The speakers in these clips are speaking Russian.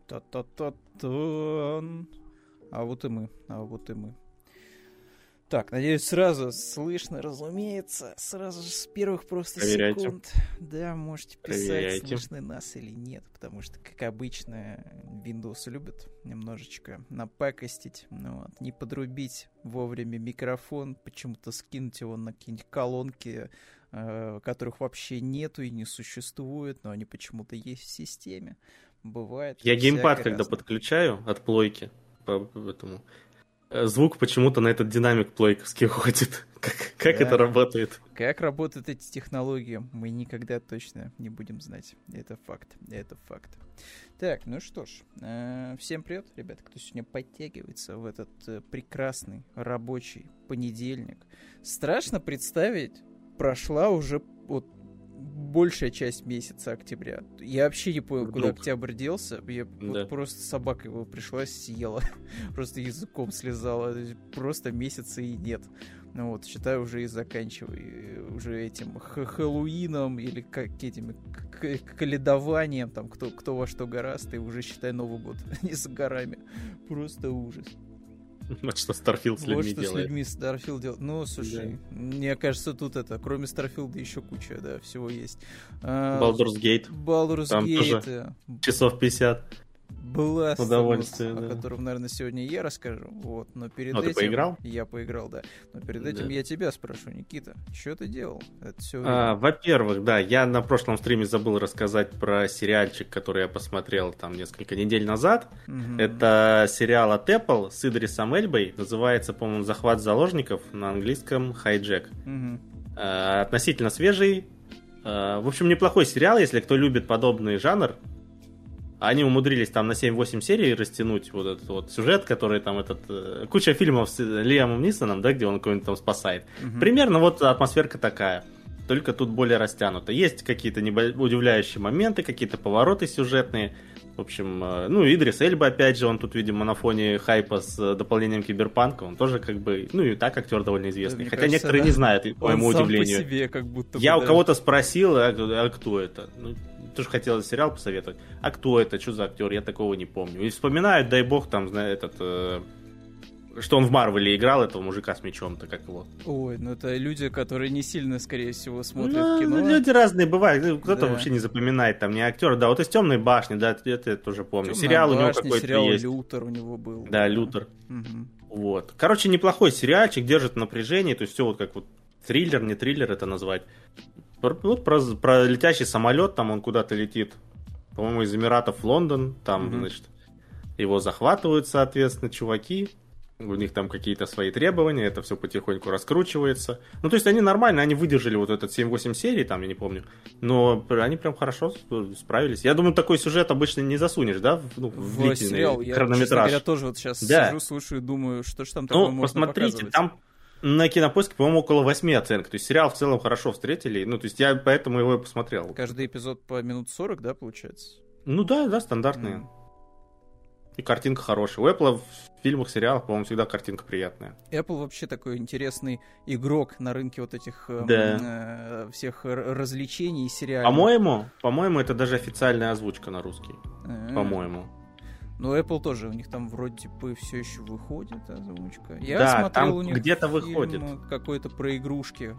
Та-та-та-тан. А вот и мы. Так, надеюсь, сразу слышно, разумеется. Сразу же с первых просто Проверяйте. секунд. Да, можете писать, Проверяйте. слышно нас или нет. Потому что, как обычно, Windows любит немножечко напакостить. Не подрубить вовремя микрофон, почему-то скинуть его на какие-нибудь колонки, которых вообще нету и не существует, но они почему-то есть в системе. Бывает. Я геймпад, когда подключаю от плойки по этому, звук почему-то на этот динамик плойковский уходит. Как это работает? Как работают эти технологии, мы никогда точно не будем знать. Это факт. Так, ну что ж. Всем привет, ребята, кто сегодня подтягивается в этот прекрасный рабочий понедельник. Страшно представить, прошла уже большая часть месяца октября. Я вообще не понял, куда октябрь делся. Я просто собака его пришла, съела. Просто языком слезала. Просто месяца и нет. Считаю, уже и заканчиваю. Уже этим Хэллоуином или этим каледованием, там, кто во что гораст, и уже, считай, Новый год не за горами. Просто ужас. Вот что Starfield с людьми делает. Вот что с людьми Starfield делает. Ну, слушай, мне кажется, тут кроме Starfield еще куча, всего есть. Baldur's Gate. Там тоже часов 50. Была удовольствие, о котором, наверное, сегодня я расскажу. Но перед этим... ты поиграл? Я поиграл, да. Но перед этим я тебя спрошу, Никита, что ты делал? Это все во-первых, я на прошлом стриме забыл рассказать про сериальчик, который я посмотрел там несколько недель назад. Это сериал от Apple с Идрисом Эльбой. Называется, по-моему, «Захват заложников», на английском «Хайджек». Относительно свежий. В общем, неплохой сериал, если кто любит подобный жанр. Они умудрились там на 7-8 серий растянуть вот этот сюжет, который там куча фильмов с Лиамом Нисоном, где он кого-нибудь там спасает. Примерно атмосферка такая, только тут более растянута. Есть какие-то удивляющие моменты, какие-то повороты сюжетные. В общем, Идрис Эльба, опять же, он тут, видимо, на фоне хайпа с дополнением Киберпанка, он тоже и так актер довольно известный. Хотя кажется, некоторые не знают, по моему удивлению. По себе, как будто я у кого-то спросил, а кто это? Тоже хотел сериал посоветовать. А кто это? Что за актер? Я такого не помню. И вспоминают, дай бог, там, что он в Марвеле играл, этого мужика с мечом-то, как его. Ой, это люди, которые не сильно, скорее всего, смотрят кино. Люди разные бывают. Кто-то вообще не запоминает, там, не актер. Да, из «Темной башни», это я тоже помню. Сериал у него какой-то сериал есть. «Лютер» у него был. Да, «Лютер». Короче, неплохой сериальчик, держит напряжение, то есть все как триллер, не триллер это назвать. Про летящий самолет, там он куда-то летит, по-моему, из Эмиратов в Лондон, там, его захватывают, соответственно, чуваки, у них там какие-то свои требования, это все потихоньку раскручивается. То есть они нормально, они выдержали этот 7-8 серий, там, я не помню, но они прям хорошо справились. Я думаю, такой сюжет обычно не засунешь, да, в длительный сериал. хронометраж. Я тоже сейчас сижу, слушаю, думаю, что ж там такое можно посмотрите, показывать. там на Кинопоиске, по-моему, около 8 оценок. То есть сериал в целом хорошо встретили. То есть я поэтому его и посмотрел. Каждый эпизод по минут 40, да, получается? Да, стандартные. И картинка хорошая. У Apple в фильмах, сериалах, по-моему, всегда картинка приятная. Apple вообще такой интересный игрок на рынке этих всех развлечений и сериалов. По-моему, это даже официальная озвучка на русский. По-моему. Но Apple тоже, у них там вроде бы все еще выходит озвучка. Я смотрел, там у них где-то фильм выходит. Какой-то про игрушки,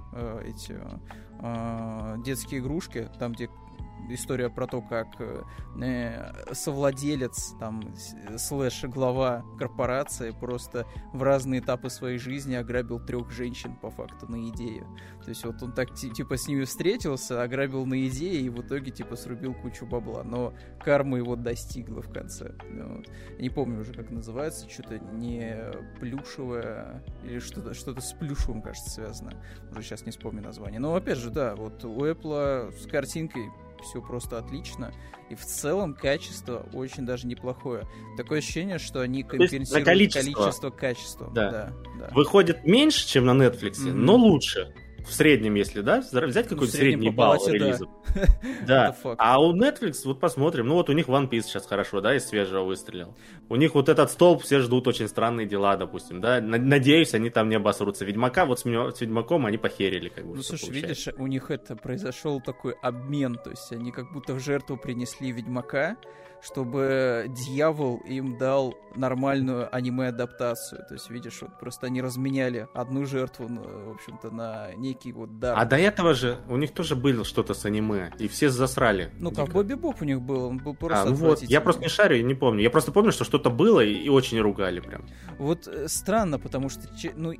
детские игрушки, там, где история про то, как совладелец, там, глава корпорации просто в разные этапы своей жизни ограбил 3 женщин, по факту, на идею. То есть он так, с ними встретился, ограбил на идее и в итоге, срубил кучу бабла. Но карма его достигла в конце. Не помню уже, как называется, что-то не плюшевое, или что-то с плюшевым, кажется, связано. Уже сейчас не вспомню название. Но, опять же, да, у Apple с картинкой все просто отлично. И в целом качество очень даже неплохое. Такое ощущение, что они компенсируют количество качества. Да. Выходит меньше, чем на Netflix, но лучше. В среднем, если, взять какой-то средний балл релизов. Да. А у Netflix, посмотрим, у них One Piece сейчас хорошо, из свежего выстрелил. У них этот столб все ждут очень странные дела, допустим, да. Надеюсь, они там не обосрутся. Ведьмака, с Ведьмаком они похерили, слушай, видишь, у них произошел такой обмен, то есть они как будто в жертву принесли Ведьмака, чтобы дьявол им дал нормальную аниме-адаптацию. То есть, видишь, вот просто они разменяли одну жертву, в общем-то, на некий вот дар. А до этого же у них тоже было что-то с аниме, и все засрали. Ну, Ковбой Бибоп у них был, он был просто ну вот, я просто не шарю и не помню. Я просто помню, что что-то было и очень ругали прям. Вот странно, потому что, ну,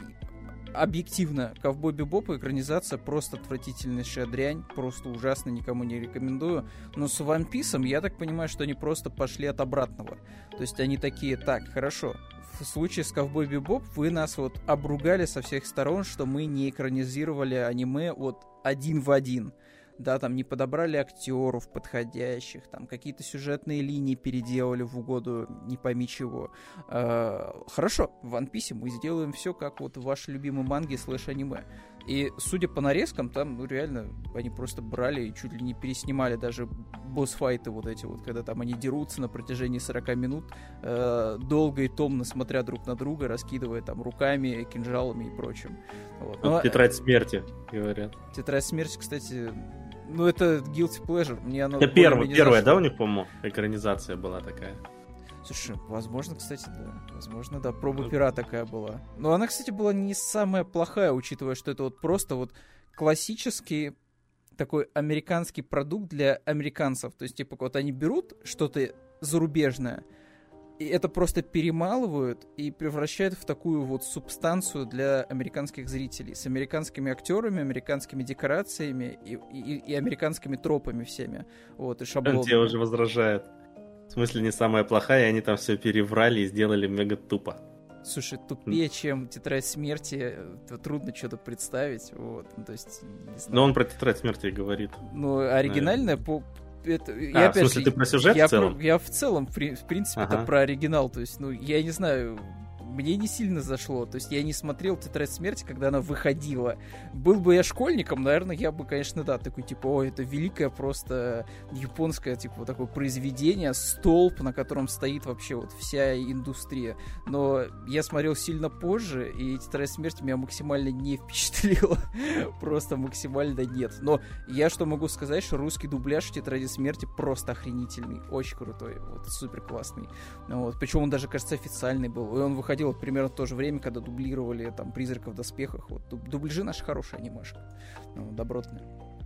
объективно, Ковбой Бибоп и экранизация просто отвратительнейшая дрянь, просто ужасно, никому не рекомендую. Но с One Piece'ом я так понимаю, что они просто пошли от обратного. То есть они такие: так, хорошо, в случае с Ковбой Бибоп вы нас вот обругали со всех сторон, что мы не экранизировали аниме вот один в один. Да, там не подобрали актеров подходящих, там какие-то сюжетные линии переделали в угоду не пойми чего. Хорошо, в One Piece мы сделаем все как вот в вашей любимой манге /аниме. И судя по нарезкам, там, ну, реально, они просто брали и чуть ли не переснимали даже босс-файты вот эти вот, когда там они дерутся на протяжении 40 минут, долго и томно смотря друг на друга, раскидывая там руками, кинжалами и прочим. Вот. Ну, тетрадь смерти, говорят. Тетрадь смерти, кстати, ну, это guilty pleasure. Мне оно это первая, да, у них, по-моему, экранизация была такая? Слушай, возможно, кстати, да. Возможно, да, проба пера такая была. Но она, кстати, была не самая плохая, учитывая, что это вот просто вот классический такой американский продукт для американцев. То есть, типа, вот они берут что-то зарубежное, и это просто перемалывают и превращают в такую вот субстанцию для американских зрителей. С американскими актерами, американскими декорациями и американскими тропами всеми. Вот, и шаблонами. Он тебе уже возражает. В смысле, не самая плохая, и они там все переврали и сделали мега тупо. Слушай, тупее, чем Тетрадь смерти, трудно что-то представить. Вот, то есть, не знаю. Но он про Тетрадь смерти говорит. Ну, оригинальная по... Это, в смысле, ты про сюжет в целом? Я в целом, в принципе, это про оригинал. То есть, ну, я не знаю... Мне не сильно зашло. То есть я не смотрел «Тетрадь смерти», когда она выходила. Был бы я школьником, наверное, я бы, конечно, да, такой, типа, о, это великое просто японское, типа, вот такое произведение, столб, на котором стоит вообще вот вся индустрия. Но я смотрел сильно позже, и «Тетрадь смерти» меня максимально не впечатлила. Просто максимально нет. Но я что могу сказать, что русский дубляж «Тетради смерти» просто охренительный. Очень крутой. Вот, супер классный. Вот. Причем он даже, кажется, официальный был. И он выходил вот примерно в то же время, когда дублировали там «Призраков в доспехах». Вот. Дубляжи наши хорошие, анимешка. Добротные.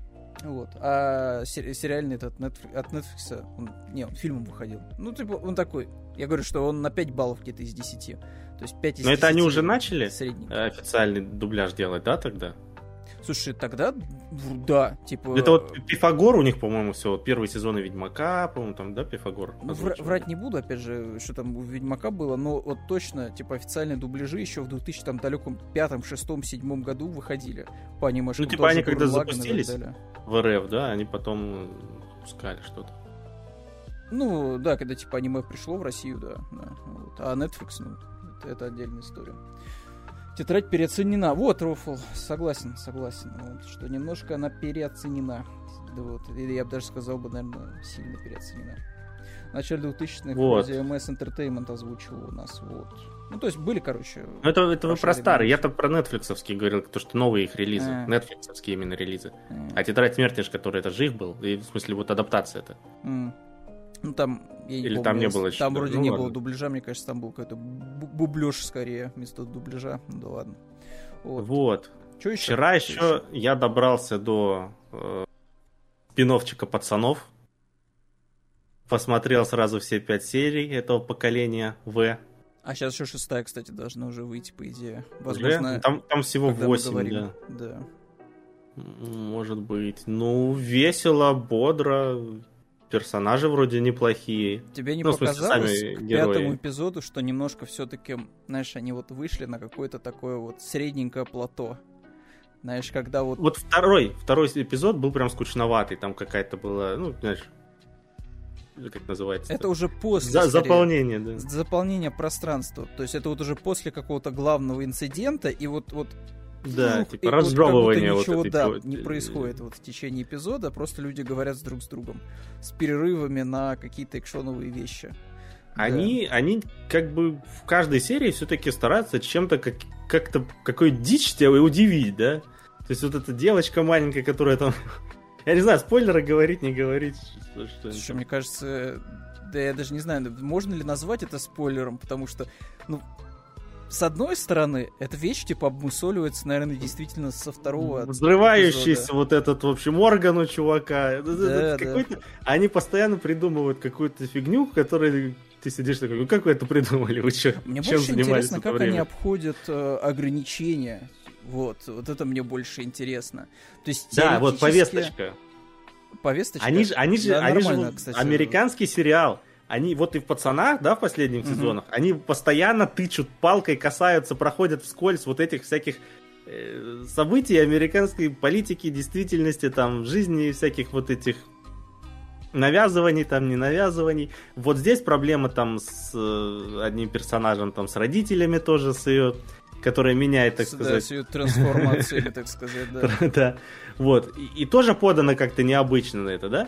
Вот. А сериальный этот от Netflix, он фильмом выходил. Ну, типа, он такой. Я говорю, что он на 5 баллов где-то из 10. То есть 5 из 10. Но это они уже начали средний. Официальный дубляж делать, да, тогда? Слушай, тогда, да, типа... Это вот Пифагор у них, по-моему, все, вот первые сезоны Ведьмака, по-моему, там, да, Пифагор? Врать не буду, опять же, что там у Ведьмака было, но вот точно, типа, официальные дубляжи еще в 2000, там, далеком 5-м, 6-м, 7-м году выходили по анимешкам. Ну, типа, они когда запустились в РФ, да, они потом пускали что-то. Ну, да, когда, типа, аниме пришло в Россию, да. Вот. А Netflix, ну, это отдельная история. Тетрадь переоценена. Вот, Рофл, согласен. Вот, что немножко она переоценена. Вот. Или я бы даже сказал бы, наверное, сильно переоценена. В начале 2000-х вот. MS Entertainment озвучил у нас. Вот. Ну, то есть были, короче... Это вы про старые. Я-то про нетфликсовские говорил, то, что новые их релизы. Нетфликсовские именно релизы. А Тетрадь смерти, который это же их был. И, в смысле, вот адаптация это. Ну, там, я не или помню, там не было там вроде не было дубляжа, мне кажется, там был какой-то бублёж скорее вместо дубляжа. Ну, да ладно. Вот. Что еще? Вчера еще я добрался до спин-оффчика «Пацанов». Посмотрел сразу все 5 серий этого поколения В. А сейчас еще 6-я, кстати, должна уже выйти, по идее. Возможно, там всего 8, да. Может быть. Ну, весело, бодро. Персонажи вроде неплохие. Тебе не показалось к 5-му эпизоду, что немножко все-таки, знаешь, они вот вышли на какое-то такое вот средненькое плато? Знаешь, когда вот... Вот второй эпизод был прям скучноватый. Там какая-то была, ну, знаешь, как называется? Это уже после... Заполнение, да. Заполнение пространства. То есть это вот уже после какого-то главного инцидента, и вот да, типа разжевывание вот ничего, этой... да, не происходит вот в течение эпизода, просто люди говорят друг с другом с перерывами на какие-то экшоновые вещи. Они как бы в каждой серии все-таки стараются чем-то как-то какой дичь тебя удивить, да? То есть вот эта девочка маленькая, которая там... Я не знаю, спойлеры говорить, не говорить. Слушай, мне кажется, да я даже не знаю, можно ли назвать это спойлером, потому что, ну, с одной стороны, эта вещь, типа, обмусоливается, наверное, действительно со второго взрывающийся эпизода. Вот этот, в общем, орган у чувака. Да. Они постоянно придумывают какую-то фигню, в которой ты сидишь такой, ну как вы это придумали? Вы что, Мне чем больше занимались интересно, в это как время? они обходят ограничения. Вот это мне больше интересно. То есть, Да, вот повесточка. Повесточка? Они же нормально, кстати. американский сериал. Они вот и в «Пацанах», да, в последних сезонах, они постоянно тычут палкой, касаются, проходят вскользь вот этих всяких событий американской политики, действительности, там, жизни, всяких вот этих навязываний, там, не навязываний. Вот здесь проблема там с одним персонажем, там, с родителями тоже, с ее, которая меняет, так сказать. Да, с ее трансформациями, так сказать, да. Да, вот. И тоже подано как-то необычно на это,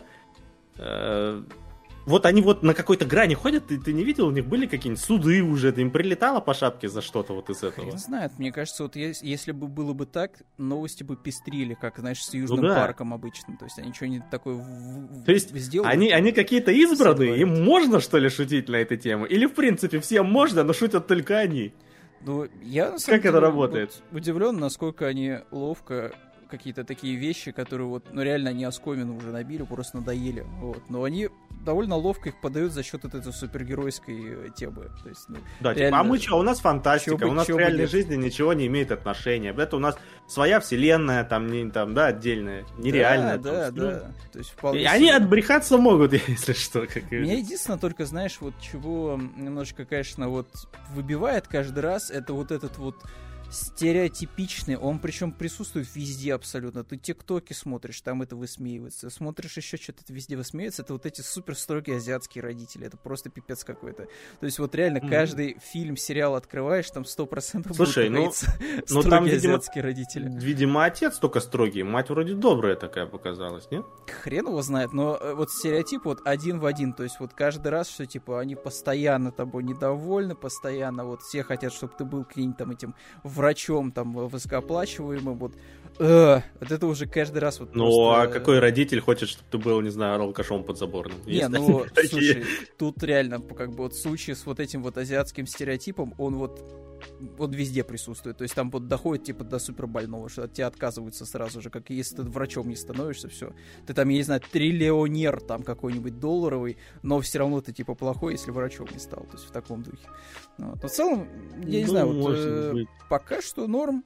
да? Вот они вот на какой-то грани ходят, ты не видел, у них были какие-нибудь суды уже, им прилетало по шапке за что-то вот из этого? Не знаю, мне кажется, вот если бы было бы так, новости бы пестрили, как, знаешь, с Южным парком обычно, то есть они что-нибудь такое то есть сделали. Они какие-то избранные, им можно, что ли, шутить на эту тему? Или, в принципе, всем можно, но шутят только они? Ну, я, на самом как деле, это работает? Вот, удивлен, насколько они ловко какие-то такие вещи, которые вот, ну, реально они оскомину уже набили, просто надоели, вот, но они довольно ловко их подают за счет этой супергеройской темы, то есть, ну, да, реально, типа, а мы что, у нас фантастика, у нас в реальной жизни ничего не имеет отношения, это у нас своя вселенная, там, не, там, да, отдельная, нереальная. Да. То есть, вполне и они отбрехаться могут, если что. Меня единственное только, знаешь, вот чего немножко, конечно, вот выбивает каждый раз, это вот этот вот стереотипичный, он причем присутствует везде абсолютно. Ты тиктоки смотришь, там это высмеивается. Смотришь еще что-то, это везде высмеивается. Это вот эти супер строгие азиатские родители. Это просто пипец какой-то. То есть вот реально каждый фильм, сериал открываешь, там 100% слушай, будут ну, строгие там, азиатские родители. Видимо, отец только строгий, мать вроде добрая такая показалась, нет? Хрен его знает, но вот стереотип вот один в один. То есть вот каждый раз, что типа они постоянно тобой недовольны, постоянно вот все хотят, чтобы ты был каким-нибудь там этим врачом там высокооплачиваемым, вот это уже каждый раз вот ну, просто... а какой родитель хочет, чтобы ты был, не знаю, алкашом подзаборным? Не, ну, слушай, тут реально, как бы вот случай с вот этим вот азиатским стереотипом, он вот везде присутствует, то есть там вот доходит типа до супербольного, что от тебя отказываются сразу же, как если ты врачом не становишься, все. Ты там, я не знаю, триллионер там какой-нибудь долларовый, но все равно ты типа плохой, если врачом не стал, то есть в таком духе. Вот. Но в целом, я не знаю, вот, пока что норм,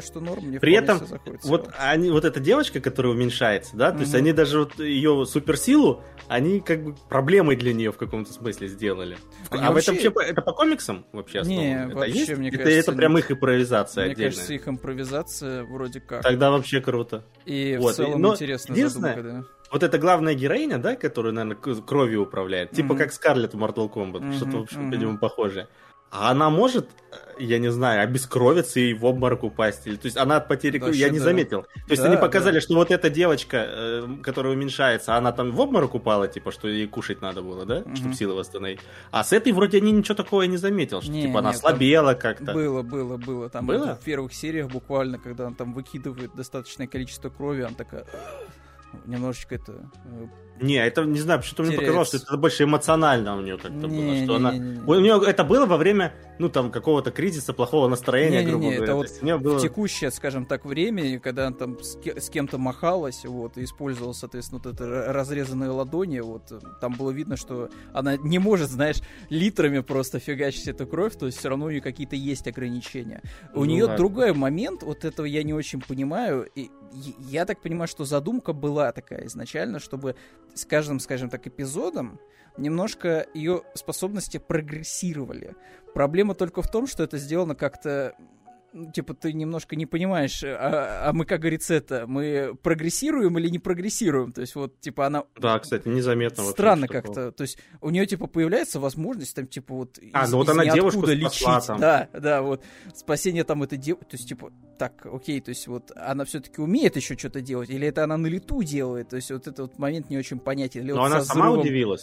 мне при этом заходит. Вот эта девочка, которая уменьшается, да, то есть они даже вот ее суперсилу, они как бы проблемой для нее в каком-то смысле сделали. А вообще... это по комиксам вообще основано? Не, это вообще, есть? мне кажется, это прям их импровизация мне отдельная? Мне кажется, их импровизация вроде как. Тогда вообще круто. И вот. В целом интересная задумка, да. Вот эта главная героиня, да, которая, наверное, кровью управляет, типа как Скарлетт в Mortal Kombat, что-то, в общем, видимо, похожее. А она может, я не знаю, обескровиться и в обморок упасть? Или, то есть она от потери крови, я не заметил. То есть они показали, что вот эта девочка, которая уменьшается, она там в обморок упала, типа, что ей кушать надо было, да? Чтобы силы восстановить. А с этой вроде они ничего такого не заметил, что типа она слабела как-то. Было. Там было? В первых сериях буквально, когда он там выкидывает достаточное количество крови, она такая... Немножечко это... Не, это, не знаю, почему-то мне показалось, что это больше эмоционально у нее как-то было. Что она... Не. У нее это было во время, ну, там, какого-то кризиса, плохого настроения, грубо говоря. Это вот было... в текущее, скажем так, время, когда она там с кем-то махалась, вот, и использовала, соответственно, вот это разрезанные ладони, вот, там было видно, что она не может, знаешь, литрами просто фигачить эту кровь, то есть все равно у нее какие-то есть ограничения. У нее другой момент, вот этого я не очень понимаю, и я так понимаю, что задумка была такая изначально, чтобы с каждым, скажем так, эпизодом немножко ее способности прогрессировали. Проблема только в том, что это сделано как-то... Типа, ты немножко не понимаешь, а мы, как говорится, мы прогрессируем или не прогрессируем? То есть, вот, типа, она... Да, кстати, незаметно. Странно как-то. То есть, у нее, типа, появляется возможность, там, типа, вот... ну вот она девушку спасла там. Да, вот. Спасение там этой девушки. То есть, типа, так, окей, то есть, вот, она все-таки умеет еще что-то делать? Или это она на лету делает? То есть, вот этот вот момент не очень понятен. Или но вот она сама удивилась.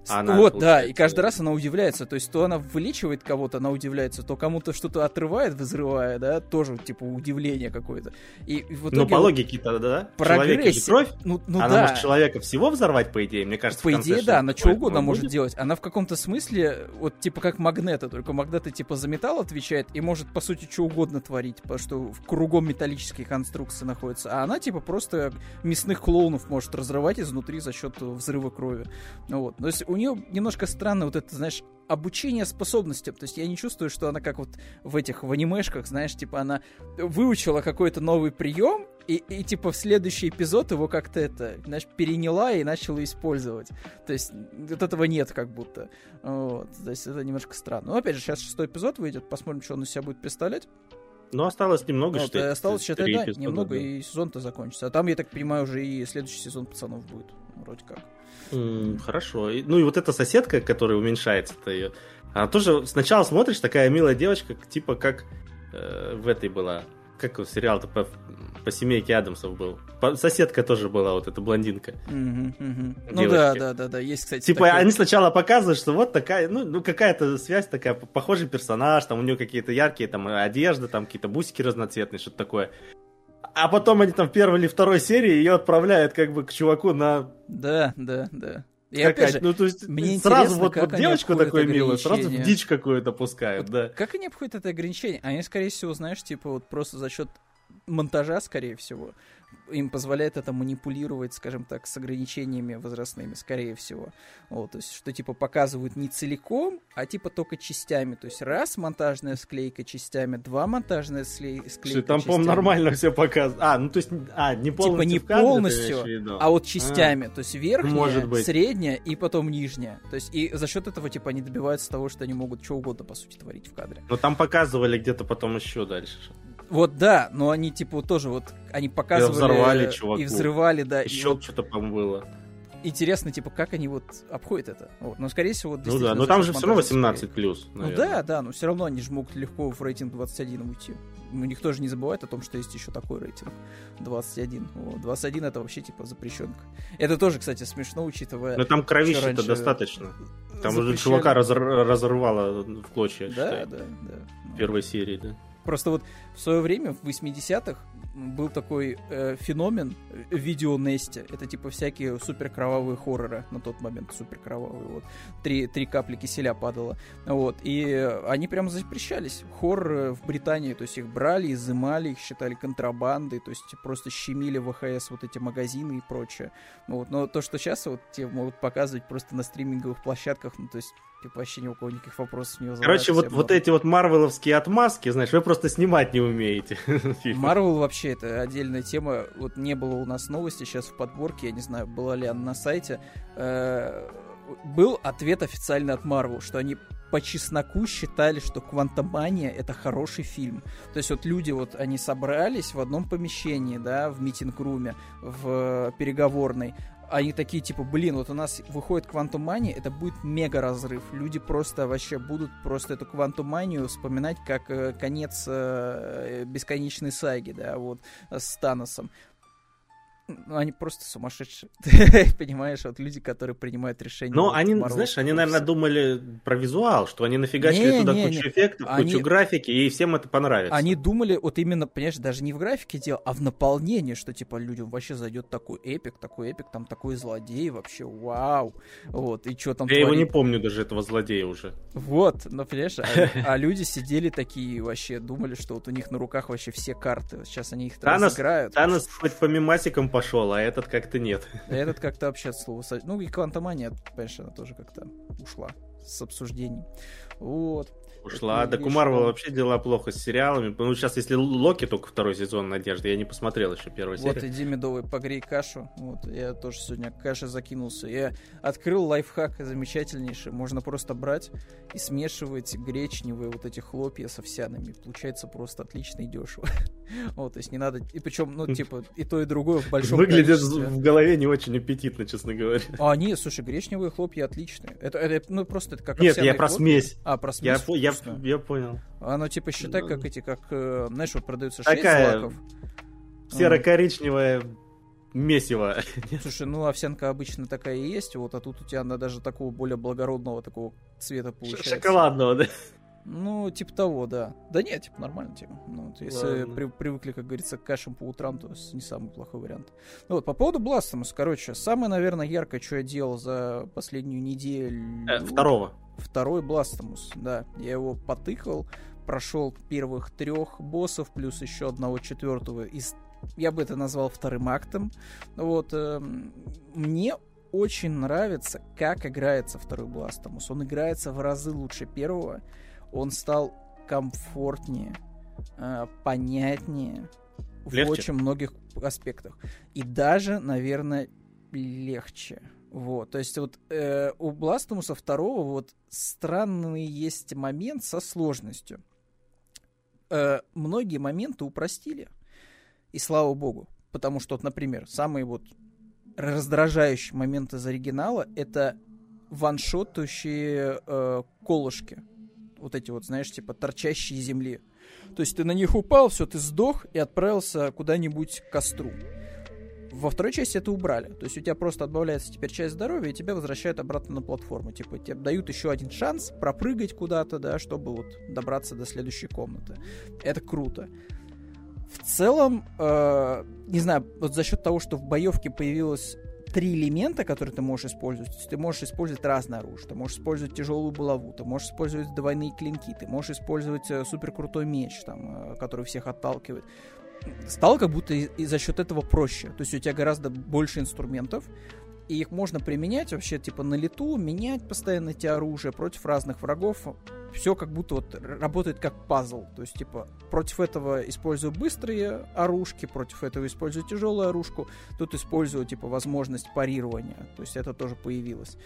Вот, да, и каждый раз она удивляется, то есть то она вылечивает кого-то, она удивляется, то кому-то что-то отрывает, взрывая, да, тоже, типа, удивление какое-то. И в итоге... Ну, по логике-то, да? Человек или кровь? Она может человека всего взорвать, по идее, мне кажется, по идее, да, она что угодно может делать. Она в каком-то смысле, вот, типа, как Магнета, только Магнета, типа, за металл отвечает и может, по сути, что угодно творить, потому что кругом металлические конструкции находятся, а она, типа, просто мясных клоунов может разрывать изнутри за счет взрыва крови. Вот. То есть у нее немножко странно вот это, знаешь, обучение способностям. То есть я не чувствую, что она как вот в анимешках, знаешь, типа она выучила какой-то новый прием и типа в следующий эпизод его как-то знаешь, переняла и начала использовать. То есть вот этого нет как будто. Вот. То есть это немножко странно. Но опять же, сейчас 6-й эпизод выйдет, посмотрим, что он из себя будет представлять. Ну, осталось немного, вот, что осталось, считай, да, эпизода, немного, да. И сезон-то закончится. А там, я так понимаю, уже и следующий сезон пацанов будет. Вроде как. Хорошо. Ну и вот эта соседка, которая уменьшается-то ее, она тоже сначала смотришь, такая милая девочка, типа как в этой была, как сериал-то по семейке Адамсов был. Соседка тоже была, вот эта блондинка. Ну да, есть, кстати. Типа такой... они сначала показывают, что вот такая, ну какая-то связь такая, похожий персонаж, там у нее какие-то яркие там одежды, там какие-то бусики разноцветные, что-то такое. А потом они там в первой или второй серии ее отправляют как бы к чуваку на... Да. И опять же, ну, то есть мне сразу интересно, вот девочку такой милую, сразу в дичь какую-то пускают, вот да. Как они обходят это ограничение? Они, скорее всего, знаешь, типа вот просто за счет монтажа, скорее всего, им позволяет это манипулировать, скажем так, с ограничениями возрастными, скорее всего. Вот, то есть, что типа показывают не целиком, а типа только частями. То есть, раз монтажная склейка частями, два монтажная склейка частями. Там, по-моему, нормально все показывают. Ну, то есть, не полностью. Типа не полностью, а вот частями. То есть, верхняя, средняя и потом нижняя. То есть, и за счет этого, типа, они добиваются того, что они могут что угодно, по сути, творить в кадре. Но там показывали где-то потом еще дальше. Вот да, но они типа тоже вот они показывали взорвали чуваку. И взрывали, да. Еще вот что-то, по-моему, было. Интересно, типа, как они вот обходят это. Вот. Но, скорее всего, ну да, но там же все равно 18+. Ну да, но все равно они же могут легко в рейтинг 21 уйти. Ну, никто же не забывает о том, что есть еще такой рейтинг 21. Вот. 21 это вообще типа запрещенка. Это тоже, кстати, смешно, учитывая... Но там кровища-то достаточно. Там уже чувака разорвало в клочья, да. В первой серии, да. Просто вот в свое время, в 80-х, был такой феномен видео-нести. Это типа всякие суперкровавые хорроры на тот момент, суперкровавые. Вот. Три капли киселя падало. Вот. И они прямо запрещались. Хорроры в Британии, то есть их брали, изымали, их считали контрабандой, то есть просто щемили ВХС вот эти магазины и прочее. Вот. Но то, что сейчас вот тебе могут показывать просто на стриминговых площадках, ну то есть типа вообще ни у кого никаких вопросов не вызывает. Короче, вот эти вот марвеловские отмазки, знаешь, вы просто снимать не умеете. Марвел вообще это отдельная тема. Вот не было у нас новости сейчас в подборке, я не знаю, была ли она на сайте. Был ответ официально от Марвел, что они по чесноку считали, что «Квантомания» — это хороший фильм. То есть вот люди, вот они собрались в одном помещении, да, в митинг-руме, в переговорной. Они такие, типа, блин, вот у нас выходит «Квантомания», это будет мега-разрыв. Люди просто вообще будут просто эту «Квантоманию» вспоминать как конец бесконечной саги, да, вот, с Таносом. Ну, они просто сумасшедшие. Понимаешь, вот люди, которые принимают решения. Ну, они, знаешь, они, наверное, думали про визуал, что они нафигачили туда кучу эффектов, кучу графики, и всем это понравится. Они думали, вот именно, понимаешь, даже не в графике дело, а в наполнении, что, типа, людям вообще зайдет такой эпик, там такой злодей, вообще, вау. Вот, и что там Я его не помню даже, этого злодея уже. Вот, ну, понимаешь, а люди сидели такие вообще, думали, что вот у них на руках вообще все карты. Сейчас они их разыграют. Танос хоть по мемасикам пошел, а этот как-то нет. Этот как-то вообще от слова. Ну и «Квантомания», понимаешь, она тоже как-то ушла с обсуждений. Вот. Ушла. Так у Марвела вообще дела плохо с сериалами. Ну, сейчас, если Локи только второй сезон «Надежды», я не посмотрел еще первую серию. Вот, иди, медовый, погрей кашу. Вот, я тоже сегодня кашей закинулся. Я открыл лайфхак замечательнейший. Можно просто брать и смешивать гречневые вот эти хлопья с овсяными. Получается просто отлично и дешево. Вот, то есть не надо... И причем, ну, типа, и то, и другое в большом количестве. Выглядит в голове не очень аппетитно, честно говоря. Нет, слушай, гречневые хлопья отличные. Это ну, просто это как овсяные. Нет, я про смесь. Про смесь. Я понял. Оно типа считай, как эти, как, знаешь, вот продаются 6 злаков. Серо-коричневая месиво. Слушай, ну овсянка обычно такая и есть, вот, а тут у тебя она даже такого более благородного такого цвета получается. Шоколадного, да? Ну, типа того, да. Да нет, типа нормально, типа. Ну, вот, если привыкли, как говорится, к кашам по утрам, то не самый плохой вариант. Ну, вот, по поводу Blasphemous, короче, самое, наверное, яркое, что я делал за последнюю неделю... Второй Blasphemous, да. Я его потыкал, прошел первых 3 боссов, плюс еще одного 4-го из... Я бы это назвал вторым актом. Вот, мне очень нравится, как играется второй Blasphemous. Он играется в разы лучше первого. Он стал комфортнее, понятнее в очень многих аспектах. И даже, наверное, легче. Вот. То есть вот у Blasphemous 2 вот странный есть момент со сложностью. Многие моменты упростили. И слава богу. Потому что, вот, например, самые вот раздражающие моменты из оригинала — это ваншотающие колышки. Вот эти вот, знаешь, типа торчащие земли. То есть ты на них упал, все, ты сдох и отправился куда-нибудь к костру. Во второй части это убрали. То есть у тебя просто отбавляется теперь часть здоровья, и тебя возвращают обратно на платформу. Типа тебе дают еще один шанс пропрыгать куда-то, да, чтобы вот добраться до следующей комнаты. Это круто. В целом, не знаю, вот за счет того, что в боевке появилось 3 элемента, которые ты можешь использовать. То есть ты можешь использовать разное оружие. Ты можешь использовать тяжелую булаву, ты можешь использовать двойные клинки, ты можешь использовать супер крутой меч, там, который всех отталкивает. Стало как будто и за счет этого проще. То есть у тебя гораздо больше инструментов, и их можно применять вообще типа на лету, менять постоянно эти оружия против разных врагов. Все как будто вот работает как пазл. То есть типа против этого использую быстрые оружки, против этого использую тяжелую оружку. Тут использую типа возможность парирования. То есть это тоже появилось.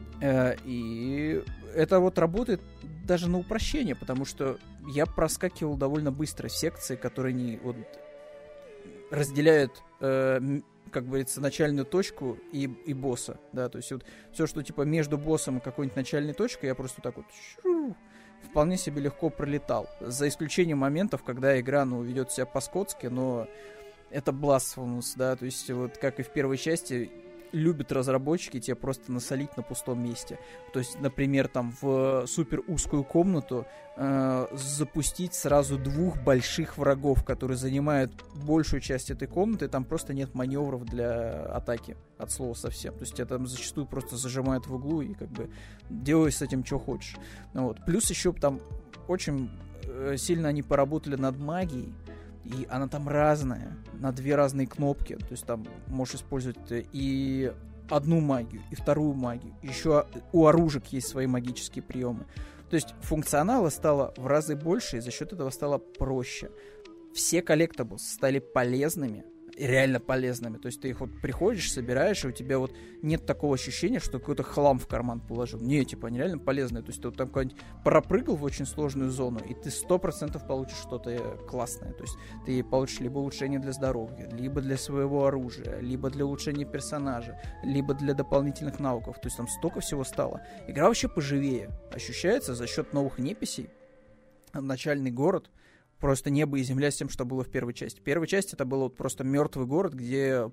И это вот работает даже на упрощение, потому что я проскакивал довольно быстро секции, которые не вот разделяют, как говорится, начальную точку и босса, да, то есть вот все, что типа между боссом и какой-нибудь начальной точкой, я просто так вот вполне себе легко пролетал, за исключением моментов, когда игра, ну, ведет себя по-скотски, но это Blasphemous, да, то есть вот как и в первой части, любят разработчики тебе просто насолить на пустом месте. То есть, например, там в супер узкую комнату запустить сразу 2 больших врагов, которые занимают большую часть этой комнаты, там просто нет маневров для атаки от слова совсем. То есть тебя там зачастую просто зажимают в углу и как бы делай с этим что хочешь. Ну, вот. Плюс еще там очень сильно они поработали над магией. И она там разная, на 2 разные кнопки. То есть там можешь использовать и одну магию, и вторую магию. Еще у оружек есть свои магические приемы. То есть функционала стало в разы больше, и за счет этого стало проще. Все коллектаблс стали полезными, реально полезными. То есть ты их вот приходишь, собираешь, и у тебя вот нет такого ощущения, что какой-то хлам в карман положил. Не, типа, они реально полезные. То есть ты вот там куда-нибудь пропрыгал в очень сложную зону, и ты 100% получишь что-то классное. То есть ты получишь либо улучшение для здоровья, либо для своего оружия, либо для улучшения персонажа, либо для дополнительных навыков. То есть там столько всего стало. Игра вообще поживее. Ощущается за счет новых неписей. Начальный город — просто небо и земля с тем, что было в первой части. В первой части это был вот просто мертвый город, где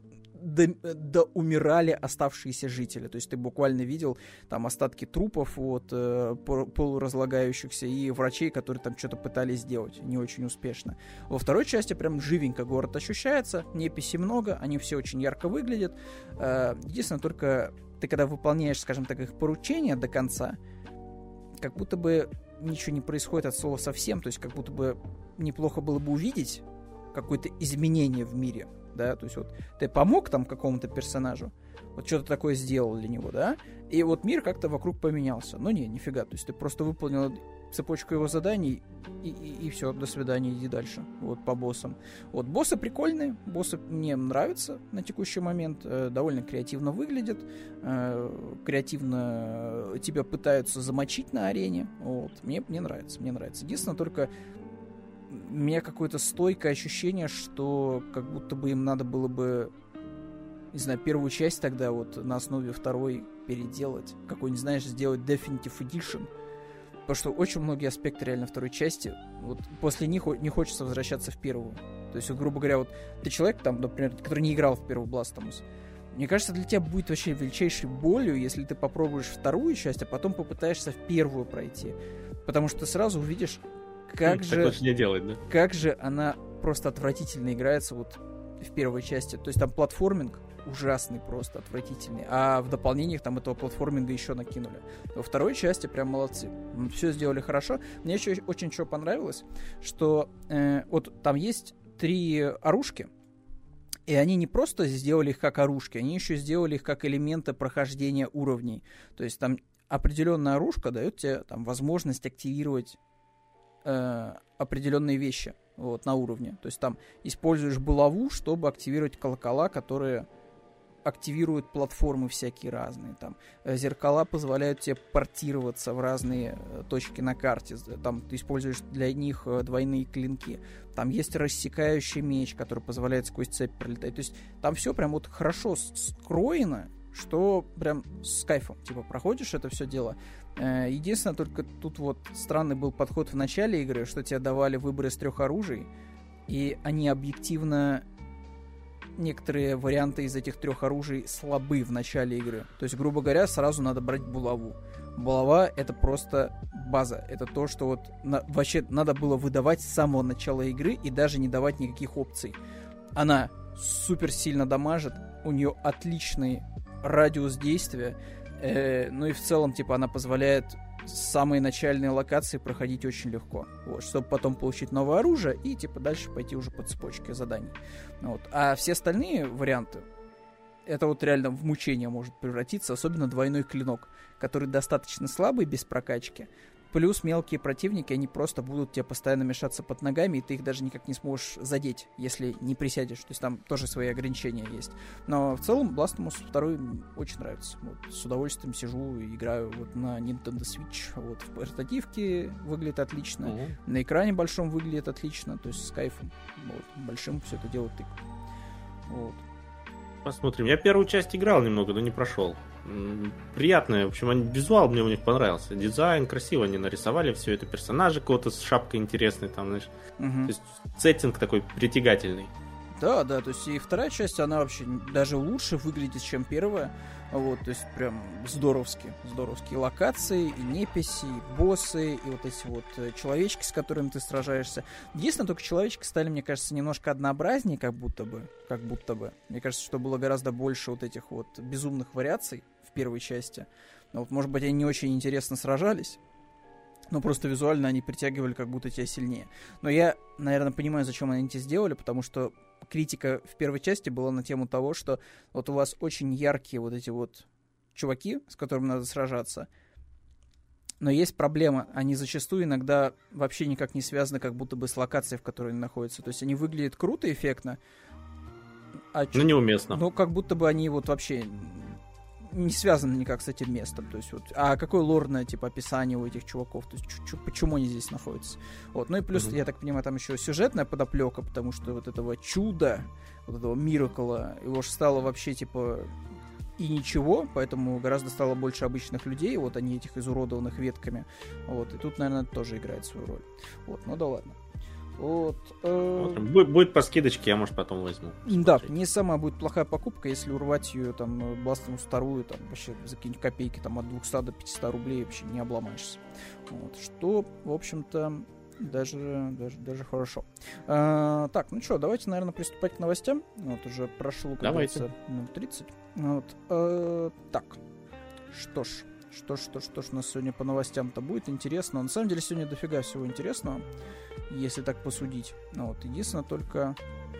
умирали оставшиеся жители. То есть ты буквально видел там остатки трупов вот, полуразлагающихся и врачей, которые там что-то пытались сделать не очень успешно. Во второй части прям живенько город ощущается, неписей много, они все очень ярко выглядят. Единственное, только ты когда выполняешь, скажем так, их поручения до конца, как будто бы ничего не происходит от слова совсем, то есть как будто бы неплохо было бы увидеть какое-то изменение в мире, да, то есть вот ты помог там какому-то персонажу, вот что-то такое сделал для него, да, и вот мир как-то вокруг поменялся, но нифига, то есть ты просто выполнил цепочку его заданий и все, до свидания, иди дальше, вот по боссам. Вот боссы прикольные, боссы мне нравятся на текущий момент, довольно креативно выглядят, креативно тебя пытаются замочить на арене, вот, мне нравится. Единственное, только у меня какое-то стойкое ощущение, что как будто бы им надо было бы, не знаю, первую часть тогда вот на основе второй переделать, какой-нибудь, знаешь, сделать Definitive Edition, Потому что очень многие аспекты реально второй части, вот после них не хочется возвращаться в первую. То есть, вот, грубо говоря, вот ты человек, там, например, который не играл в первую Blasphemous, мне кажется, для тебя будет вообще величайшей болью, если ты попробуешь вторую часть, а потом попытаешься в первую пройти. Потому что ты сразу увидишь, как же она просто отвратительно играется вот в первой части. То есть там платформинг ужасный, просто отвратительный. А в дополнениях там этого платформинга еще накинули. Во второй части прям молодцы. Все сделали хорошо. Мне еще очень что понравилось, что вот там есть 3 оружки, и они не просто сделали их как оружки, они еще сделали их как элементы прохождения уровней. То есть там определенная оружка дает тебе там возможность активировать определенные вещи вот, на уровне. То есть там используешь булаву, чтобы активировать колокола, которые активируют платформы всякие разные. Там зеркала позволяют тебе портироваться в разные точки на карте. Там ты используешь для них двойные клинки. Там есть рассекающий меч, который позволяет сквозь цепь пролетать. То есть там все прям вот хорошо скроено, что прям с кайфом. Типа проходишь это все дело. Единственное, только тут вот странный был подход в начале игры, что тебе давали выбор из 3 оружий, и они объективно некоторые варианты из этих 3 оружий слабы в начале игры. То есть, грубо говоря, сразу надо брать булаву. Булава — это просто база. Это то, что вот вообще надо было выдавать с самого начала игры и даже не давать никаких опций. Она супер сильно дамажит, у нее отличный радиус действия, ну и в целом, типа, она позволяет самые начальные локации проходить очень легко, вот, чтобы потом получить новое оружие и, типа, дальше пойти уже по цепочке заданий. Вот. А все остальные варианты, это вот реально в мучение может превратиться, особенно двойной клинок, который достаточно слабый, без прокачки. Плюс мелкие противники, они просто будут тебе постоянно мешаться под ногами, и ты их даже никак не сможешь задеть, если не присядешь. То есть там тоже свои ограничения есть. Но в целом Blasphemous 2 очень нравится. Вот, с удовольствием сижу и играю вот на Nintendo Switch. Вот, в портативке выглядит отлично. На экране большом выглядит отлично. То есть с кайфом. Вот, большим все это дело тык. Вот. Посмотрим. Я первую часть играл немного, но не прошел. Приятная, в общем, визуал мне у них понравился. Дизайн, красиво они нарисовали все это. Персонажи кого-то с шапкой интересной, там, знаешь. То есть сеттинг такой притягательный. Да, то есть и вторая часть, она вообще даже лучше выглядит, чем первая. Вот, то есть прям здоровские локации, и неписи, и боссы, и вот эти вот человечки, с которыми ты сражаешься. Единственное, только человечки стали, мне кажется, немножко однообразнее, как будто бы. Мне кажется, что было гораздо больше вот этих вот безумных вариаций в первой части. Вот, может быть, они не очень интересно сражались, но просто визуально они притягивали как будто тебя сильнее. Но я, наверное, понимаю, зачем они это сделали, потому что критика в первой части была на тему того, что вот у вас очень яркие вот эти вот чуваки, с которыми надо сражаться, но есть проблема, они зачастую иногда вообще никак не связаны как будто бы с локацией, в которой они находятся. То есть они выглядят круто, эффектно, но неуместно. Но как будто бы они вот вообще не связаны никак с этим местом. То есть вот, а какое лорное типа описание у этих чуваков? То есть почему они здесь находятся? Вот. Ну и плюс, я так понимаю, там еще сюжетная подоплека, потому что вот этого чуда, вот этого миракла, его же стало вообще типа и ничего, поэтому гораздо стало больше обычных людей, вот они этих изуродованных ветками. Вот. И тут, наверное, тоже играет свою роль. Вот. Ну да ладно. Вот, будет по скидочке, я, может, потом возьму. Да, не самая будет плохая покупка, если урвать ее, там, Blasphemous 2, там, вообще за какие-нибудь копейки, там, от 200 до 500 рублей вообще не обломаешься. Вот, что, в общем-то, даже хорошо. Так, ну что, давайте, наверное, приступать к новостям. Вот, уже прошло, как говорится, минут 30. Вот, так, что ж, у нас сегодня по новостям-то будет интересно. На самом деле сегодня дофига всего интересного, если так посудить. Ну, вот, единственное только...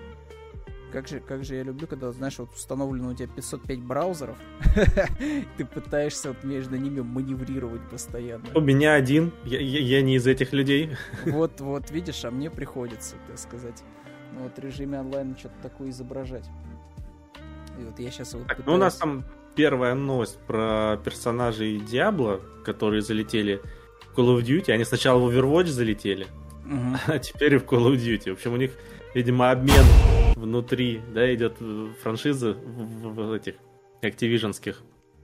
Как же я люблю, когда, знаешь, вот установлено у тебя 505 браузеров, ты пытаешься вот между ними маневрировать постоянно. У меня один, я не из этих людей. Вот, видишь, а мне приходится, так сказать, вот в режиме онлайн что-то такое изображать. И вот я сейчас вот так, ну у нас там первая новость про персонажей Diablo, которые залетели в Call of Duty. Они сначала в Overwatch залетели, а теперь и в Call of Duty. В общем, у них, видимо, обмен внутри, да, идет франшиза в этих Activisionских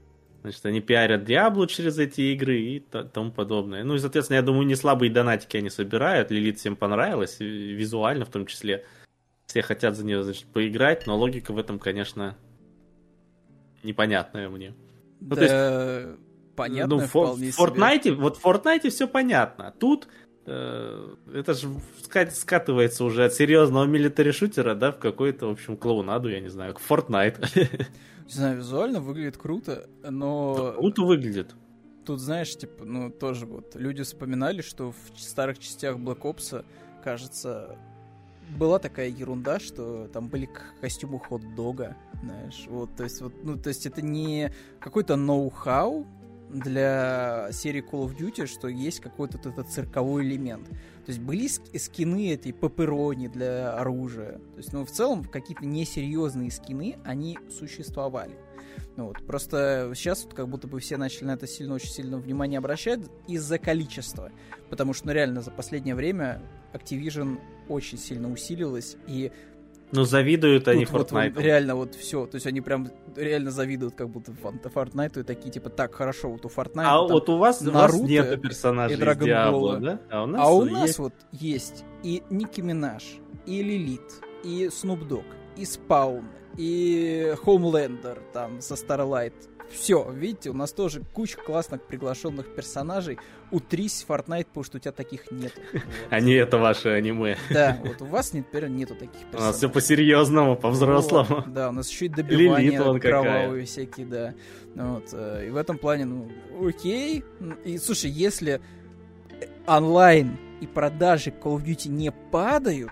Значит, они пиарят Diablo через эти игры и тому подобное. Ну и, соответственно, я думаю, не слабые донатики они собирают. Лилит всем понравилась, визуально в том числе. Все хотят за нее, значит, поиграть, но логика в этом, конечно, непонятная мне. Да, то есть, понятно, вполне в Fortnite все понятно. Тут это же скатывается уже от серьезного милитари-шутера, да, в какой-то, в общем, клоунаду, я не знаю, к Fortnite. Не знаю, визуально выглядит круто, но... Круто выглядит. Тут, знаешь, типа, ну, тоже вот люди вспоминали, что в старых частях Black Ops, кажется, была такая ерунда, что там были костюмы хот-дога, знаешь, вот, то есть, вот, ну, то есть это не какой-то ноу-хау для серии Call of Duty, что есть какой-то вот этот цирковой элемент. То есть были скины этой пепперони для оружия. То есть, ну, в целом, какие-то несерьезные скины, они существовали. Ну, вот. Просто сейчас вот как будто бы все начали на это очень сильно внимание обращать из-за количества. Потому что, ну, реально, за последнее время Activision очень сильно усилилась, и ну, завидуют они Fortnite. Вот, реально вот все. То есть они прям реально завидуют как будто Fortnite и такие, типа, так, хорошо, вот у Fortnite а вот у вас нету персонажей из Diablo, да? А у нас вот есть и Ники Минаж, и Лилит, и Snoop Dogg, и Spawn, и Homelander там со Starlight. Все, видите, у нас тоже куча классных приглашенных персонажей. Утрись, Fortnite, потому что у тебя таких нет. Вот. Они это ваши аниме. Да, вот у вас теперь нету таких персонажей. У нас все по-серьезному, по-взрослому. Вот, да, у нас еще и добивания кровавые всякие, да. Вот, и в этом плане, ну, окей. И, слушай, если онлайн и продажи Call of Duty не падают,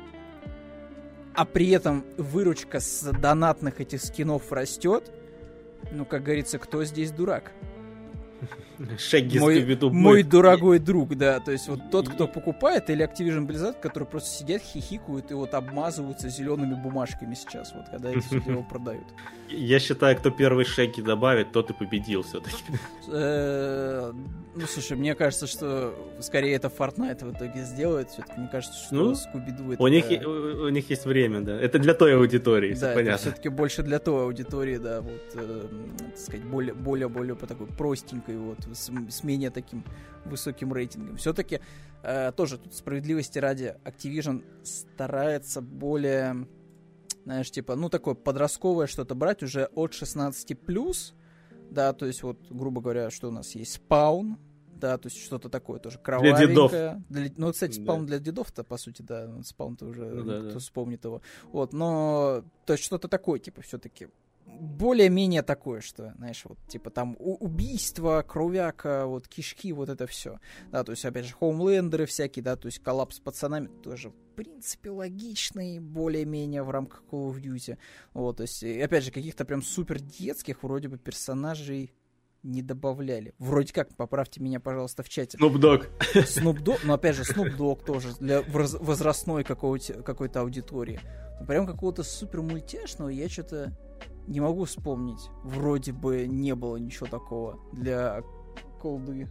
а при этом выручка с донатных этих скинов растет, ну, как говорится, кто здесь дурак? Шагги мой дорогой друг, да. То есть вот тот, кто покупает, или Activision Blizzard, которые просто сидят, хихикают и вот обмазываются зелеными бумажками сейчас, вот, когда эти все дела продают. Я считаю, кто первый шаги добавит, тот и победил все-таки. Ну, слушай, мне кажется, что скорее это Fortnite в итоге сделает. Все-таки мне кажется, что Скуби-Ду это... У них есть время, да. Это для той аудитории, да, понятно. Это все-таки больше для той аудитории, да, вот, так сказать, более по такой простенькой, вот, с менее таким высоким рейтингом. Все-таки тоже тут справедливости ради Activision старается более, знаешь, типа, ну, такое подростковое что-то брать уже от 16+, да, то есть вот, грубо говоря, что у нас есть Spawn, да, то есть что-то такое тоже кровавенькое. Для дедов. Ну, кстати, Spawn для дедов-то, по сути, да, Spawn-то уже кто вспомнит его. Вот, но, то есть что-то такое, типа, все-таки более-менее такое, что, знаешь, вот, типа, там убийство, кровяка, вот, кишки, вот это все. Да, то есть, опять же, хоумлендеры всякие, да, то есть коллапс с пацанами тоже, в принципе, логичный, более-менее в рамках Call of Duty. Вот, то есть, и, опять же, каких-то прям супер детских вроде бы персонажей не добавляли. Вроде как, поправьте меня, пожалуйста, в чате. Snoop Dogg, но опять же, Snoop Dogg тоже для возрастной какой-то аудитории. Но прям какого-то супер мультяшного я что-то не могу вспомнить. Вроде бы не было ничего такого для колды.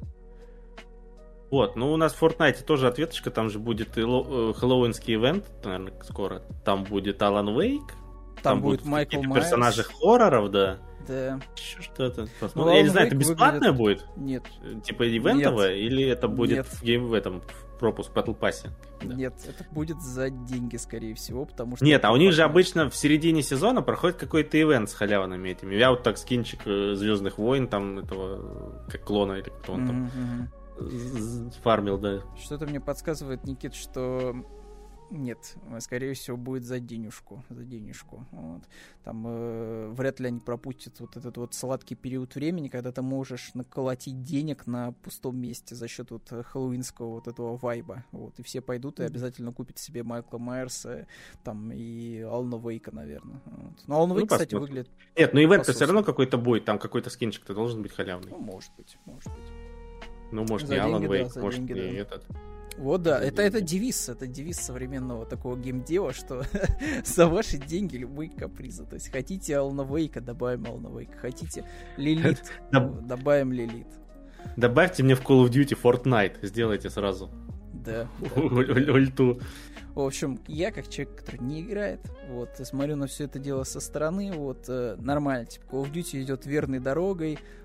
Вот, ну у нас в Fortnite тоже ответочка, там же будет хэллоуинский ивент, наверное, скоро. Там будет Алан Вейк. Там будет Майкл Майерс. Персонажи хорроров, да. Да. Еще что-то. Ну, я не знаю, это бесплатное будет? Нет. Типа ивентовое? Или это будет в этом пропуск Battle Pass? Да. Нет, это будет за деньги, скорее всего, потому что... Нет, а у них же обычно в середине сезона проходит какой-то ивент с халявными этими. Я вот так скинчик Звездных войн, там, этого, как клона, или кто он там фармил, да. Что-то мне подсказывает, Никит, что... Нет, скорее всего, будет за денежку. Вот. Там вряд ли они пропустят вот этот вот сладкий период времени, когда ты можешь наколотить денег на пустом месте за счет вот хэллоуинского вот этого вайба. Вот. И все пойдут и обязательно купят себе Майкла Майерса там, и Алана Вейка, наверное. Вот. Но Алан Вейк, кстати, выглядит... Нет, но ивент-то все равно какой-то будет. Там какой-то скинчик-то должен быть халявный. Ну, может быть. Ну, может, не Алан Вейк, может, не этот... Вот да, это девиз современного такого геймдева, что за ваши деньги любые капризы. То есть хотите Алана Вейка, добавим Алана Вейка. Хотите Лилит, добавим Лилит. Добавьте мне в Call of Duty Fortnite, сделайте сразу. Да. Ульту. В общем, я как человек, который не играет, вот, смотрю на все это дело со стороны, вот, нормально, типа, Call of Duty идет верной дорогой,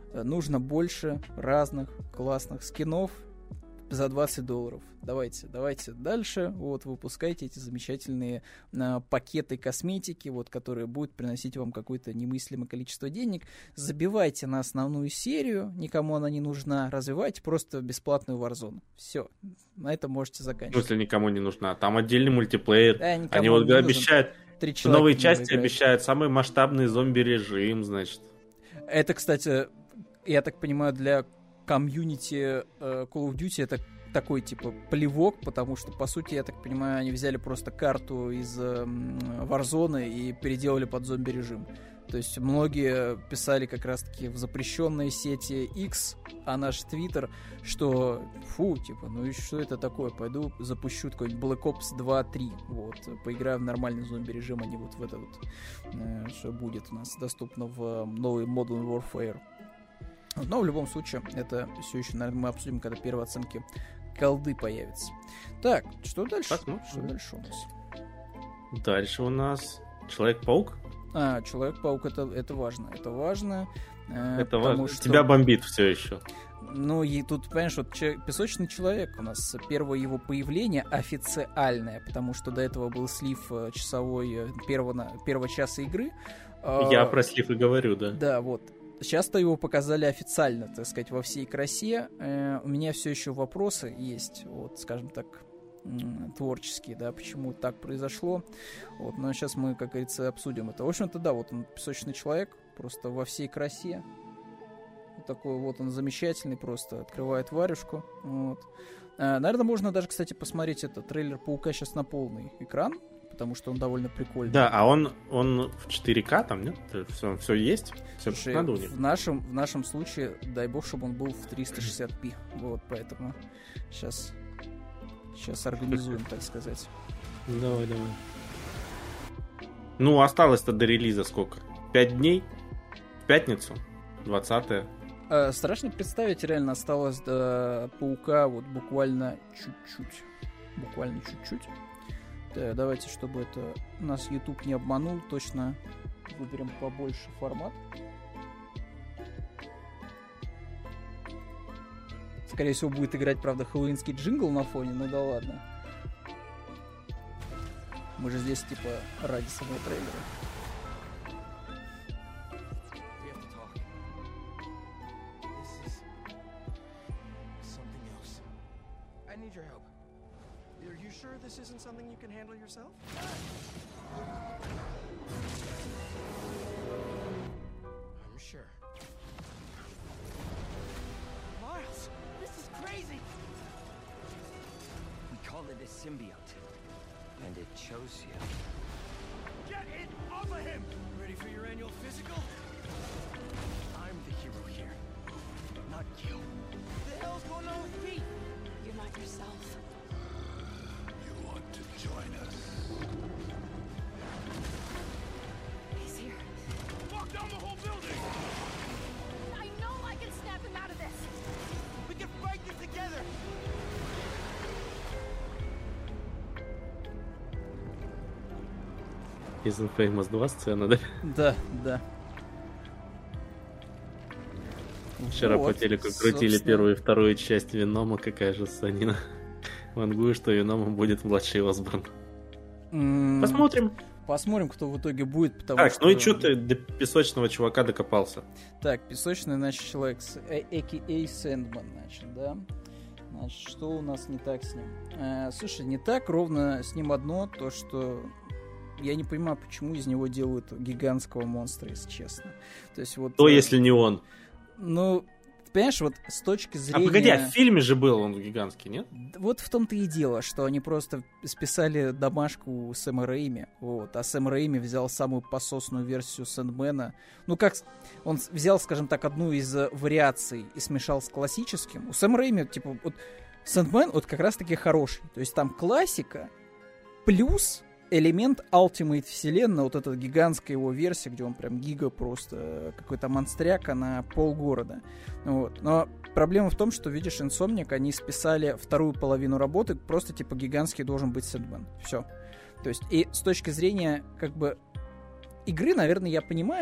нужно больше разных классных скинов за $20. Давайте дальше. Вот, выпускайте эти замечательные пакеты косметики, вот, которые будут приносить вам какое-то немыслимое количество денег. Забивайте на основную серию, никому она не нужна. Развивайте просто бесплатную Warzone. Все, на этом можете заканчивать. В смысле никому не нужна? Там отдельный мультиплеер. Да, они вот обещают... Новые части играть. Обещают самый масштабный зомби-режим, значит. Это, кстати, я так понимаю, для комьюнити Call of Duty это такой, типа, плевок, потому что, по сути, я так понимаю, они взяли просто карту из Warzone и переделали под зомби-режим. То есть многие писали как раз-таки в запрещенной сети X, а наш Твиттер, что типа, ну и что это такое? Пойду запущу какой-нибудь Black Ops 2.3, вот, поиграю в нормальный зомби-режим, а не вот в это вот, что будет у нас доступно в новый Modern Warfare. Но в любом случае, это все еще, наверное, мы обсудим, когда первые оценки колды появятся. Так, что дальше? Посмотрим. Что дальше у нас? Дальше у нас Человек-паук. Человек-паук, это важно. Это важно. Это важно. Что... Тебя бомбит все еще. Ну, и тут, понимаешь, вот песочный человек у нас первое его появление официальное, потому что до этого был слив часовой первого часа игры. Я про слив и говорю, да. Да, вот. Сейчас-то его показали официально, так сказать, во всей красе. У меня все еще вопросы есть, вот, скажем так, творческие, да, почему так произошло. Вот, но сейчас мы, как говорится, обсудим это. В общем-то, да, вот он песочный человек, просто во всей красе. Вот такой вот он замечательный, просто открывает варежку. Вот. Наверное, можно даже, кстати, посмотреть трейлер Паука сейчас на полный экран, потому что он довольно прикольный. Да, а он в 4К там, нет? Все есть? Все. Слушай, надо у него. В нашем случае, дай бог, чтобы он был в 360p. Вот, поэтому сейчас организуем, так сказать. Давай. Ну, осталось-то до релиза сколько? 5 дней? В пятницу? 20-е? Страшно представить, реально осталось до Паука вот буквально чуть-чуть. Да, давайте, чтобы это нас YouTube не обманул, точно выберем побольше формат. Скорее всего, будет играть, правда, хэллоуинский джингл на фоне, ну да ладно. Мы же здесь, типа, ради самого трейлера. This isn't something you can handle yourself? I'm sure. Miles, this is crazy! We call it a symbiote, and it chose you. Get it off of him! Ready for your annual physical? I'm the hero here, not you. What the hell's going on with Pete? You're not yourself. Join us. He's here. Walk down the whole building! I know I can snap him out of this. We can fight this together! Из Infamous 2 сцена, да? Да. Вчера по телеку крутили первую и вторую часть Венома, какая же ссанина. Вангую, что Веномом будет младший Осборн. Посмотрим, кто в итоге будет, потому так, что... ну и что ты до песочного чувака докопался? Так, песочный, значит, человек, a.k.a. Сэндман, значит, да? Значит, что у нас не так с ним? Слушай, не так, ровно с ним одно, то, что... Я не понимаю, почему из него делают гигантского монстра, если честно. То есть вот... Кто, если не он? Ну... Понимаешь, вот с точки зрения... А погоди, в фильме же был он гигантский, нет? Вот в том-то и дело, что они просто списали домашку Сэма Рэйми, вот, а Сэм Рэйми взял самую пососную версию Сэндмена. Ну, как... Он взял, скажем так, одну из вариаций и смешал с классическим. У Сэма Рэйми, типа, вот, Сэндмен, вот, как раз-таки хороший. То есть там классика плюс... элемент Ultimate вселенной, вот эта гигантская его версия, где он прям гига просто какой-то монстряк, на полгорода. Вот. Но проблема в том, что, видишь, Insomniac, они списали вторую половину работы, просто типа гигантский должен быть Сэндмэн. Все. То есть, и с точки зрения, как бы, игры, наверное, я понимаю,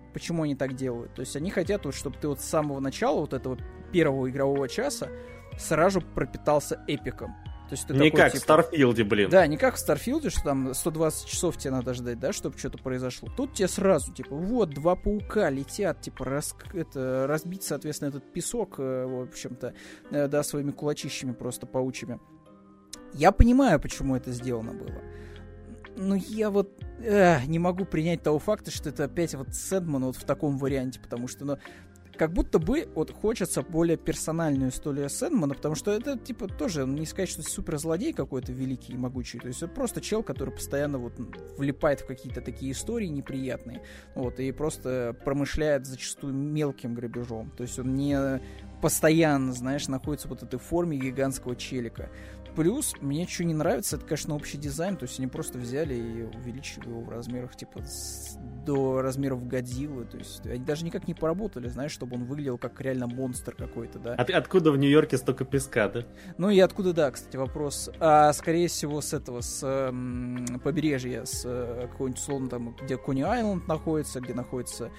почему они так делают. То есть они хотят, вот, чтобы ты вот с самого начала вот этого первого игрового часа сразу пропитался эпиком. То есть ты не такой, как в Старфилде, блин. Да, не как в Старфилде, что там 120 часов тебе надо ждать, да, чтобы что-то произошло. Тут тебе сразу, типа, вот, 2 паука летят, типа, разбить, соответственно, этот песок, в общем-то, да, своими кулачищами просто паучьими. Я понимаю, почему это сделано было. Но я вот не могу принять того факта, что это опять вот Сэндман вот в таком варианте, потому что, ну, как будто бы вот хочется более персональную историю Сэндмана, потому что это, типа, тоже, не сказать, что суперзлодей какой-то великий и могучий, то есть это просто чел, который постоянно вот влипает в какие-то такие истории неприятные, вот, и просто промышляет зачастую мелким грабежом, то есть он не постоянно, знаешь, находится в вот этой форме гигантского челика. Плюс, мне что не нравится, это, конечно, общий дизайн, то есть они просто взяли и увеличили его в размерах, типа, до размеров Годзиллы, то есть они даже никак не поработали, знаешь, чтобы он выглядел как реально монстр какой-то, да. Откуда в Нью-Йорке столько песка, да? Ну и откуда, да, кстати, вопрос. А, скорее всего, с этого, с побережья, с какого-нибудь, условно, там, где Кони-Айленд находится, где находится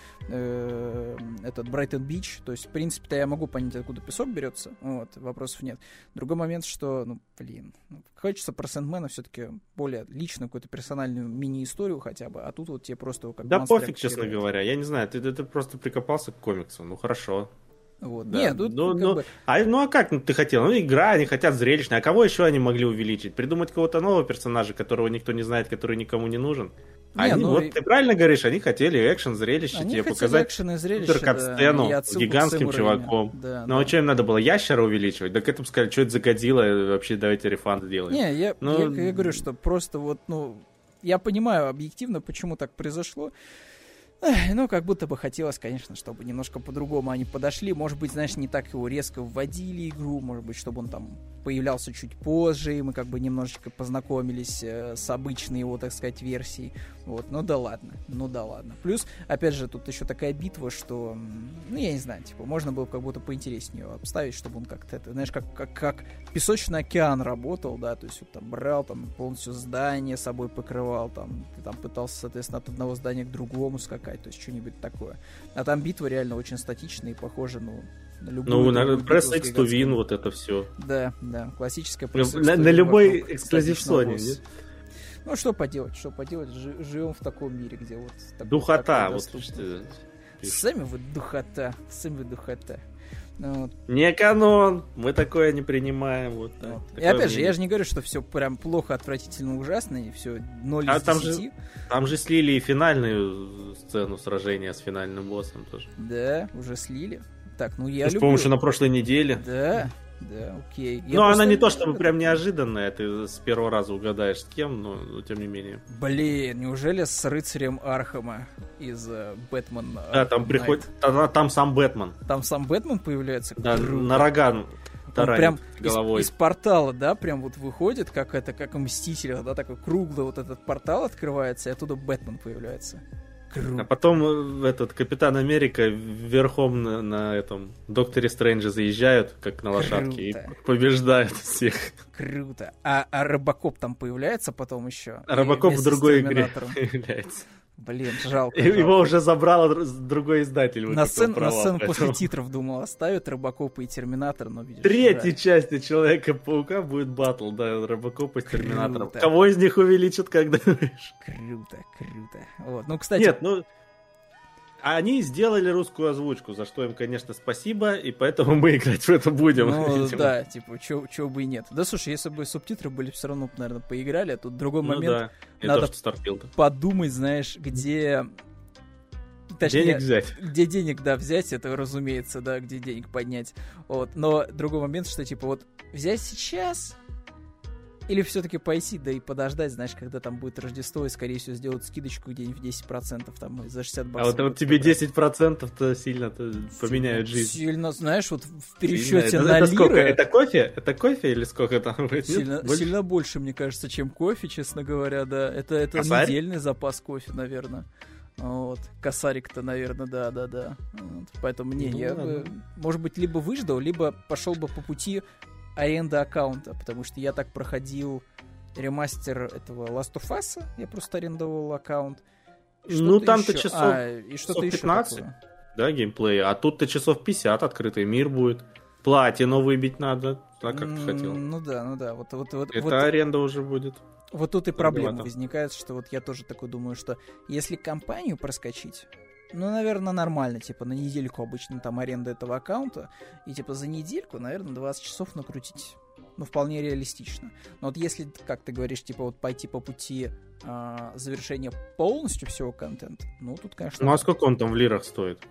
этот Брайтон-Бич, то есть, в принципе-то я могу понять, откуда песок берется, вот, вопросов нет. Другой момент, что, ну, блин, хочется про Сэндмена все-таки более личную, какую-то персональную мини-историю хотя бы, а тут вот тебе просто как да пофиг, честно говоря, я не знаю, ты просто прикопался к комиксу, ну хорошо. Вот. Да. Нет, тут бы... а как ты хотел? Ну, игра, они хотят зрелищно. А кого еще они могли увеличить? Придумать кого-то нового персонажа, которого никто не знает, который никому не нужен? Ты правильно говоришь, они хотели экшен, зрелище, тебе показать суперкат-сцену с гигантским чуваком. Да, ну, а что им надо было? Ящера увеличивать? Да к этому сказали, что это за Годзилла, вообще давайте рефанд сделаем. Не, я говорю, что просто вот, ну, я понимаю объективно, почему так произошло. Ну, как будто бы хотелось, конечно, чтобы немножко по-другому они подошли. Может быть, знаешь, не так его резко вводили игру. Может быть, чтобы он там появлялся чуть позже, и мы как бы немножечко познакомились с обычной его, так сказать, версией. Вот, ну да ладно. Плюс, опять же, тут еще такая битва, что, ну, я не знаю, типа, можно было как будто поинтереснее его обставить, чтобы он как-то, это, знаешь, как песочный океан работал, да, то есть вот там брал, там полностью здание собой покрывал, там, ты там пытался, соответственно, от одного здания к другому скакать, то есть что-нибудь такое. А там битва реально очень статичная и похожа, ну, на любую... Ну, на Press X to Win, вот это все. Да, классическая Press X to Win. На любой эксклюзив Sony, нет? Ну, что поделать, живем в таком мире, где вот... Духота, вот что... Сами вы духота. Ну, вот. Не канон, мы такое не принимаем. Вот, да, вот. И опять же, я же не говорю, что все прям плохо, отвратительно, ужасно, и все 0 из 10. Там же слили и финальную сцену сражения с финальным боссом тоже. Да, уже слили. Так, ну я люблю. С помощью на прошлой неделе. Да, окей. Ну, она не то, чтобы прям неожиданная, ты с первого раза угадаешь с кем, но тем не менее. Блин, неужели с рыцарем Архама из Бэтмен? Да, там приходит, там сам Бэтмен. Там сам Бэтмен появляется? Да, на роган прям головой. Из портала, да, прям вот выходит, как в Мстителях, да, такой круглый вот этот портал открывается, и оттуда Бэтмен появляется. А потом этот Капитан Америка верхом на этом Докторе Стрэнджа заезжают, как на лошадке, и побеждают всех. Круто. А Робокоп там появляется потом еще? Робокоп в другой игре появляется. Блин, жалко. Его уже забрал другой издатель. На сцену после титров, думал, оставят Робокопа и Терминатор, но видишь... Третьей части Человека-паука будет батл, да, Робокопа с Терминатором. Кого из них увеличат, как думаешь? Круто. Вот. Ну, кстати... Нет, ну... Они сделали русскую озвучку, за что им, конечно, спасибо, и поэтому мы играть в это будем. Ну, да, типа, чё бы и нет. Да, слушай, если бы субтитры были, все равно, наверное, поиграли, а тут другой момент. Надо подумать, знаешь, где... Точнее, денег взять. Где денег, да, взять, это, разумеется, да, где денег поднять. Вот. Но другой момент, что, типа, вот взять сейчас... Или все-таки пойти, да и подождать, знаешь, когда там будет Рождество, и, скорее всего, сделают скидочку где-нибудь в 10%, там, за 60 баксов. А вот тебе 10%-то сильно поменяют жизнь. Сильно, знаешь, вот в пересчете на лиры... Сколько? Это кофе? Это кофе или сколько там? Сильно больше, мне кажется, чем кофе, честно говоря, да. Это недельный запас кофе, наверное. Вот. Косарик-то, наверное, да. Вот. Поэтому, я бы, может быть, либо выждал, либо пошел бы по пути аренда аккаунта, потому что я так проходил ремастер этого Last of Us, я просто арендовал аккаунт, Ну, там-то еще. часов, И что-то еще 15, такое. да, геймплея. А тут-то часов 50 открытый мир будет. Платину выбить надо, так как ты хотел. Ну да. Это аренда уже будет. Вот тут и проблема Дороговато. возникает, что вот я тоже такой думаю, что если компанию проскочить, ну, наверное, нормально, типа, на недельку обычно там аренда этого аккаунта, и, типа, за недельку, наверное, 20 часов накрутить, ну, вполне реалистично. Но вот если, как ты говоришь, типа, вот пойти по пути завершения полностью всего контента, ну, тут, конечно... Ну, а сколько он там в лирах стоит?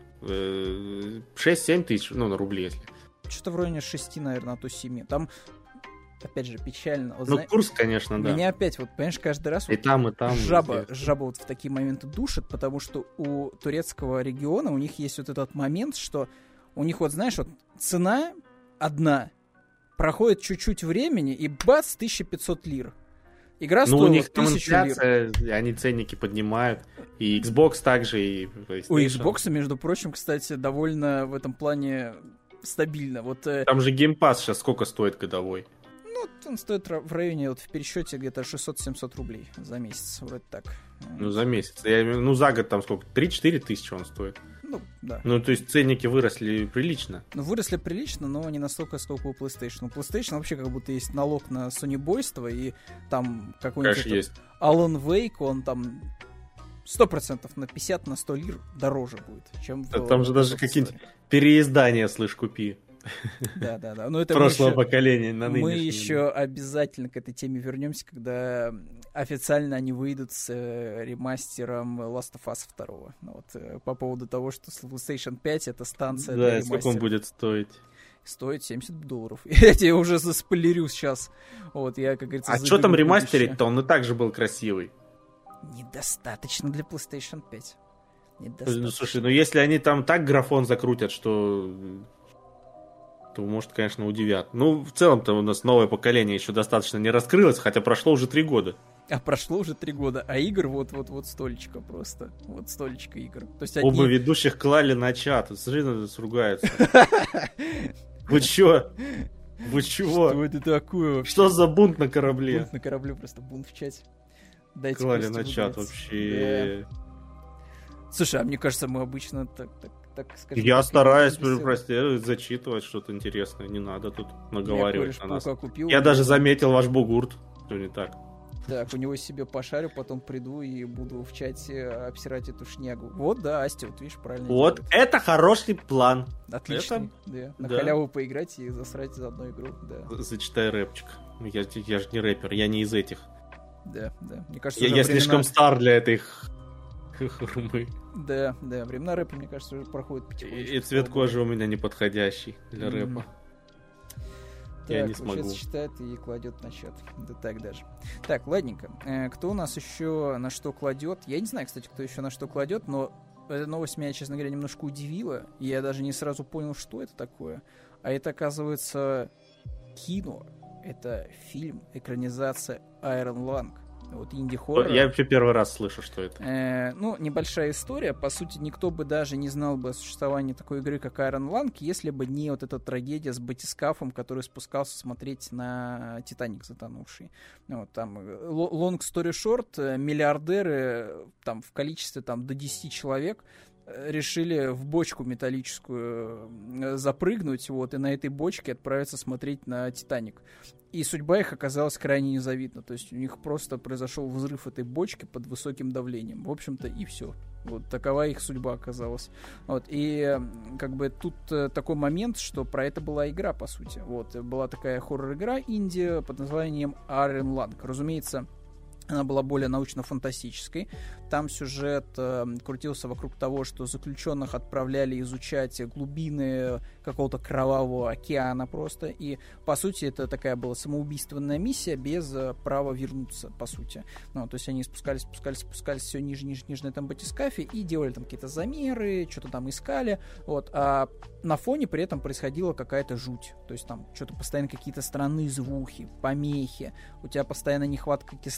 6-7 тысяч, ну, на рубли, если. Что-то в районе 6, наверное, а то 7. Там, опять же, печально. Вот, Ну, курс, конечно, да. меня опять, вот, понимаешь, каждый раз... И там, Жаба везде. вот в такие моменты душит, потому что у турецкого региона у них есть вот этот момент, что у них вот, знаешь, вот цена одна, проходит чуть-чуть времени, и бац, 1500 лир. Игра Ну, у стоила них там 1000 лир. инфляция, они ценники поднимают. И Xbox также, и PlayStation. У Xbox, между прочим, кстати, довольно в этом плане стабильно. Вот, Там же Game Pass сейчас сколько стоит годовой? ну, он стоит в районе, вот в пересчете где-то 600-700 рублей за месяц, вроде так. Ну, за месяц. Ну, за год там сколько? 3-4 тысячи он стоит. Ну, да. Ну, то есть ценники выросли прилично. Ну, выросли прилично, но не настолько, сколько у PlayStation. У PlayStation вообще как будто есть налог на сонибойство, и там какой-нибудь Конечно, есть. Alan Wake, он там 100% на 50, на 100 лир дороже будет, чем в... Там же даже в какие-нибудь Store. переиздания, слышь, купи. Да. Но это Прошлого поколения на мы нынешнее. еще обязательно к этой теме вернемся, когда официально они выйдут с ремастером Last of Us 2. Ну, вот, по поводу того, что PlayStation 5 это станция для Да, ремастера. сколько он будет стоить? Стоит $70. Я тебе уже заспойлерю сейчас. Вот, я, как говорится, А что там ремастерить-то? Он и так же был красивый. Недостаточно для PlayStation 5. Ну, Недостаточно. слушай, ну если они там так графон закрутят, что... то, может, конечно, удивят. Ну, в целом-то у нас новое поколение еще достаточно не раскрылось, хотя прошло уже 3 года. А прошло уже 3 года, а игр вот столечко просто. Вот столечко игр. То есть Оба одни... ведущих клали на чат. Смотри, сругаются. Вы чё? Вы чего? Что это такое вообще? Что за бунт на корабле? Бунт на корабле, просто бунт в чате. Дайте Клали Косте на чат выбрать. вообще. Да. Слушай, а мне кажется, мы обычно так скажем... Я так, стараюсь, беседуем. прости, зачитывать что-то интересное. Не надо тут наговаривать Я на нас. кореш купил. Я даже заметил ваш бугурт. Что не так? Так, у него себе пошарю, потом приду и буду в чате обсирать эту шнягу. Вот, да, Асти, вот видишь, правильно Вот делает. это хороший план. Отлично. Да. На да. халяву поиграть и засрать за одну игру. Да, Зачитай рэпчик. Я же не рэпер, я не из этих. да. Мне кажется, Я уже слишком стар для этой хурмы. Да, времена рэпа, мне кажется, уже проходят потихонечку. И цвет кожи у меня неподходящий для рэпа. Я не смогу. Сейчас читает и кладет на чат. Да так даже. Так, ладненько. Кто у нас еще на что кладет? Я не знаю, кстати, кто еще на что кладет, но эта новость меня, честно говоря, немножко удивила. И я даже не сразу понял, что это такое. А это, оказывается, кино. Это фильм, экранизация Iron Lung. Вот инди-хоррор. Я вообще первый раз слышу, что это. Ну, небольшая история. По сути, никто бы даже не знал бы о существовании такой игры, как Iron Lung, если бы не вот эта трагедия с батискафом, который спускался смотреть на Титаник затонувший. Вот, там, long story short, миллиардеры там, в количестве там, до 10 человек решили в бочку металлическую запрыгнуть, вот, и на этой бочке отправиться смотреть на Титаник. И судьба их оказалась крайне незавидна. То есть у них просто произошел взрыв этой бочки под высоким давлением. В общем-то, и все. Вот такова их судьба оказалась. Вот. И как бы тут такой момент, что про это была игра, по сути. Вот. Была такая хоррор-игра инди под названием Iron Lung. Разумеется, она была более научно-фантастической. Там сюжет крутился вокруг того, что заключенных отправляли изучать глубины какого-то кровавого океана просто. И, по сути, это такая была самоубийственная миссия без права вернуться, по сути. Ну, то есть они спускались все ниже на этом батискафе и делали там какие-то замеры, что-то там искали. Вот. А на фоне при этом происходила какая-то жуть. То есть там что-то постоянно какие-то странные звуки, помехи. У тебя постоянно нехватка кислорода.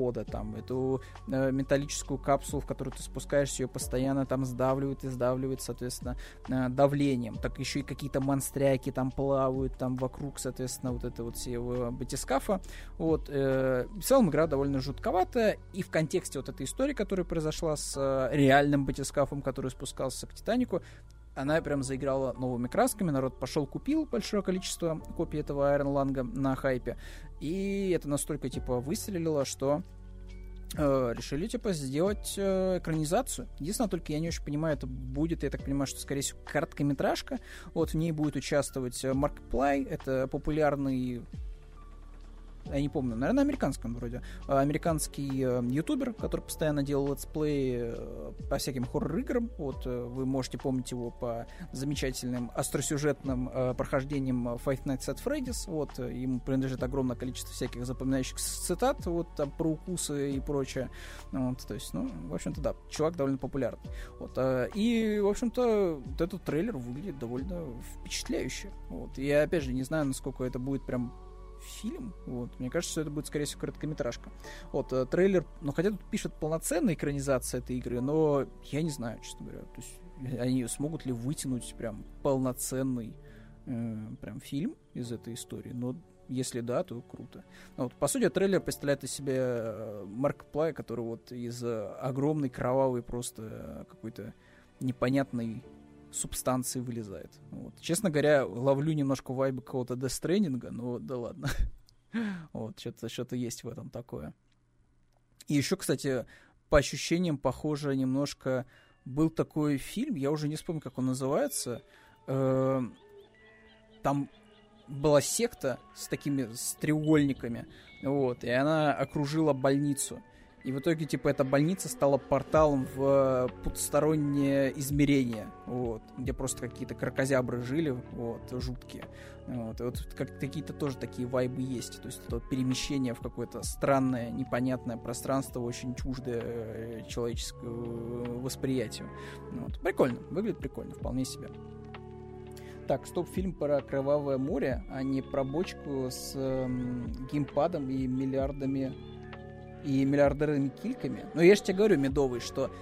кислорода, там, эту металлическую капсулу, в которую ты спускаешься, ее постоянно там сдавливают и сдавливают, соответственно, давлением. Так еще и какие-то монстряки там плавают там вокруг, соответственно, вот это вот всего батискафа. Вот. В целом игра довольно жутковатая, и в контексте вот этой истории, которая произошла с реальным батискафом, который спускался к Титанику, она прям заиграла новыми красками, народ пошел, купил большое количество копий этого Айрон Ланга на хайпе, и это настолько, типа, выстрелило, что решили, типа, сделать экранизацию. Единственное, только я не очень понимаю, это будет, я так понимаю, что, скорее всего, короткометражка. Вот в ней будет участвовать Маркиплай, это популярный... Я не помню, наверное, американском вроде. Американский ютубер, который постоянно делал летсплей по всяким хоррор-играм. Вот, вы можете помнить его по замечательным остросюжетным прохождениям Five Nights at Freddy's. Вот, ему принадлежит огромное количество всяких запоминающихся цитат, вот, там, про укусы и прочее. Вот, то есть, ну, в общем-то, да, чувак довольно популярный. Вот, и, в общем-то, вот этот трейлер выглядит довольно впечатляюще. Вот, и я, опять же, не знаю, насколько это будет прям фильм, вот, мне кажется, что это будет, скорее всего, короткометражка. Вот, трейлер, ну, хотя тут пишет полноценная экранизация этой игры, но я не знаю, честно говоря, то есть они смогут ли вытянуть прям полноценный прям фильм из этой истории, но если да, то круто. Ну, вот, по сути, трейлер представляет из себя Маркиплай, который вот из огромной кровавой просто какой-то непонятной субстанции вылезает. Вот. Честно говоря, ловлю немножко вайбы какого-то Death Stranding, но да ладно. Вот, что-то есть в этом такое. И еще, кстати, по ощущениям, похоже, немножко был такой фильм, я уже не вспомню, как он называется. Там была секта с треугольниками, вот, и она окружила больницу. И в итоге, типа, эта больница стала порталом в потустороннее измерение, вот, где просто какие-то кракозябры жили, вот, жуткие. Вот, и вот какие-то тоже такие вайбы есть. То есть это вот перемещение в какое-то странное, непонятное пространство, очень чуждое человеческому восприятию. Вот. Прикольно, выглядит прикольно, вполне себе. Так, стоп-фильм про Кровавое море, а не про бочку с геймпадом и миллиардерами-кильками. Но я же тебе говорю, Медовый, что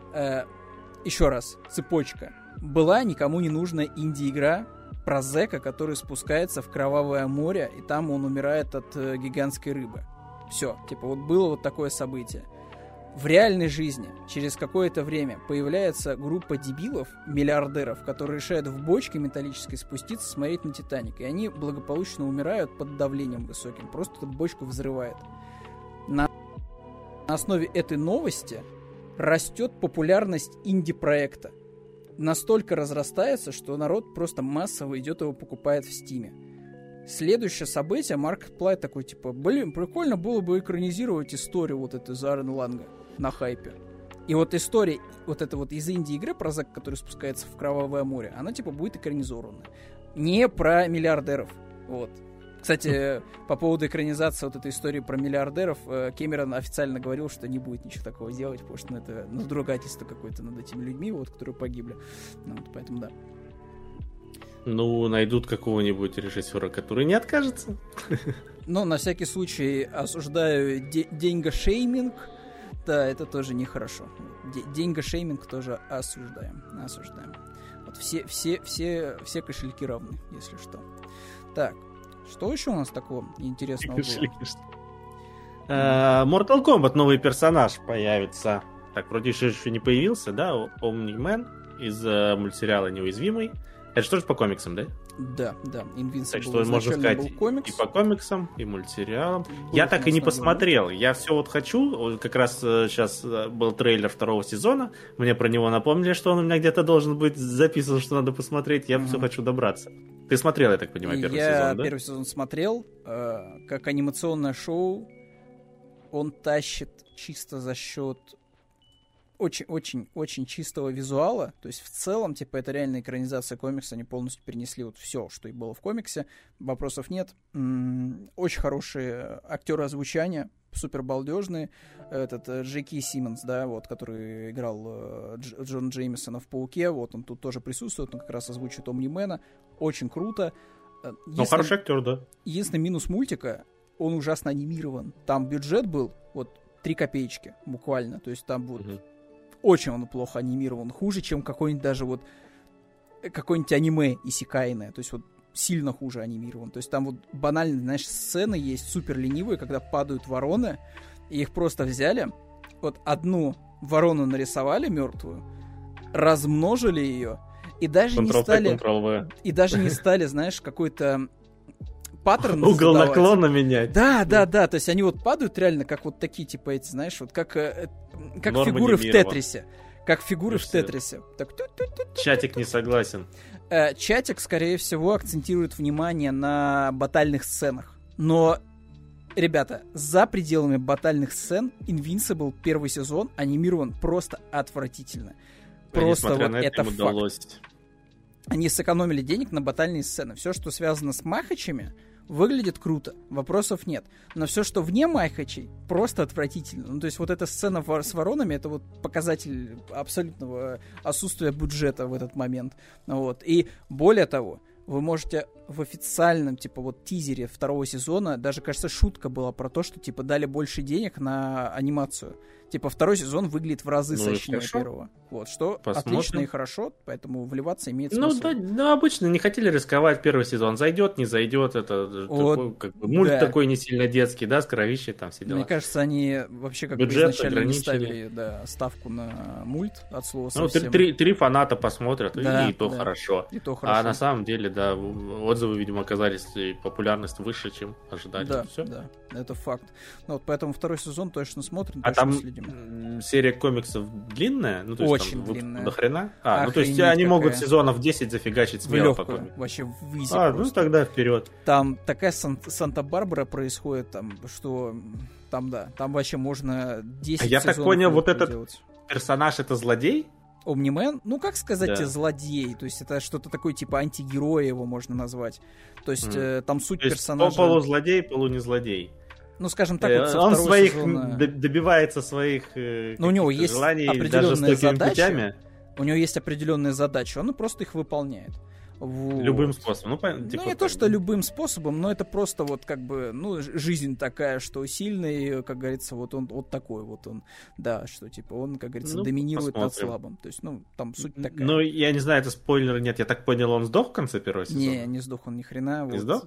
еще раз, цепочка. Была никому не нужная инди-игра про зэка, который спускается в Кровавое море, и там он умирает от гигантской рыбы. Все, типа вот было вот такое событие. В реальной жизни через какое-то время появляется группа дебилов, миллиардеров, которые решают в бочке металлической спуститься, смотреть на Титаник. И они благополучно умирают под давлением высоким. Просто эту бочку взрывает. На основе этой новости растет популярность инди-проекта. Настолько разрастается, что народ просто массово идет его покупает в Стиме. Следующее событие, Маркиплай такой, типа, блин, прикольно было бы экранизировать историю вот эту из Айрон Ланга на хайпе. И вот история, вот эта вот из инди-игры про зэка, который спускается в Кровавое море, она, типа, будет экранизирована. Не про миллиардеров. Вот. Кстати, по поводу экранизации вот этой истории про миллиардеров, Кэмерон официально говорил, что не будет ничего такого делать, потому что это надругательство какое-то над этими людьми, вот, которые погибли. Ну, вот, поэтому да. Ну, найдут какого-нибудь режиссера, который не откажется. Но на всякий случай осуждаю деньгошейминг. Да, это тоже нехорошо. Деньгошейминг тоже осуждаем. Вот все кошельки равны, если что. Так, что еще у нас такого интересного было? Mortal Kombat новый персонаж появится. Так, вроде еще не появился, да? Omni-Man из мультсериала «Неуязвимый». Это что же по комиксам, да? Да. Invincible. Так что можно сказать и по комиксам, и мультсериалам. Я так и не посмотрел. Я все вот хочу. Как раз сейчас был трейлер второго сезона. Мне про него напомнили, что он у меня где-то должен быть записан, что надо посмотреть. Я все хочу добраться. Ты смотрел, я так понимаю, первый сезон, да? Я первый сезон смотрел. Как анимационное шоу он тащит чисто за счет очень чистого визуала, то есть в целом, типа, это реальная экранизация комикса, они полностью перенесли вот все, что и было в комиксе, вопросов нет, очень хорошие актеры озвучания, супер балдежные, этот Джеки Симмонс, да, вот, который играл Джона Джеймисона в «Пауке», вот, он тут тоже присутствует, он как раз озвучивает Омни-Мэна, очень круто. Ну, хороший актер, да. Единственный минус мультика, он ужасно анимирован, там бюджет был, вот, 3 копеечки, буквально. То есть там вот очень он плохо анимирован. Хуже, чем какой-нибудь даже вот какое-нибудь аниме исекайное. То есть вот сильно хуже анимирован. То есть там вот банально, знаешь, сцены есть супер ленивые, когда падают вороны, и их просто взяли, вот одну ворону нарисовали мертвую, размножили ее, и даже не стали... И даже не стали, знаешь, какой-то паттерн угол задавать. наклона менять. Да. То есть они вот падают реально, как вот такие, типа, эти, знаешь, вот как фигуры в Тетрисе. Как фигуры в Тетрисе. Так, Чатик не согласен. Чатик, скорее всего, акцентирует внимание на батальных сценах. Но, ребята, за пределами батальных сцен Invincible первый сезон анимирован просто отвратительно. Просто несмотря вот на это им удалось. Они сэкономили денег на батальные сцены. Все, что связано с махачами, выглядит круто, вопросов нет. Но все, что вне махачей, просто отвратительно. Ну, то есть вот эта сцена с воронами, это вот показатель абсолютного отсутствия бюджета в этот момент. Вот. И более того, вы можете в официальном, типа, вот тизере второго сезона, даже, кажется, шутка была про то, что, типа, дали больше денег на анимацию. Типа, второй сезон выглядит в разы сочнее первого. Вот, что посмотрим. Отлично и хорошо, поэтому вливаться имеет смысл. Ну, обычно не хотели рисковать первый сезон. Зайдет, не зайдет, это вот, такой, как бы, мульт такой не сильно детский, да, с кровищей там все дела. Мне кажется, они вообще как бы изначально не ставили ставку на мульт от слова совсем. Ну, три фаната посмотрят, и то хорошо. И то хорошо. А на самом деле, да, отзывы, видимо, оказались, и популярность выше, чем ожидали. Да, все. Да, это факт. Ну, вот поэтому второй сезон точно смотрим, а точно там следим. Серия комиксов длинная? Ну, то есть, очень там, длинная. До хрена? Ну, то есть они могут сезонов 10 зафигачить смело потом. Вообще в изи ну тогда вперед. Там такая Санта-Барбара происходит, там, что там, да, там вообще можно 10 сезонов. Я так понял, вот этот делать. Персонаж это злодей? Омнимен, ну как сказать, злодей, то есть это что-то такое типа антигероя его можно назвать. То есть там суть персонажа... полузлодей, полунезлодей. Ну, скажем так, вот со он своих сезона... добивается своих но у него есть желаний определенные задачи. Путями. У него есть определенные задачи, он просто их выполняет. Вот. Любым способом. Ну, не то, что любым способом, но это просто вот как бы, ну, жизнь такая, что сильный, как говорится, вот он вот такой вот он, да, что типа он, как говорится, доминирует над слабым. То есть, ну, там суть такая. Ну, я не знаю, это спойлер, нет, я так понял, он сдох в конце первого сезона? Не сдох он ни хрена. Не вот. сдох?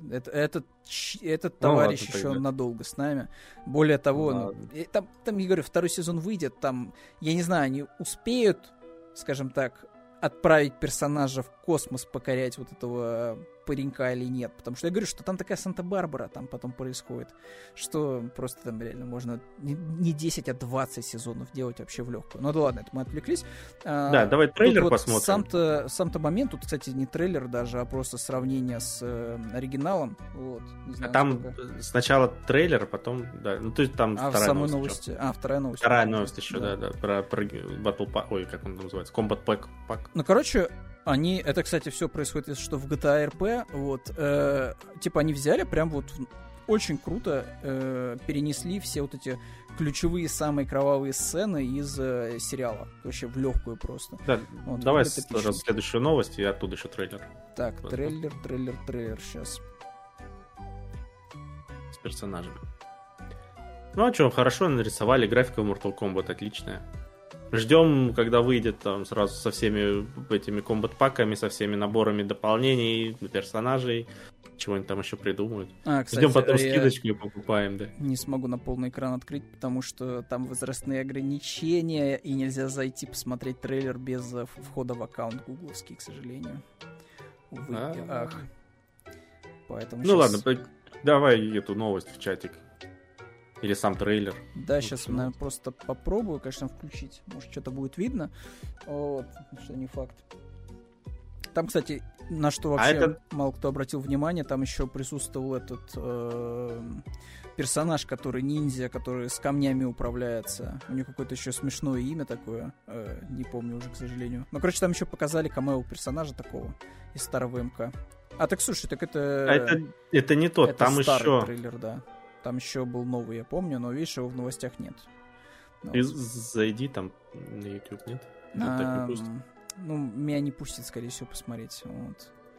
Этот товарищ ладно, еще тогда. надолго с нами. Более того, там, я говорю, второй сезон выйдет, там, я не знаю, они успеют, скажем так, отправить персонажа в космос покорять вот этого паренька или нет. Потому что я говорю, что там такая Санта-Барбара там потом происходит, что просто там реально можно не 10, а 20 сезонов делать вообще в легкую. Ну да ладно, это мы отвлеклись. Да, давай трейлер вот посмотрим. Сам-то момент, тут, кстати, не трейлер даже, а просто сравнение с оригиналом. Вот, не знаю, там сначала трейлер, потом, да, ну то есть там вторая новость. Вторая новость. Вторая новость еще, да, про Battle Pack, ой, как он называется, Combat Pack. Ну, короче, это, кстати, все происходит, что в GTA RP, вот, типа они взяли прям вот очень круто перенесли все вот эти ключевые самые кровавые сцены из сериала. Вообще в легкую просто. Да, вот, давай следующую новость и оттуда еще трейлер. Так, трейлер, сейчас. С персонажами. Ну а что, хорошо нарисовали, графика в Mortal Kombat отличная. Ждем, когда выйдет там сразу со всеми этими комбат-паками, со всеми наборами дополнений, персонажей, чего-нибудь там еще придумают. Кстати, ждем потом скидочку и покупаем, да. Не смогу на полный экран открыть, потому что там возрастные ограничения, и нельзя зайти посмотреть трейлер без входа в аккаунт гугловский, к сожалению. Увы, ах. Поэтому ну ладно, давай эту новость в чатик. Или сам трейлер. Да, сейчас, наверное, просто попробую, конечно, включить. Может, что-то будет видно. Вот, что не факт. Там, кстати, на что вообще мало кто обратил внимание, там еще присутствовал этот персонаж, который ниндзя, который с камнями управляется. У него какое-то еще смешное имя такое. Не помню уже, к сожалению. Но, короче, там еще показали камео персонажа такого из старого МК. Так, слушай, так это... Это не тот, это там старый еще... трейлер, да. Там еще был новый, я помню, но, видишь, его в новостях нет. Ты зайди там на YouTube, нет? Так не пустит. Ну, меня не пустит, скорее всего, посмотреть. Вот.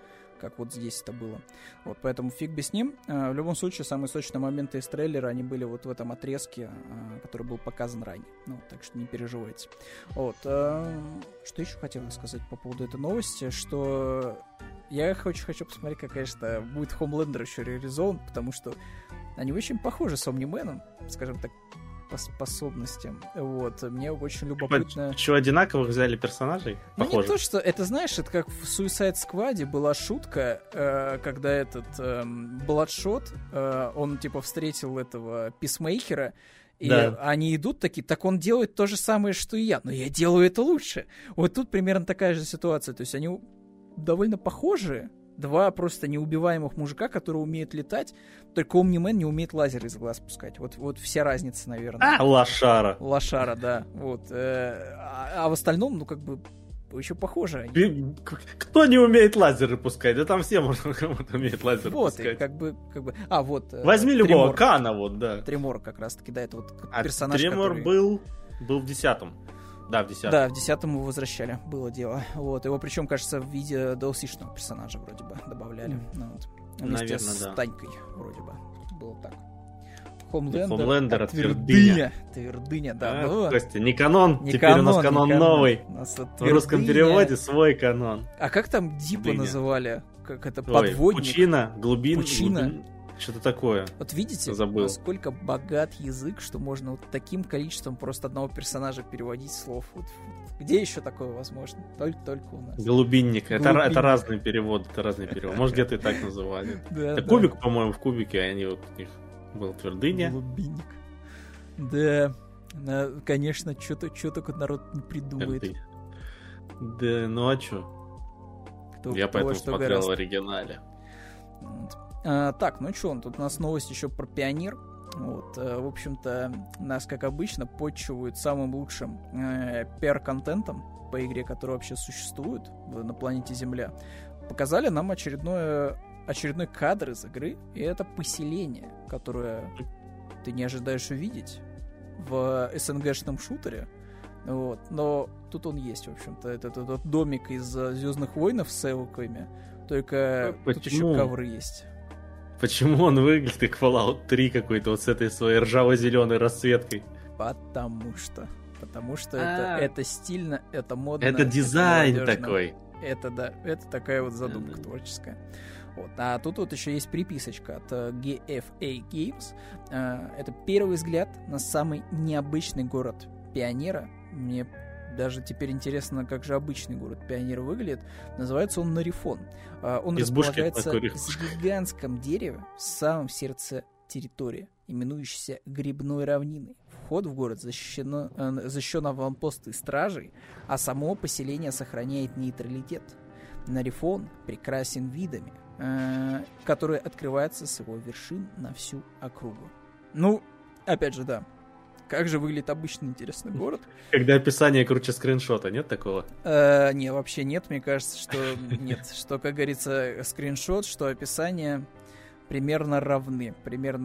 как вот здесь это было. Вот, поэтому фиг бы с ним. В любом случае, самые сочные моменты из трейлера, они были вот в этом отрезке, который был показан ранее. Ну, так что не переживайте. Вот. Что еще хотел сказать по поводу этой новости, что я хочу посмотреть, как, конечно, будет Homelander еще реализован, потому что они очень похожи с Omni-Man, скажем так, по способностям. Вот. Мне очень любопытно... Что, одинаковых взяли персонажей? Ну, Похоже. не то, что... Это, знаешь, это как в Suicide Squad была шутка, когда этот Bloodshot, он, типа, встретил этого Писмейкера, и они идут такие, так он делает то же самое, что и я, но я делаю это лучше. Вот тут примерно такая же ситуация. То есть они довольно похожи. Два просто неубиваемых мужика, которые умеют летать, только Omni-Man не умеет лазер из глаз пускать. Вот вся разница, наверное. Лошара. Лошара, да. Вот. А в остальном, ну, как бы, еще похоже. Кто не умеет лазеры пускать? Да там все, может, кому-то умеет лазер вот, пускать. Как бы... вот. Возьми любого, Тремор. Кана, вот, да. Тремор как раз-таки, да, это вот персонаж, Тремор который... был в 10-м. Да, в 10-м. Да, в 10-м его возвращали, было дело. Вот, его причем, кажется, в виде DLC-шного персонажа вроде бы добавляли. Ну, вот. Вместе Наверное, с Танькой вроде бы. Было так. Homelander, Твердыня, да. Ну, Костя, не канон, теперь у нас канон новый. В русском переводе свой канон. А как там Дипа называли? Как это, подводник? Пучина, глубина. Что-то такое. Вот видите, забыл. насколько богат язык, что можно вот таким количеством просто одного персонажа переводить слов. Вот, где еще такое возможно? Только у нас. Голубинник. Это разный перевод. Может, где-то и так называли. Это Кубик, по-моему, в Кубике, они вот у них был Твердыня. Голубинник. Да. Конечно, что только народ не придумает. Да, ну а что? Я поэтому смотрел в оригинале. Вот. Так, ну что, тут у нас новость еще про Пионер. Вот, в общем-то, нас, как обычно, подчивают самым лучшим пиар-контентом по игре, который вообще существует на планете Земля. Показали нам очередной кадр из игры, и это поселение, которое ты не ожидаешь увидеть в СНГшном шутере. Вот, но тут он есть, в общем-то. Это тот домик из Звездных войнов с эвоками, только тут еще ковры есть. Почему он выглядит как Fallout 3 какой-то вот с этой своей ржаво-зеленой расцветкой? Потому что это стильно, это модно. Это дизайн такой. Это такая вот задумка творческая. Вот. А тут вот еще есть приписочка от GFA Games. Это первый взгляд на самый необычный город Пионера. Мне даже теперь интересно, как же обычный город Пионер выглядит. Называется он Нарифон. Он располагается в гигантском дереве в самом сердце территории, именующейся Грибной равниной. Вход в город защищен аванпосты стражей, а само поселение сохраняет нейтралитет. Нарифон прекрасен видами, которые открываются с его вершин на всю округу. Ну, опять же, да. Как же выглядит обычный интересный город? Когда описание круче скриншота, нет такого? Не, вообще нет, мне кажется, что нет. Что, как говорится, скриншот, что описание примерно равны.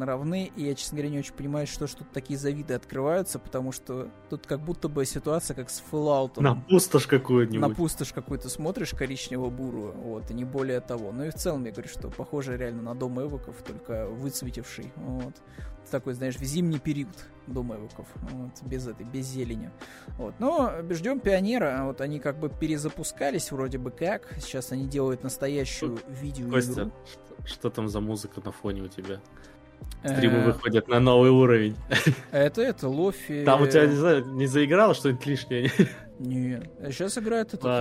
И я, честно говоря, не очень понимаю, что тут такие завиды открываются, потому что тут как будто бы ситуация как с Fallout. На пустошь какую-нибудь. На пустошь какую-то смотришь, коричнево-бурую, вот, и не более того. Ну и в целом, я говорю, что похоже реально на дом эвоков, только выцветивший, вот. Такой, знаешь, в зимний период дом эвоков, вот, без зелени. Вот. Но ждем Пионера, вот они как бы перезапускались вроде бы как, сейчас они делают настоящую видеоигру. Костя, что там за музыка на фоне у тебя? Стримы выходят на новый уровень. Это Лофи... Там у тебя, не знаю, не заиграло что-нибудь лишнее? Нет, сейчас играет этот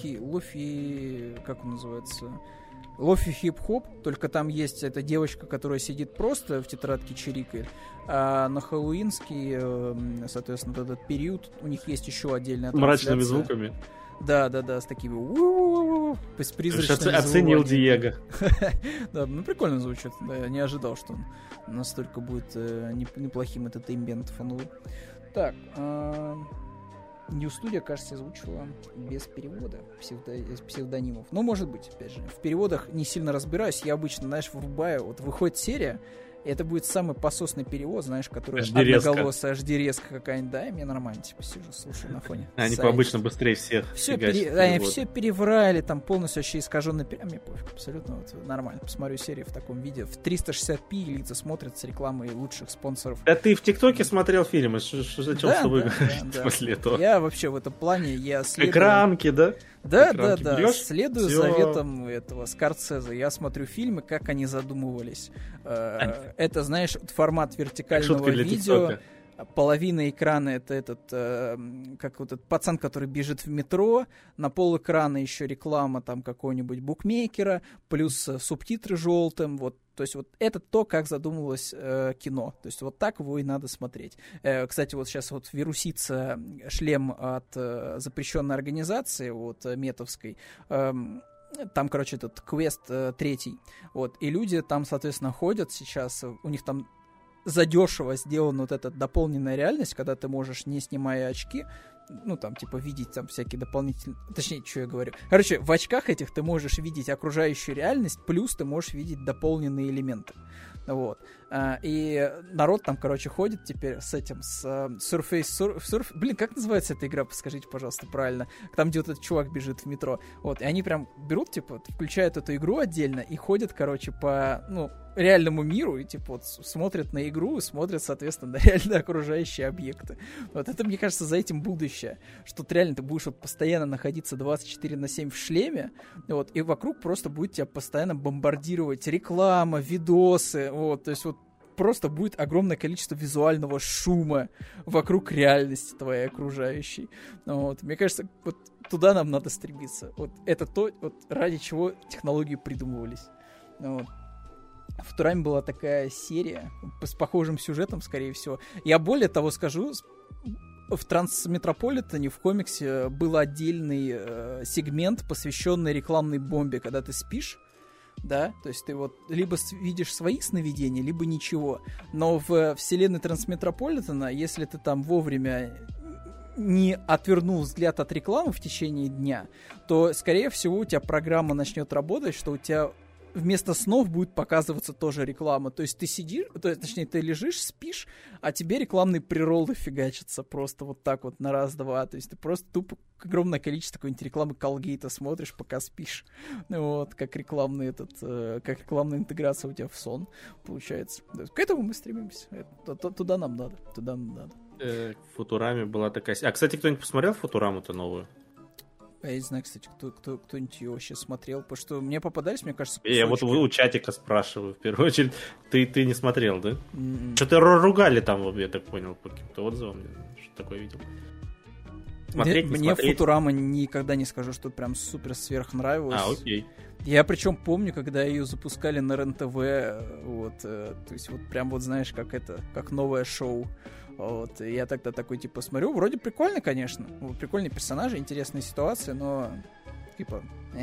Лофи... Как он называется? Лофи хип-хоп, только там есть эта девочка, которая сидит просто в тетрадке чирикает, а на хэллоуинский, соответственно, этот период у них есть еще отдельная трансляция. Мрачными звуками. Да, с такими с призрачными оценил Диего. Да, ну прикольно звучит. Да, я не ожидал, что он настолько будет неплохим этот эмбиент фановый. Так, New Studio, кажется, озвучивала без перевода псевдонимов. Но может быть, опять же. В переводах не сильно разбираюсь. Я обычно, знаешь, врубаю. Вот выходит серия, это будет самый пососный перевод, знаешь, который HD-резка. одноголосый, HD-резка какая-нибудь, да, и мне нормально, типа, сижу, слушаю на фоне. Они сайта. обычно быстрее всех Все фигачат перевод. все переврали, там полностью вообще искаженный перевод. Мне пофиг, абсолютно вот, нормально. Посмотрю серию в таком виде. В 360p лица смотрят с рекламой лучших спонсоров. Да ты в ТикТоке смотрел фильмы, зачем Да, что вы да, говорите да. после этого? Я вообще в этом плане, я следую... Экранки, да? Да, Экранки да, да. берешь? Следую Всё. заветам этого Скорсезе. Я смотрю фильмы, как они задумывались. Это, знаешь, формат вертикального Шутка для видео. ТикТока. Половина экрана это этот, как вот этот пацан, который бежит в метро, на пол экрана еще реклама там какого-нибудь букмекера, плюс субтитры желтым, вот. То есть вот это то, как задумывалось кино. То есть вот так его и надо смотреть. Кстати, вот сейчас вот вирусится шлем от запрещенной организации, вот метовской. Там, короче, этот квест 3. Вот. И люди там, соответственно, ходят сейчас, у них там задешево сделана вот эта дополненная реальность, когда ты можешь, не снимая очки, ну, там, типа, видеть там всякие дополнительные... Точнее, что я говорю. Короче, в очках этих ты можешь видеть окружающую реальность, плюс ты можешь видеть дополненные элементы. Вот. И народ там, короче, ходит теперь с этим, с Surface... Блин, как называется эта игра? Подскажите, пожалуйста, правильно. Там, где вот этот чувак бежит в метро. Вот. И они прям берут, типа, включают эту игру отдельно и ходят, короче, по, ну, реальному миру и, типа, вот, смотрят на игру и смотрят, соответственно, на реально окружающие объекты. Вот это, мне кажется, за этим будущее. Что ты реально ты будешь вот постоянно находиться 24/7 в шлеме, вот, и вокруг просто будет тебя постоянно бомбардировать реклама, видосы, вот, то есть вот просто будет огромное количество визуального шума вокруг реальности твоей окружающей. Вот. Мне кажется, вот туда нам надо стремиться. Вот это то, вот, ради чего технологии придумывались. Вот. В Футураме была такая серия с похожим сюжетом, скорее всего. Я более того скажу, в Трансметрополитене в комиксе был отдельный сегмент, посвященный рекламной бомбе, когда ты спишь, да, то есть ты вот либо видишь свои сновидения, либо ничего. Но в вселенной Трансметрополитена, если ты там вовремя не отвернул взгляд от рекламы в течение дня, то, скорее всего, у тебя программа начнет работать, что у тебя вместо снов будет показываться тоже реклама. То есть ты сидишь, точнее, ты лежишь, спишь, а тебе рекламные прероллы фигачатся просто вот так вот на раз-два. То есть ты просто тупо огромное количество какой-нибудь рекламы Колгейта смотришь, пока спишь. Вот, как рекламная интеграция у тебя в сон получается. К этому мы стремимся. Туда нам надо. В Футураме была такая... А, кстати, кто-нибудь посмотрел Футураму-то новую? Я не знаю, кстати, кто-нибудь ее вообще смотрел, потому что мне попадались, мне кажется, кусочки. Я вот у чатика спрашиваю, в первую очередь. Ты не смотрел, да? Что-то ругали там, я так понял, по каким-то отзывам. Что такое видел? Смотреть, мне Футурама никогда не скажу, что прям супер сверх нравилось. Окей. Я причем помню, когда ее запускали на РЕН-ТВ, вот, то есть вот прям вот знаешь, как новое шоу. Вот, и я тогда такой, типа, смотрю, вроде прикольно, конечно, вот, прикольные персонажи, интересная ситуация, но, типа,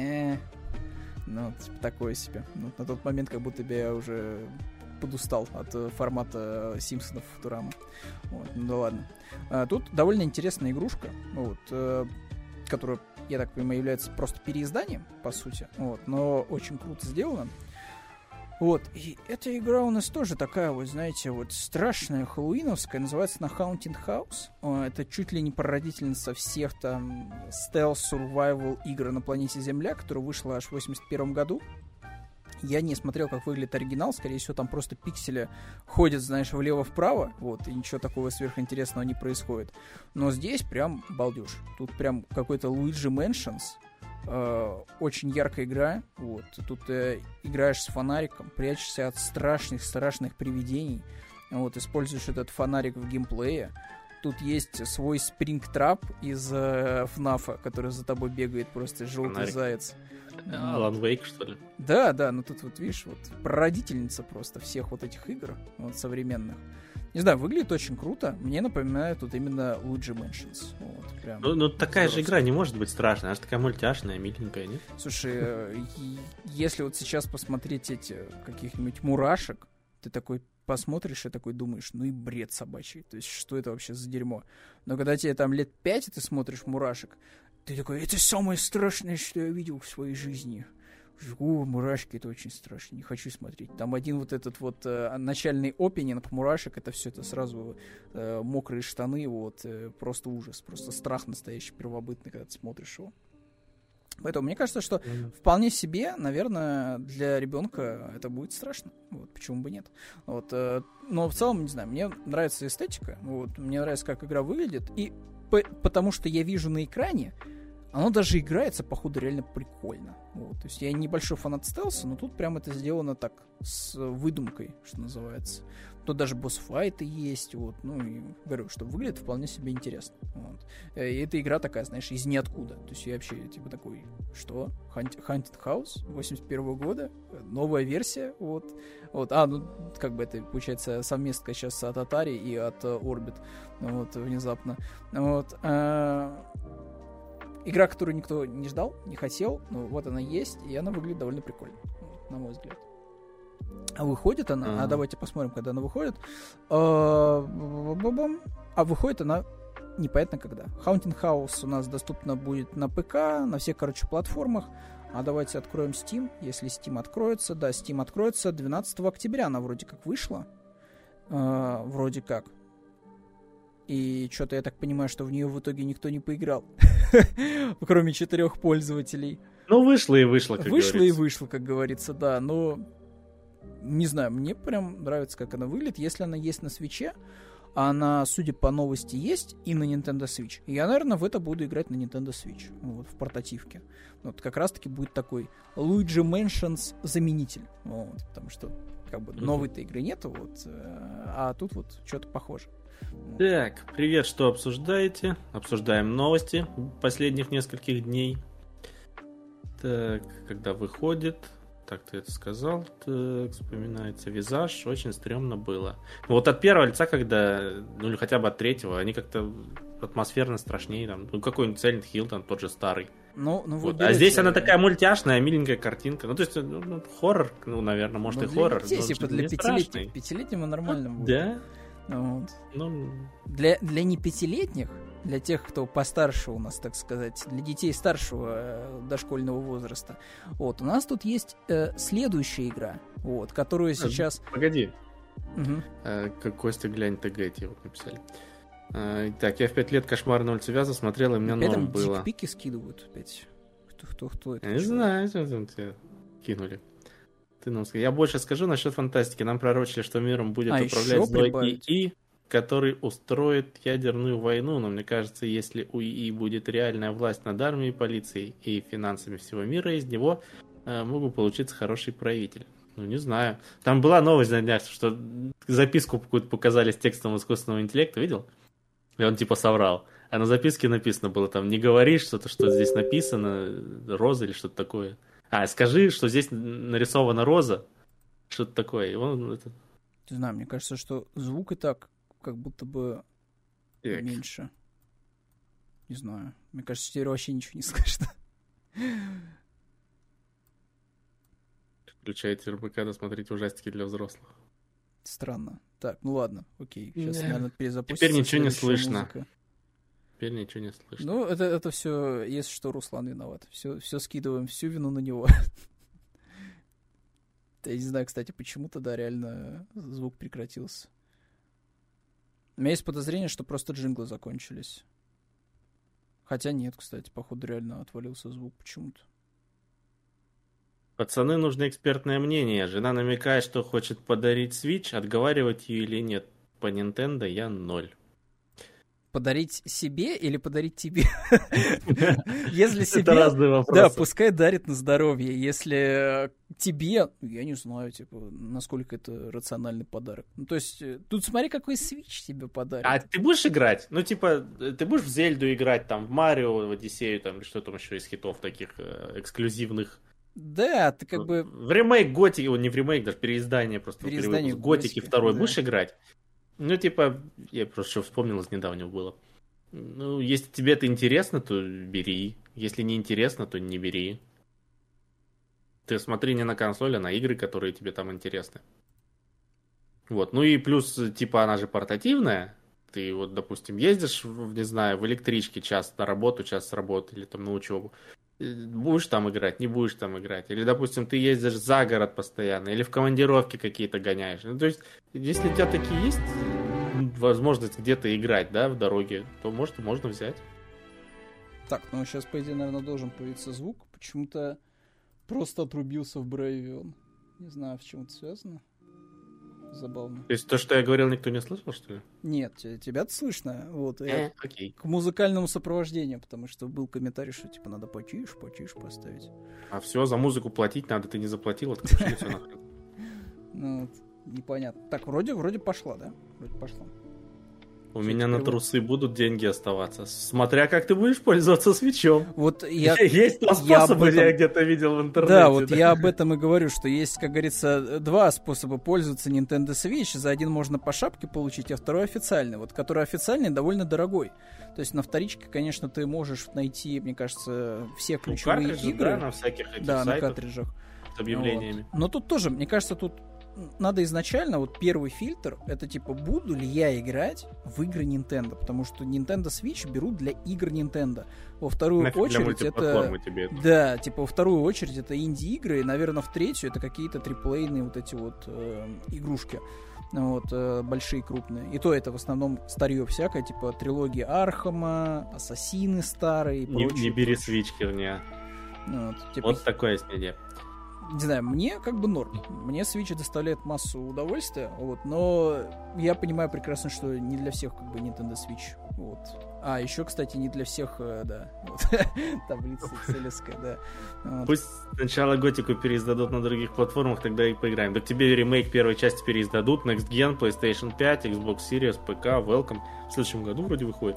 ну, типа, такое себе. Ну, на тот момент, как будто бы я уже подустал от формата Симпсонов Футурама. Вот, ну да ладно. Тут довольно интересная игрушка, вот, которая, я так понимаю, является просто переизданием, по сути, вот, но очень круто сделана. Вот, и эта игра у нас тоже такая вот, знаете, вот страшная, хэллоуиновская, называется она Haunted House. Это чуть ли не прародительница всех там стелс-сурвайвал игр на планете Земля, которая вышла аж в 81 году. Я не смотрел, как выглядит оригинал, скорее всего, там просто пиксели ходят, знаешь, влево-вправо, вот, и ничего такого сверхинтересного не происходит. Но здесь прям балдеж. Тут прям какой-то Luigi Mansions, очень яркая игра, вот, тут играешь с фонариком, прячешься от страшных привидений, вот, используешь этот фонарик в геймплее. Тут есть свой спрингтрап из ФНАФа, который за тобой бегает, просто желтый фонарик. Заяц. Alan Wake, что ли? Да, ну тут вот, видишь, вот прародительница просто всех вот этих игр, вот, современных. Не знаю, выглядит очень круто. Мне напоминает тут именно Luigi Mansions. Вот, прям ну такая же игра не может быть страшная. Она же такая мультяшная, миленькая, нет? Слушай, если вот сейчас посмотреть эти каких-нибудь мурашек, ты такой посмотришь и такой думаешь, ну и бред собачий. То есть, что это вообще за дерьмо? Но когда тебе там лет 5, и ты смотришь мурашек, ты такой, это самое страшное, что я видел в своей жизни. Мурашки, это очень страшно, не хочу смотреть. Там один вот этот вот начальный опенинг мурашек, это все, это сразу мокрые штаны, вот, просто ужас, просто страх настоящий первобытный, когда ты смотришь его. Поэтому мне кажется, что вполне себе, наверное, для ребенка это будет страшно. Вот, почему бы нет. Вот, но в целом, не знаю, мне нравится эстетика, вот, мне нравится, как игра выглядит, и потому что я вижу на экране, оно даже играется, походу, реально прикольно. Вот. То есть я небольшой фанат стелса, но тут прям это сделано так, с выдумкой, что называется. Тут даже босс-файты есть, вот. Ну, и говорю, что выглядит вполне себе интересно. Вот. И эта игра такая, знаешь, из ниоткуда. То есть я вообще, типа, такой, что? Haunted House 81 года? Новая версия, вот. Вот. Ну, как бы это, получается, совместка сейчас от Atari и от Orbit. Вот, внезапно. Вот. Игра, которую никто не ждал, не хотел, но вот она есть, и она выглядит довольно прикольно, на мой взгляд. А выходит она, давайте посмотрим, когда она выходит. А выходит она непонятно когда. Haunted House у нас доступна будет на ПК, на всех, платформах. А давайте откроем Steam, если Steam откроется. Да, Steam откроется 12 октября, она вроде как вышла. Вроде как. И что-то я так понимаю, что в нее в итоге никто не поиграл. Кроме 4 пользователей. Ну, вышло и вышло, как говорится. Вышло и вышло, как говорится, да. Но, не знаю, мне прям нравится, как она выглядит. Если она есть на Switch'е, а она, судя по новости, есть и на Nintendo Switch. И я, наверное, в это буду играть на Nintendo Switch. Вот, в портативке. Вот, как раз-таки будет такой Luigi Mansions заменитель. Вот, потому что, как бы, новой-то игры нету, вот. А тут вот что-то похоже. Так, привет, что обсуждаете? Обсуждаем новости последних нескольких дней. Так, когда выходит... Так, ты это сказал. Так, вспоминается Визаж. Очень стрёмно было. Вот от первого лица, когда... Ну, или хотя бы от третьего, они как-то атмосферно страшнее. Там, ну, какой-нибудь Silent Hill, там, тот же старый. Ну, вот. А здесь она такая мультяшная, миленькая картинка. Ну, то есть, хоррор, ну, наверное, может, и хоррор. Детей, типа, для пятилетнего нормально будет. Да? Вот. Ну... Для не пятилетних, для тех, кто постарше у нас, так сказать, для детей старшего дошкольного возраста, вот, у нас тут есть следующая игра, вот, которую сейчас... Погоди. Как Костя, глянь, ТГ тебе вот написали. Так, я в 5 лет «Кошмар на улице Вязов» смотрел, и мне норм было. Опять дикпики скидывают опять. Кто это? Я не знаю, что там тебе кинули. Я больше скажу насчет фантастики. Нам пророчили, что миром будет управлять злой ИИ, который устроит ядерную войну. Но мне кажется, если у ИИ будет реальная власть над армией, полицией и финансами всего мира, из него мог бы получиться хороший правитель. Ну, не знаю. Там была новость на днях, что записку какую-то показали с текстом искусственного интеллекта, видел? И он типа соврал. А на записке написано было там: не говори что-то, что здесь написано, роза или что-то такое. Скажи, что здесь нарисована роза. Что-то такое. И он это... Не знаю, мне кажется, что звук и так как будто бы меньше. Не знаю. Мне кажется, теперь вообще ничего не слышно. Включайте РБК, досмотрите ужастики для взрослых. Странно. Так, ну ладно, окей. Сейчас, наверное, перезапустим. Теперь ничего не слышно. Музыка. Теперь ничего не слышно. Ну, это все, если что, Руслан виноват. Все скидываем, всю вину на него. Я не знаю, кстати, почему-то, да, реально звук прекратился. У меня есть подозрение, что просто джинглы закончились. Хотя нет, кстати, походу реально отвалился звук почему-то. Пацаны, нужно экспертное мнение. Жена намекает, что хочет подарить Switch. Отговаривать ее или нет? По Nintendo я 0. Подарить себе или подарить тебе? Если себе... Это разные вопросы. Да, пускай дарит на здоровье. Если тебе, я не знаю, типа, насколько это рациональный подарок. Ну, то есть, тут смотри, какой Switch тебе подарит. А ты будешь играть? Ну, типа, ты будешь в Зельду играть, там, в Марио, в Одиссею, там, или что там еще из хитов таких эксклюзивных? Да, ты как бы... В ремейк Готики, не в ремейк, даже переиздание просто. Переиздание Готики 2 будешь играть? Ну, типа, я просто что вспомнил, из недавнего было. Ну, если тебе это интересно, то бери. Если не интересно, то не бери. Ты смотри не на консоль, а на игры, которые тебе там интересны. Вот. Ну и плюс, типа, она же портативная. Ты вот, допустим, ездишь, не знаю, в электричке час на работу, час с работы или там на учебу. будешь там играть, не будешь там играть. Или, допустим, ты ездишь за город постоянно, или в командировки какие-то гоняешь. Ну, то есть, если у тебя такие есть возможность где-то играть, да, в дороге, то, может, можно взять. Так, ну сейчас, по идее, наверное, должен появиться звук. Почему-то просто отрубился в Брайвион. Не знаю, в чем это связано. Забавно. То есть то, что я говорил, никто не слышал, что ли? Нет, тебя-то слышно. Вот, Окей. к музыкальному сопровождению, потому что был комментарий, что типа надо потише поставить. А все, за музыку платить надо, ты не заплатил, отключили все нахрен. Ну, вот, непонятно. Так, вроде пошла, да? Вроде пошла. У меня на трусы будут деньги оставаться. Смотря как ты будешь пользоваться свечом. Вот я... Есть там способы, я где-то видел в интернете. Да, вот я об этом и говорю, что есть, как говорится, два способа пользоваться Nintendo Switch. За один можно по шапке получить, а второй официальный. Вот который официальный довольно дорогой. То есть на вторичке, конечно, ты можешь найти, мне кажется, все ключевые игры. Да, на всяких этих да, сайтах на картриджах. С объявлениями. Вот. Но тут тоже, мне кажется, тут надо изначально, вот первый фильтр, это типа, буду ли я играть в игры Nintendo, потому что Nintendo Switch берут для игр Nintendo. Во вторую очередь это... Да, типа во вторую очередь это инди-игры, и, наверное, в третью это какие-то триплейные вот эти вот игрушки. Вот, большие, крупные. И то это в основном старье всякое, типа трилогия Архама, Ассасины старые и прочее. Не бери свички, не. Вот, типа... Вот такое есть идея. Не знаю, мне как бы норм. Мне Switch доставляет массу удовольствия, вот, но я понимаю прекрасно, что не для всех как бы Nintendo Switch. Вот. А, еще, кстати, не для всех, да, вот, таблица Excel'овская, да. Вот. Пусть сначала Готику переиздадут на других платформах, тогда и поиграем. Так тебе ремейк первой части переиздадут, Next Gen, PlayStation 5, Xbox Series, ПК, Welcome. В следующем году вроде выходит.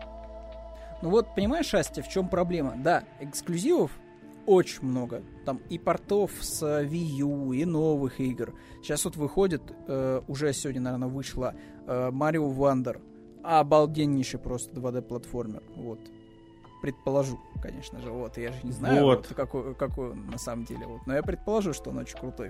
Ну вот, понимаешь, Астя, в чем проблема? Да, эксклюзивов очень много. Там и портов с Wii U, и новых игр. Сейчас вот выходит, уже сегодня, наверное, вышла Mario Wonder. Обалденнейший просто 2D-платформер. Вот. Предположу, конечно же. Вот, я же не знаю, вот. какой он на самом деле. Вот. Но я предположу, что он очень крутой.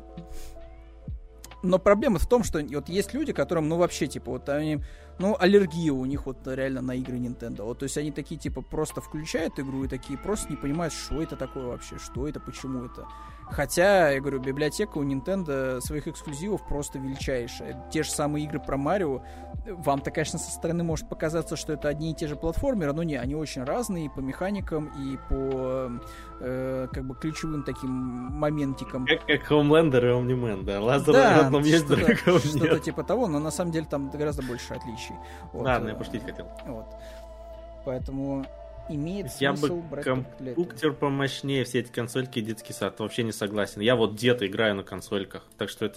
Но проблема в том, что вот есть люди, которым, ну, вообще, типа, вот они, ну, аллергия у них вот реально на игры Nintendo. Вот, то есть они такие, типа, просто включают игру и такие просто не понимают, что это такое вообще, что это, почему это. Хотя, я говорю, библиотека у Nintendo своих эксклюзивов просто величайшая. Те же самые игры про Марио, вам-то, конечно, со стороны может показаться, что это одни и те же платформеры, но не, они очень разные и по механикам, и по как бы ключевым таким моментикам. Как Homelander и Omni-Man, да? Лазер да, в одном есть, другого что-то нет. Типа того, но на самом деле там гораздо больше отличий. Вот, ладно, я пошутить хотел. Вот. Поэтому имеет Я смысл бы брать только для этого. компьютер помощнее, все эти консольки и детский сад. Вообще не согласен. Я вот где-то играю на консольках. Так что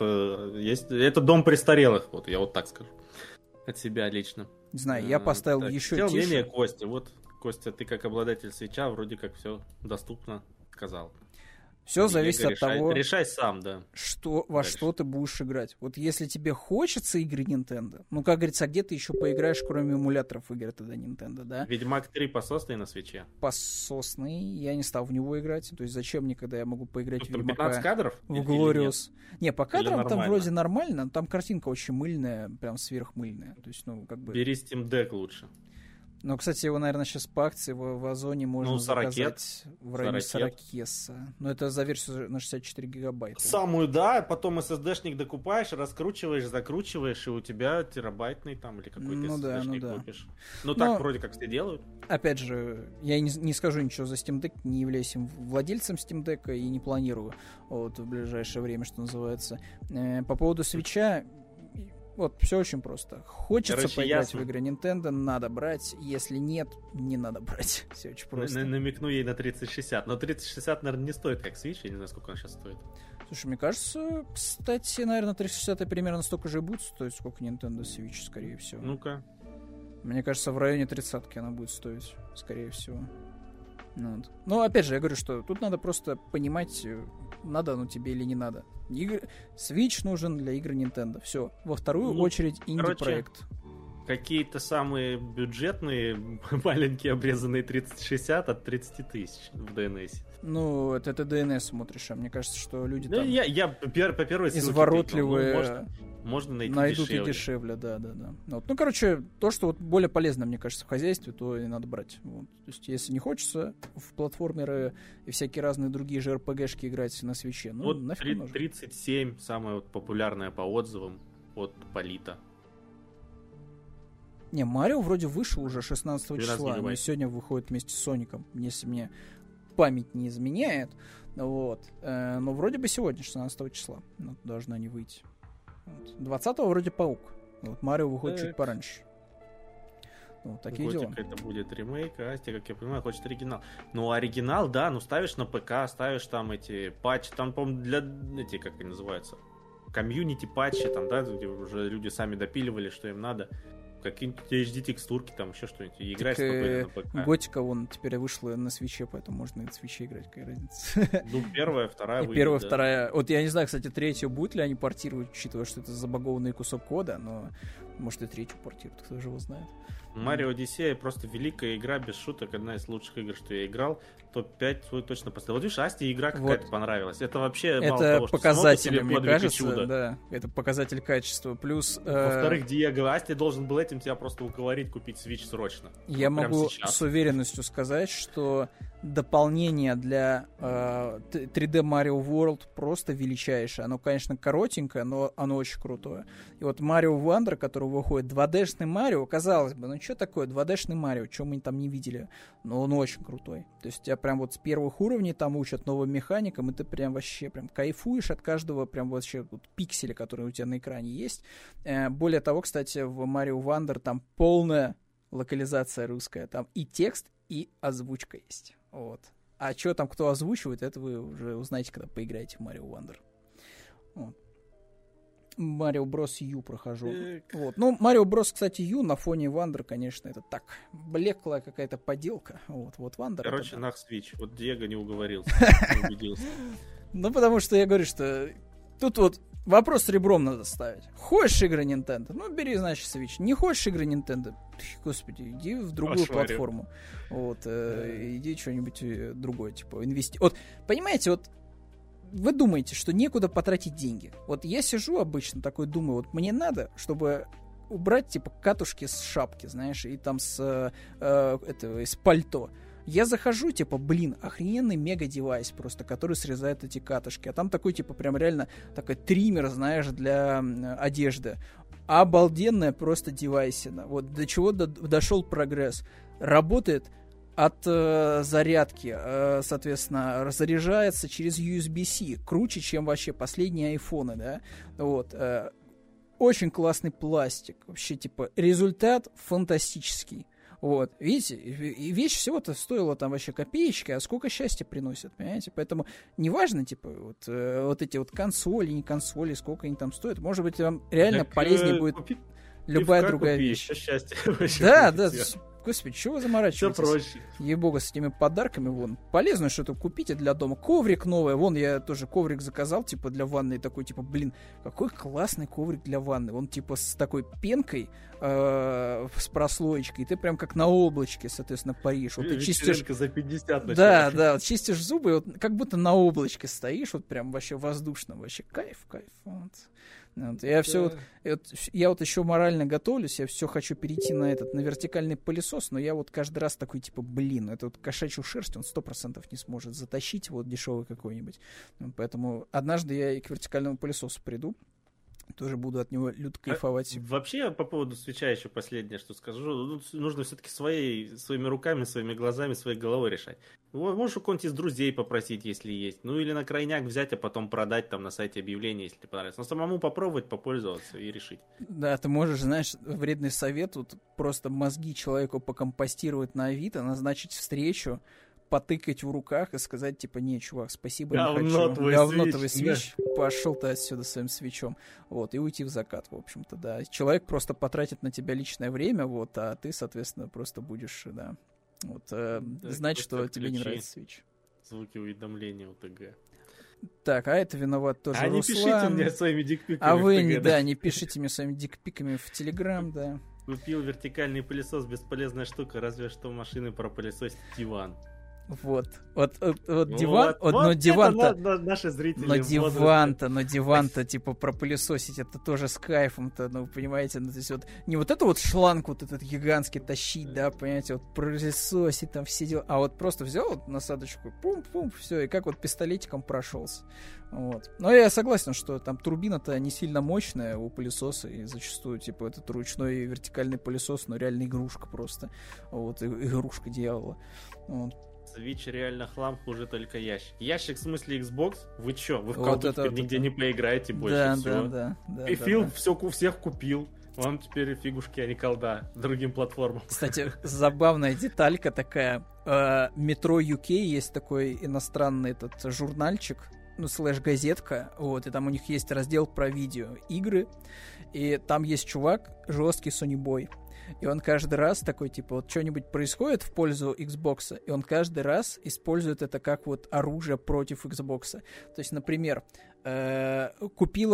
это дом престарелых. Вот я вот так скажу. От себя лично. Не знаю, я поставил так, еще тише. тише. Мнение Кости. Вот, Костя, ты как обладатель свитча вроде как все доступно сказал. Все зависит от того, решай сам, да. Во что ты будешь играть. Вот если тебе хочется игры Nintendo, ну, как говорится, а где ты еще поиграешь, кроме эмуляторов игр тогда Nintendo, да? Ведьмак 3 пососный на свитче? Пососный. Я не стал в него играть. То есть зачем мне, когда я могу поиграть в Ведьмака 15 кадров? в Glorious? Не, по кадрам там нормально? вроде нормально, но там картинка очень мыльная, прям сверхмыльная. То есть, ну, как бы... Бери Steam Deck лучше. Ну, кстати, его, наверное, сейчас по акции в Озоне можно заказать в районе 40 кеса. Но это за версию на 64 гигабайта. Самую, да, потом SSD-шник докупаешь, раскручиваешь, закручиваешь, и у тебя терабайтный там или какой-то SSD-шник купишь. Ну, так вроде как все делают. Опять же, я не скажу ничего за Steam Deck, не являюсь владельцем Steam Deck и не планирую вот в ближайшее время, что называется. По поводу Switch'а, вот, все очень просто. Хочется поиграть в игры Nintendo, надо брать. Если нет, не надо брать. Все очень просто. Намекну ей на 3060. Но 3060, наверное, не стоит как Switch. Я не знаю, сколько он сейчас стоит. Слушай, мне кажется, кстати, наверное, 360 примерно столько же и будет стоить, сколько Nintendo Switch, скорее всего. Ну-ка. Мне кажется, в районе 30-ки она будет стоить, скорее всего. Вот. Но, опять же, я говорю, что тут надо просто понимать, надо оно тебе или не надо. Switch нужен для игр Nintendo. Все. Во вторую очередь инди-проект. какие-то самые бюджетные, маленькие обрезанные 3060 от 30 тысяч в DNS. Ну, это ты DNS смотришь, а мне кажется, что люди Ну, там я по первой ссылке изворотливые тыкнул. Можно найти найдут дешевле. и дешевле, да. Вот. Ну, короче, то, что вот более полезно, мне кажется, в хозяйстве, то и надо брать. Вот. То есть, если не хочется в платформеры и всякие разные другие же RPG-шки играть на свече, ну, Вот нафиг нужно. 37, самая вот популярная по отзывам от Полита. Не, Марио вроде вышел уже 16 12 числа, но гигабайт. сегодня выходит вместе с Соником, если мне память не изменяет. Вот. Но вроде бы сегодня, 16 числа, вот, должны они выйти. Вот. 20-го вроде Паук. Вот Марио выходит Так. чуть пораньше. Вот такие Котик, дела. это будет ремейк, а Асти, как я понимаю, хочет оригинал. Ну, оригинал, да, ну ставишь на ПК, ставишь там эти патчи, там, по-моему, для эти, как они называются, комьюнити патчи, там, да, где уже люди сами допиливали, что им надо. Какие-нибудь HD-текстурки, там еще что-нибудь. И играть спокойно на ПК. Готика вон теперь вышла на свече, поэтому можно и на свече играть, какая разница. Ну, первая, вторая И выйдет, первая, да. вторая. Вот я не знаю, кстати, третью будут ли они портировать, учитывая, что это забагованный кусок кода, но может и третью портируют, кто же его знает. Марио Одиссея просто великая игра, без шуток, одна из лучших игр, что я играл. Топ-5 свой точно поставил. Вот видишь, Асте игра какая-то Вот. понравилась. Это вообще мало Это того, что само по показатель, себе мне подвиг и кажется, чудо. да. Это показатель качества. Плюс Во-вторых, Диего, Асте должен был этим тебя просто уговорить купить Switch срочно. я Вот прям могу сейчас. с уверенностью сказать, что дополнение для 3D Mario World просто величайшее. Оно, конечно, коротенькое, но оно очень крутое. И вот Mario Wonder, который выходит, 2D-шный Марио, казалось бы, ну что такое 2D-шный Марио, что мы там не видели? Но он очень крутой. То есть тебя прям вот с первых уровней там учат новым механикам, и ты прям вообще прям кайфуешь от каждого прям вообще вот пикселя, который у тебя на экране есть. Более того, кстати, в Mario Wonder там полная локализация русская. Там и текст, и озвучка есть. Вот. А что там кто озвучивает, это вы уже узнаете, когда поиграете в Mario Wonder. Вот. Mario Bros. U прохожу. Вот. Ну, Mario Bros. Кстати, U на фоне Wonder, конечно, это так, блеклая какая-то поделка. Вот Wonder. Короче, это, да. нах Switch. Вот Диего не уговорился, не убедился. Ну, потому что я говорю, что тут вот вопрос с ребром надо ставить. Хочешь игры Nintendo? Ну, бери, значит, Switch. Не хочешь игры Nintendo? Господи, иди в другую Пошварю. платформу. Вот, иди что-нибудь другое, типа, Вот, понимаете, вот вы думаете, что некуда потратить деньги. Вот я сижу обычно такой, думаю, вот мне надо, чтобы убрать, типа, катушки с шапки, знаешь, и там с из пальто. Я захожу, типа, блин, охрененный мега-девайс просто, который срезает эти катушки. А там такой, типа, прям реально такой триммер, знаешь, для одежды. Обалденная просто девайсина. Вот до чего дошел прогресс. Работает от зарядки, соответственно, заряжается через USB-C. Круче, чем вообще последние айфоны, да. Вот. Очень классный пластик. Вообще, типа, результат фантастический. Вот, видите, и вещь всего-то стоила там вообще копеечки, а сколько счастья приносит, понимаете? Поэтому неважно, типа, вот эти вот консоли, не консоли, сколько они там стоят, может быть, вам реально Так, полезнее будет любая другая вещь. Счастье. Да, да, господи, чего вы Все заморачиваетесь? проще. Ей-богу, с этими подарками, вон, полезно что-то купите для дома. Коврик новый, вон, я тоже коврик заказал, типа, для ванны, такой, типа, блин, какой классный коврик для ванны. Он, типа, с такой пенкой, с прослоечкой, и ты прям как на облачке, соответственно, паришь. Вот ты чистишь... Вечеринка за 50 Да, да, вот чистишь зубы, вот как будто на облачке стоишь, вот прям вообще воздушно, вообще кайф. Вот. Я все я вот еще морально готовлюсь, я все хочу перейти на вертикальный пылесос, но я вот каждый раз такой, типа, блин, это вот кошачью шерсть он 100% не сможет затащить, вот дешевый какой-нибудь. Поэтому однажды я и к вертикальному пылесосу приду, тоже буду от него люто кайфовать. Вообще, по поводу свеча еще последнее, что скажу. Нужно все-таки своими руками, своими глазами, своей головой решать. Можешь у кого-нибудь из друзей попросить, если есть. Ну, или на крайняк взять, а потом продать там на сайте объявления, если тебе понравится. Но самому попробовать, попользоваться и решить. Да, ты можешь, знаешь, вредный совет, вот просто мозги человеку покомпостировать на Авито, назначить встречу, потыкать в руках и сказать, типа, не, чувак, спасибо, Говно не хочу. твой Говно свич, твой свич, пошел ты отсюда своим свечом. Вот, и уйти в закат, в общем-то, да. Человек просто потратит на тебя личное время, вот, а ты, соответственно, просто будешь, да, вот, знать, что тебе не нравится свич. Звуки уведомления УТГ. Так, а это виноват тоже не Руслан. пишите мне своими дикпиками. А вы, в ТГ, да, не пишите мне своими дикпиками в Телеграм, да. Купил вертикальный пылесос, бесполезная штука, разве что машины пропылесосить диван. Вот диван, но диван-то, наши зрители. Но диван-то, типа, пропылесосить, это тоже с кайфом-то, ну, понимаете, ну, то есть вот не вот это вот шланг вот этот гигантский тащить, да, понимаете, вот пропылесосить там все дела, а вот просто взял вот насадочку, пум-пум, все, и как вот пистолетиком прошелся. Вот. Но я согласен, что там турбина-то не сильно мощная у пылесоса, и зачастую, типа, этот ручной вертикальный пылесос, ну, реально игрушка просто. Вот, игрушка дьявола. Вот. Switch реально хлам, хуже только ящик. Ящик в смысле Xbox? Вы чё? Вы в Вот колду это теперь вот нигде это. не поиграете больше, Да, всё. да. И Фил все у всех купил. Вам теперь фигушки, а не колда. Другим платформам. Кстати, забавная деталька такая. Metro UK есть такой иностранный этот журнальчик, ну, слэш-газетка, вот, и там у них есть раздел про видеоигры, и там есть чувак, жесткий сонибой. И он каждый раз такой, типа, вот что-нибудь происходит в пользу Xbox, и он каждый раз использует это как вот оружие против Xbox. То есть, например, купили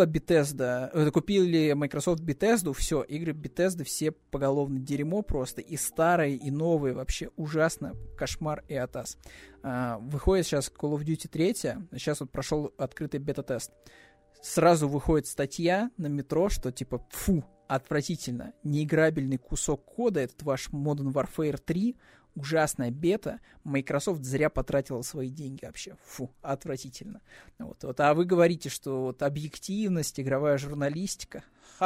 Microsoft Bethesda, все, игры Bethesda все поголовно дерьмо просто, и старые, и новые, вообще ужасно, кошмар и атас. Выходит сейчас Call of Duty 3, сейчас вот прошел открытый бета-тест. Сразу выходит статья на метро, что типа, фу, отвратительно, неиграбельный кусок кода, этот ваш Modern Warfare 3, ужасная бета, Microsoft зря потратила свои деньги вообще, фу, отвратительно. Вот. А вы говорите, что вот объективность, игровая журналистика,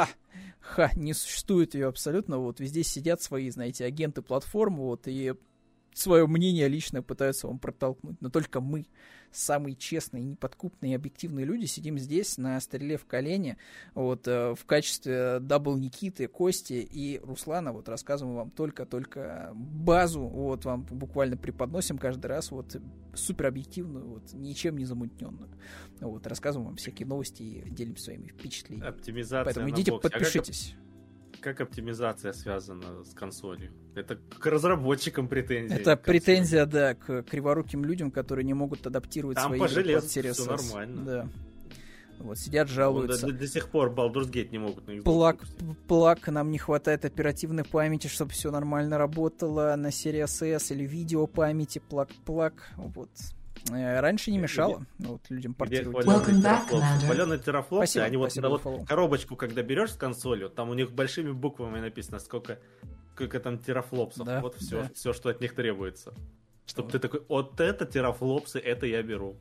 не существует ее абсолютно, вот везде сидят свои, знаете, агенты платформы, вот, и свое мнение личное пытаются вам протолкнуть, но только мы, самые честные, неподкупные и объективные люди, сидим здесь на стреле в колене, вот, в качестве дабл Никиты, Кости и Руслана, вот, рассказываем вам только базу, вот, вам буквально преподносим каждый раз, вот, супер объективную, вот, ничем не замутненную, вот, рассказываем вам всякие новости и делимся своими впечатлениями. Оптимизация. Поэтому идите, подпишитесь. Как оптимизация связана с консолью? Это к разработчикам претензии. Это претензия, да, к криворуким людям, которые не могут адаптировать там свои по игры под железу Series все S. нормально. Да. Вот, сидят, жалуются. До сих пор Baldur's Gate не могут на Xbox Плак, нам не хватает оперативной памяти, чтобы все нормально работало на Series S, или видеопамяти, плак. Вот. Раньше не мешало вот, людям портировать. Хваленые терафлопсы, они вот follow. коробочку, когда берешь с консолью, там у них большими буквами написано, сколько там терафлопсов. Да, вот все, да. все, что от них требуется. Чтобы ты такой, вот это терафлопсы, это я беру.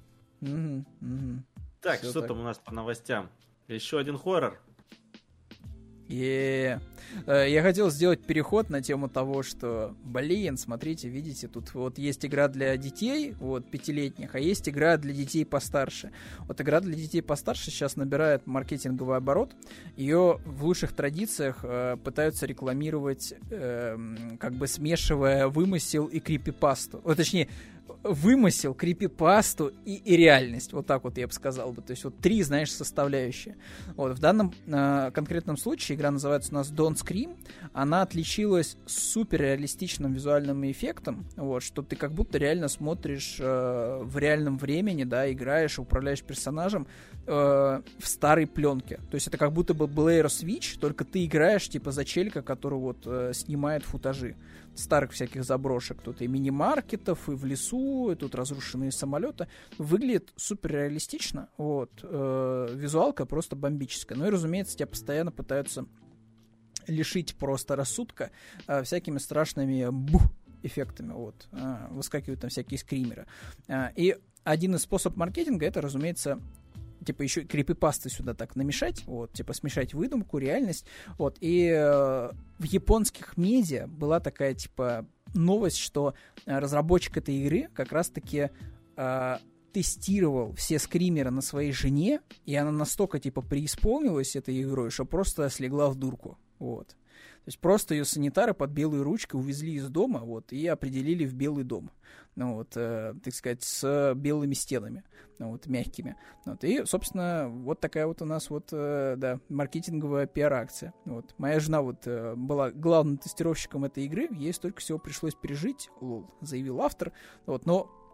Так, Всё что так. там у нас по новостям? Еще один хоррор. Я хотел сделать переход на тему того, что, смотрите, видите, тут вот есть игра для детей, вот, 5-летних, а есть игра для детей постарше. Вот игра для детей постарше сейчас набирает маркетинговый оборот. Ее в лучших традициях пытаются рекламировать, как бы смешивая вымысел и крипипасту. Точнее, вымысел, крипипасту и реальность. Вот так вот я бы сказал бы. То есть вот 3, знаешь, составляющие. Вот в данном конкретном случае игра называется у нас Don't Scream. Она отличилась суперреалистичным визуальным эффектом, вот, что ты как будто реально смотришь в реальном времени, да, играешь, управляешь персонажем в старой пленке. То есть это как будто бы Blair Witch, только ты играешь типа за челька, который вот снимает футажи старых всяких заброшек. Тут и мини-маркетов, и в лесу, и тут разрушенные самолеты. Выглядит супер реалистично. Вот. Визуалка просто бомбическая. Ну и, разумеется, тебя постоянно пытаются лишить просто рассудка всякими страшными эффектами. Вот. Выскакивают там всякие скримеры. И один из способов маркетинга — это, разумеется, типа еще крипипасты сюда так намешать, вот, типа смешать выдумку, реальность, вот, и в японских медиа была такая, типа, новость, что разработчик этой игры как раз-таки тестировал все скримеры на своей жене, и она настолько, типа, преисполнилась этой игрой, что просто слегла в дурку, вот. То есть просто ее санитары под белой ручкой увезли из дома, вот, и определили в Белый дом, ну, вот, так сказать, с белыми стенами, ну, вот, мягкими. Вот, и, собственно, вот такая вот у нас вот, да, маркетинговая пиар-акция. Вот. Моя жена вот была главным тестировщиком этой игры, ей столько всего пришлось пережить, заявил автор, вот, но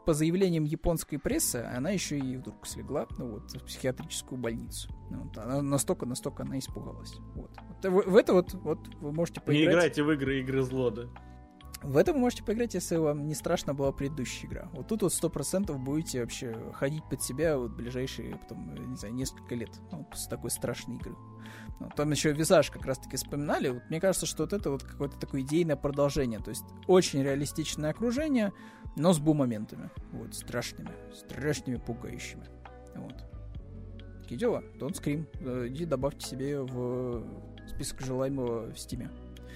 по заявлениям японской прессы, она еще и вдруг слегла, в психиатрическую больницу. Она настолько она испугалась. В это вы можете поиграть. Не играйте в игры зло, да? В это вы можете поиграть, если вам не страшна была предыдущая игра. Вот тут 100% будете вообще ходить под себя ближайшие, потом, не знаю, несколько лет после такой страшной игры. Там еще Visage как раз-таки вспоминали. Мне кажется, что это какое-то такое идейное продолжение. То есть очень реалистичное окружение, но с бу-моментами. Страшными, пугающими. Такие дела. Don't Scream. Иди добавьте себе в список желаемого в Steam.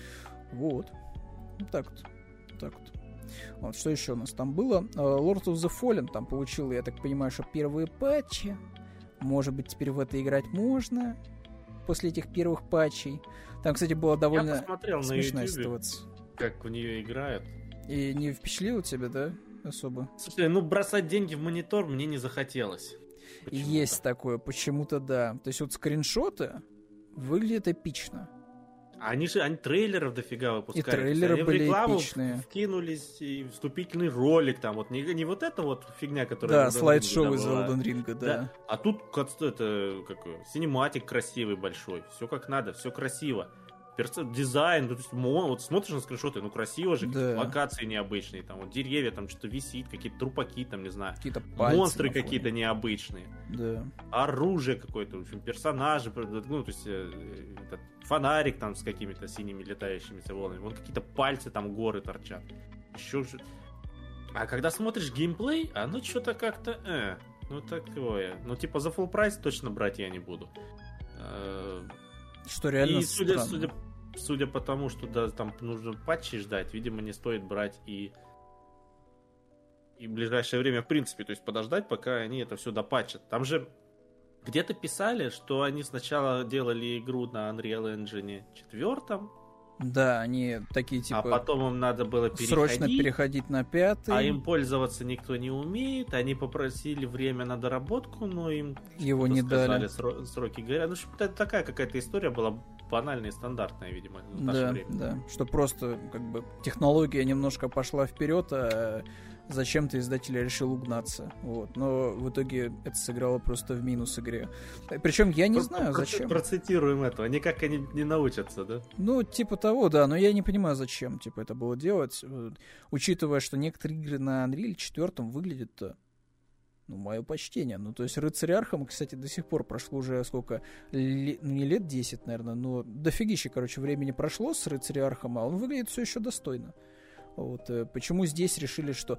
Так вот. Что еще у нас там было? Lords of the Fallen там получил, я так понимаю, что первые патчи. Может быть, теперь в это играть можно после этих первых патчей. Там, кстати, была довольно смешная ситуация. Как в нее играют. И не впечатлило тебя, да, особо? Слушай, бросать деньги в монитор мне не захотелось. Почему-то. Есть такое, почему-то да. То есть скриншоты выглядят эпично. Они трейлеров дофига выпускали. И трейлеры они были в рекламу эпичные. Вкинулись, и вступительный ролик там. Не вот эта фигня, которая... Да, слайд-шоу из Elden Ring, да. А тут это синематик красивый, большой. Все как надо, все красиво. Дизайн, то есть, смотришь на скриншоты, красиво же, да. Локации необычные, там деревья, там что-то висит, какие-то трупаки, там, не знаю, какие-то пальцы, монстры какие-то необычные, да. Оружие какое-то, в общем, персонажи, то есть этот фонарик там с какими-то синими летающимися волнами, какие-то пальцы, там горы торчат, еще же. А когда смотришь геймплей, оно что-то как-то, такое, типа за full прайс точно брать я не буду. Что реально и судя по тому, что там нужно патчи ждать, видимо, не стоит брать и в ближайшее время, в принципе, то есть подождать, пока они это все допатчат. Там же где-то писали, что они сначала делали игру на Unreal Engine 4. Да, они такие типа... А потом им надо было срочно переходить на 5. А им пользоваться никто не умеет. Они попросили время на доработку, но им его не дали. Сроки горят. Это такая какая-то история была банальная и стандартная, видимо, в наше время. Да, что просто технология немножко пошла вперед, а зачем-то издатель решил угнаться. Но в итоге это сыграло просто в минус игре. Причем я не знаю, зачем. Процитируем этого. Никак они не научатся, да? Типа того, да. Но я не понимаю, зачем это было делать. Учитывая, что некоторые игры на Unreal 4 выглядят... мое почтение. То есть Рыцарь Архама, кстати, до сих пор прошло уже сколько... не лет 10, наверное, но дофигища, времени прошло с Рыцаря Архама, а он выглядит все еще достойно. Почему здесь решили, что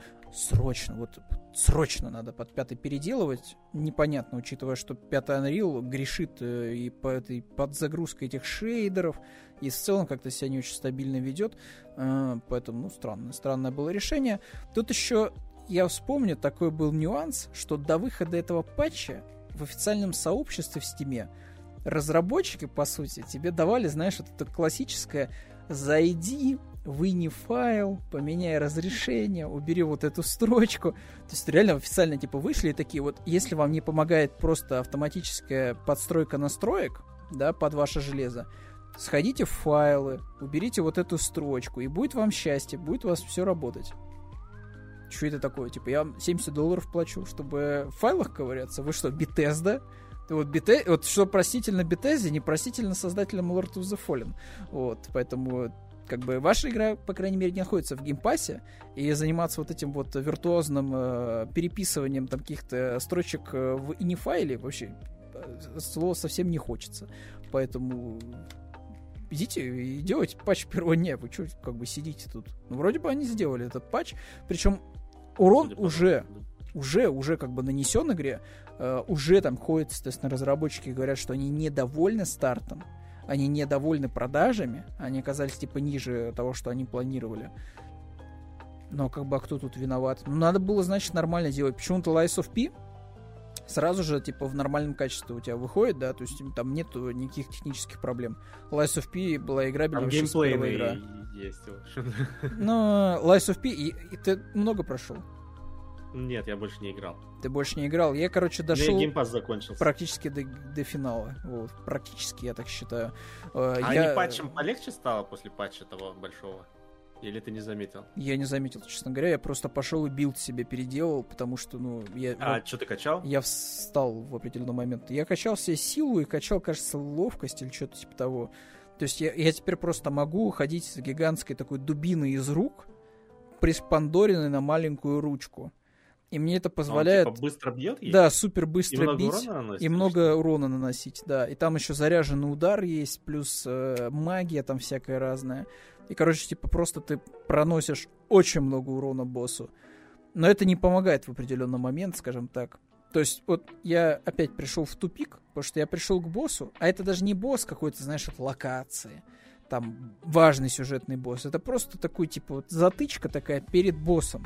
срочно надо под 5 переделывать, непонятно, учитывая, что 5 Unreal грешит и под загрузкой этих шейдеров, и в целом как-то себя не очень стабильно ведет, поэтому, странное было решение. Тут еще я вспомню, такой был нюанс, что до выхода этого патча в официальном сообществе в Steam разработчики, по сути, тебе давали, знаешь, это классическое «зайди», выни файл, поменяй разрешение, убери эту строчку. То есть реально официально вышли и такие если вам не помогает просто автоматическая подстройка настроек, да, под ваше железо, сходите в файлы, уберите эту строчку, и будет вам счастье, будет у вас все работать. Что это такое? Я вам $70 плачу, чтобы в файлах ковыряться? Вы что, Bethesda? Что простительно Bethesda, не простительно создателям Lords of the Fallen. Поэтому ваша игра, по крайней мере, не находится в геймпассе, и заниматься этим виртуозным переписыванием каких-то строчек в ini-файле вообще слова совсем не хочется. Поэтому идите и делайте патч первого дня. Вы что, сидите тут? Вроде бы они сделали этот патч, причем урон уже нанесен игре, уже там ходят, естественно, разработчики говорят, что они недовольны стартом, они недовольны продажами, они оказались ниже того, что они планировали. Но а кто тут виноват? Надо было, значит, нормально делать. Почему-то Lies of P сразу же, в нормальном качестве у тебя выходит, да, то есть там нету никаких технических проблем. Lies of P была играбельная, вообще первая игра. Есть, в общем. Но Lies of P, и ты много прошел? Нет, я больше не играл. Ты больше не играл? Я, дошел геймпасс закончился. Практически до финала. Практически, я так считаю. А не патчем полегче стало после патча того большого? Или ты не заметил? Я не заметил, честно говоря. Я просто пошел и билд себе переделал, потому что, что ты качал? Я встал в определенный момент. Я качал себе силу и качал, кажется, ловкость или что-то типа того. То есть я теперь просто могу ходить с гигантской такой дубиной из рук, приспандоренной на маленькую ручку. И мне это позволяет... Он, быстро бьет? Да, супер быстро бить. Наносит, и много урона наносить, да. И там еще заряженный удар есть, плюс магия там всякая разная. И, короче, просто ты проносишь очень много урона боссу. Но это не помогает в определенный момент, скажем так. То есть, вот я опять пришел в тупик, потому что я пришел к боссу, а это даже не босс какой-то, знаешь, от локации. Там важный сюжетный босс. Это просто такой, затычка такая перед боссом.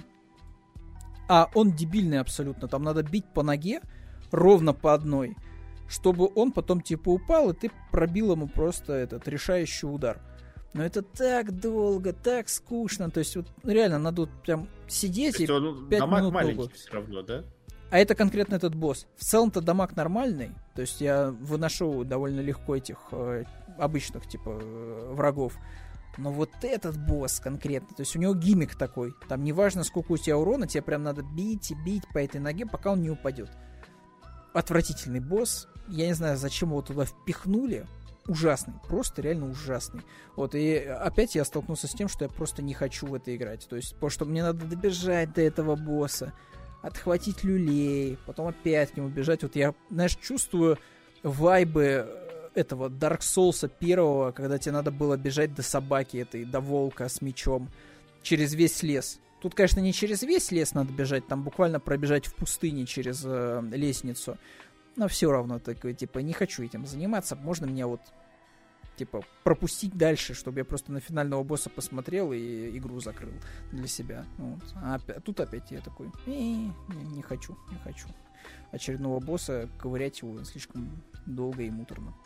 А он дебильный абсолютно. Там надо бить по ноге ровно по одной, чтобы он потом, упал, и ты пробил ему просто этот решающий удар. Но это так долго, так скучно. То есть, реально, надо прям сидеть и 5 минут маленький все равно, да? А это конкретно этот босс. В целом-то дамаг нормальный. То есть я выношу довольно легко этих обычных, врагов. Но вот этот босс конкретно, то есть у него гиммик такой. Там неважно, сколько у тебя урона, тебе прям надо бить и бить по этой ноге, пока он не упадет. Отвратительный босс. Я не знаю, зачем его туда впихнули. Ужасный, просто реально ужасный. И опять я столкнулся с тем, что я просто не хочу в это играть. То есть, потому что мне надо добежать до этого босса, отхватить люлей, потом опять к нему бежать. Я, чувствую вайбы этого Dark Souls 1, когда тебе надо было бежать до собаки этой, до волка с мечом, через весь лес. Тут, конечно, не через весь лес надо бежать, там буквально пробежать в пустыне через лестницу. Но все равно такой, не хочу этим заниматься. Можно меня пропустить дальше, чтобы я просто на финального босса посмотрел и игру закрыл для себя. А тут опять я такой, не хочу. Очередного босса, ковырять его слишком долго и муторно.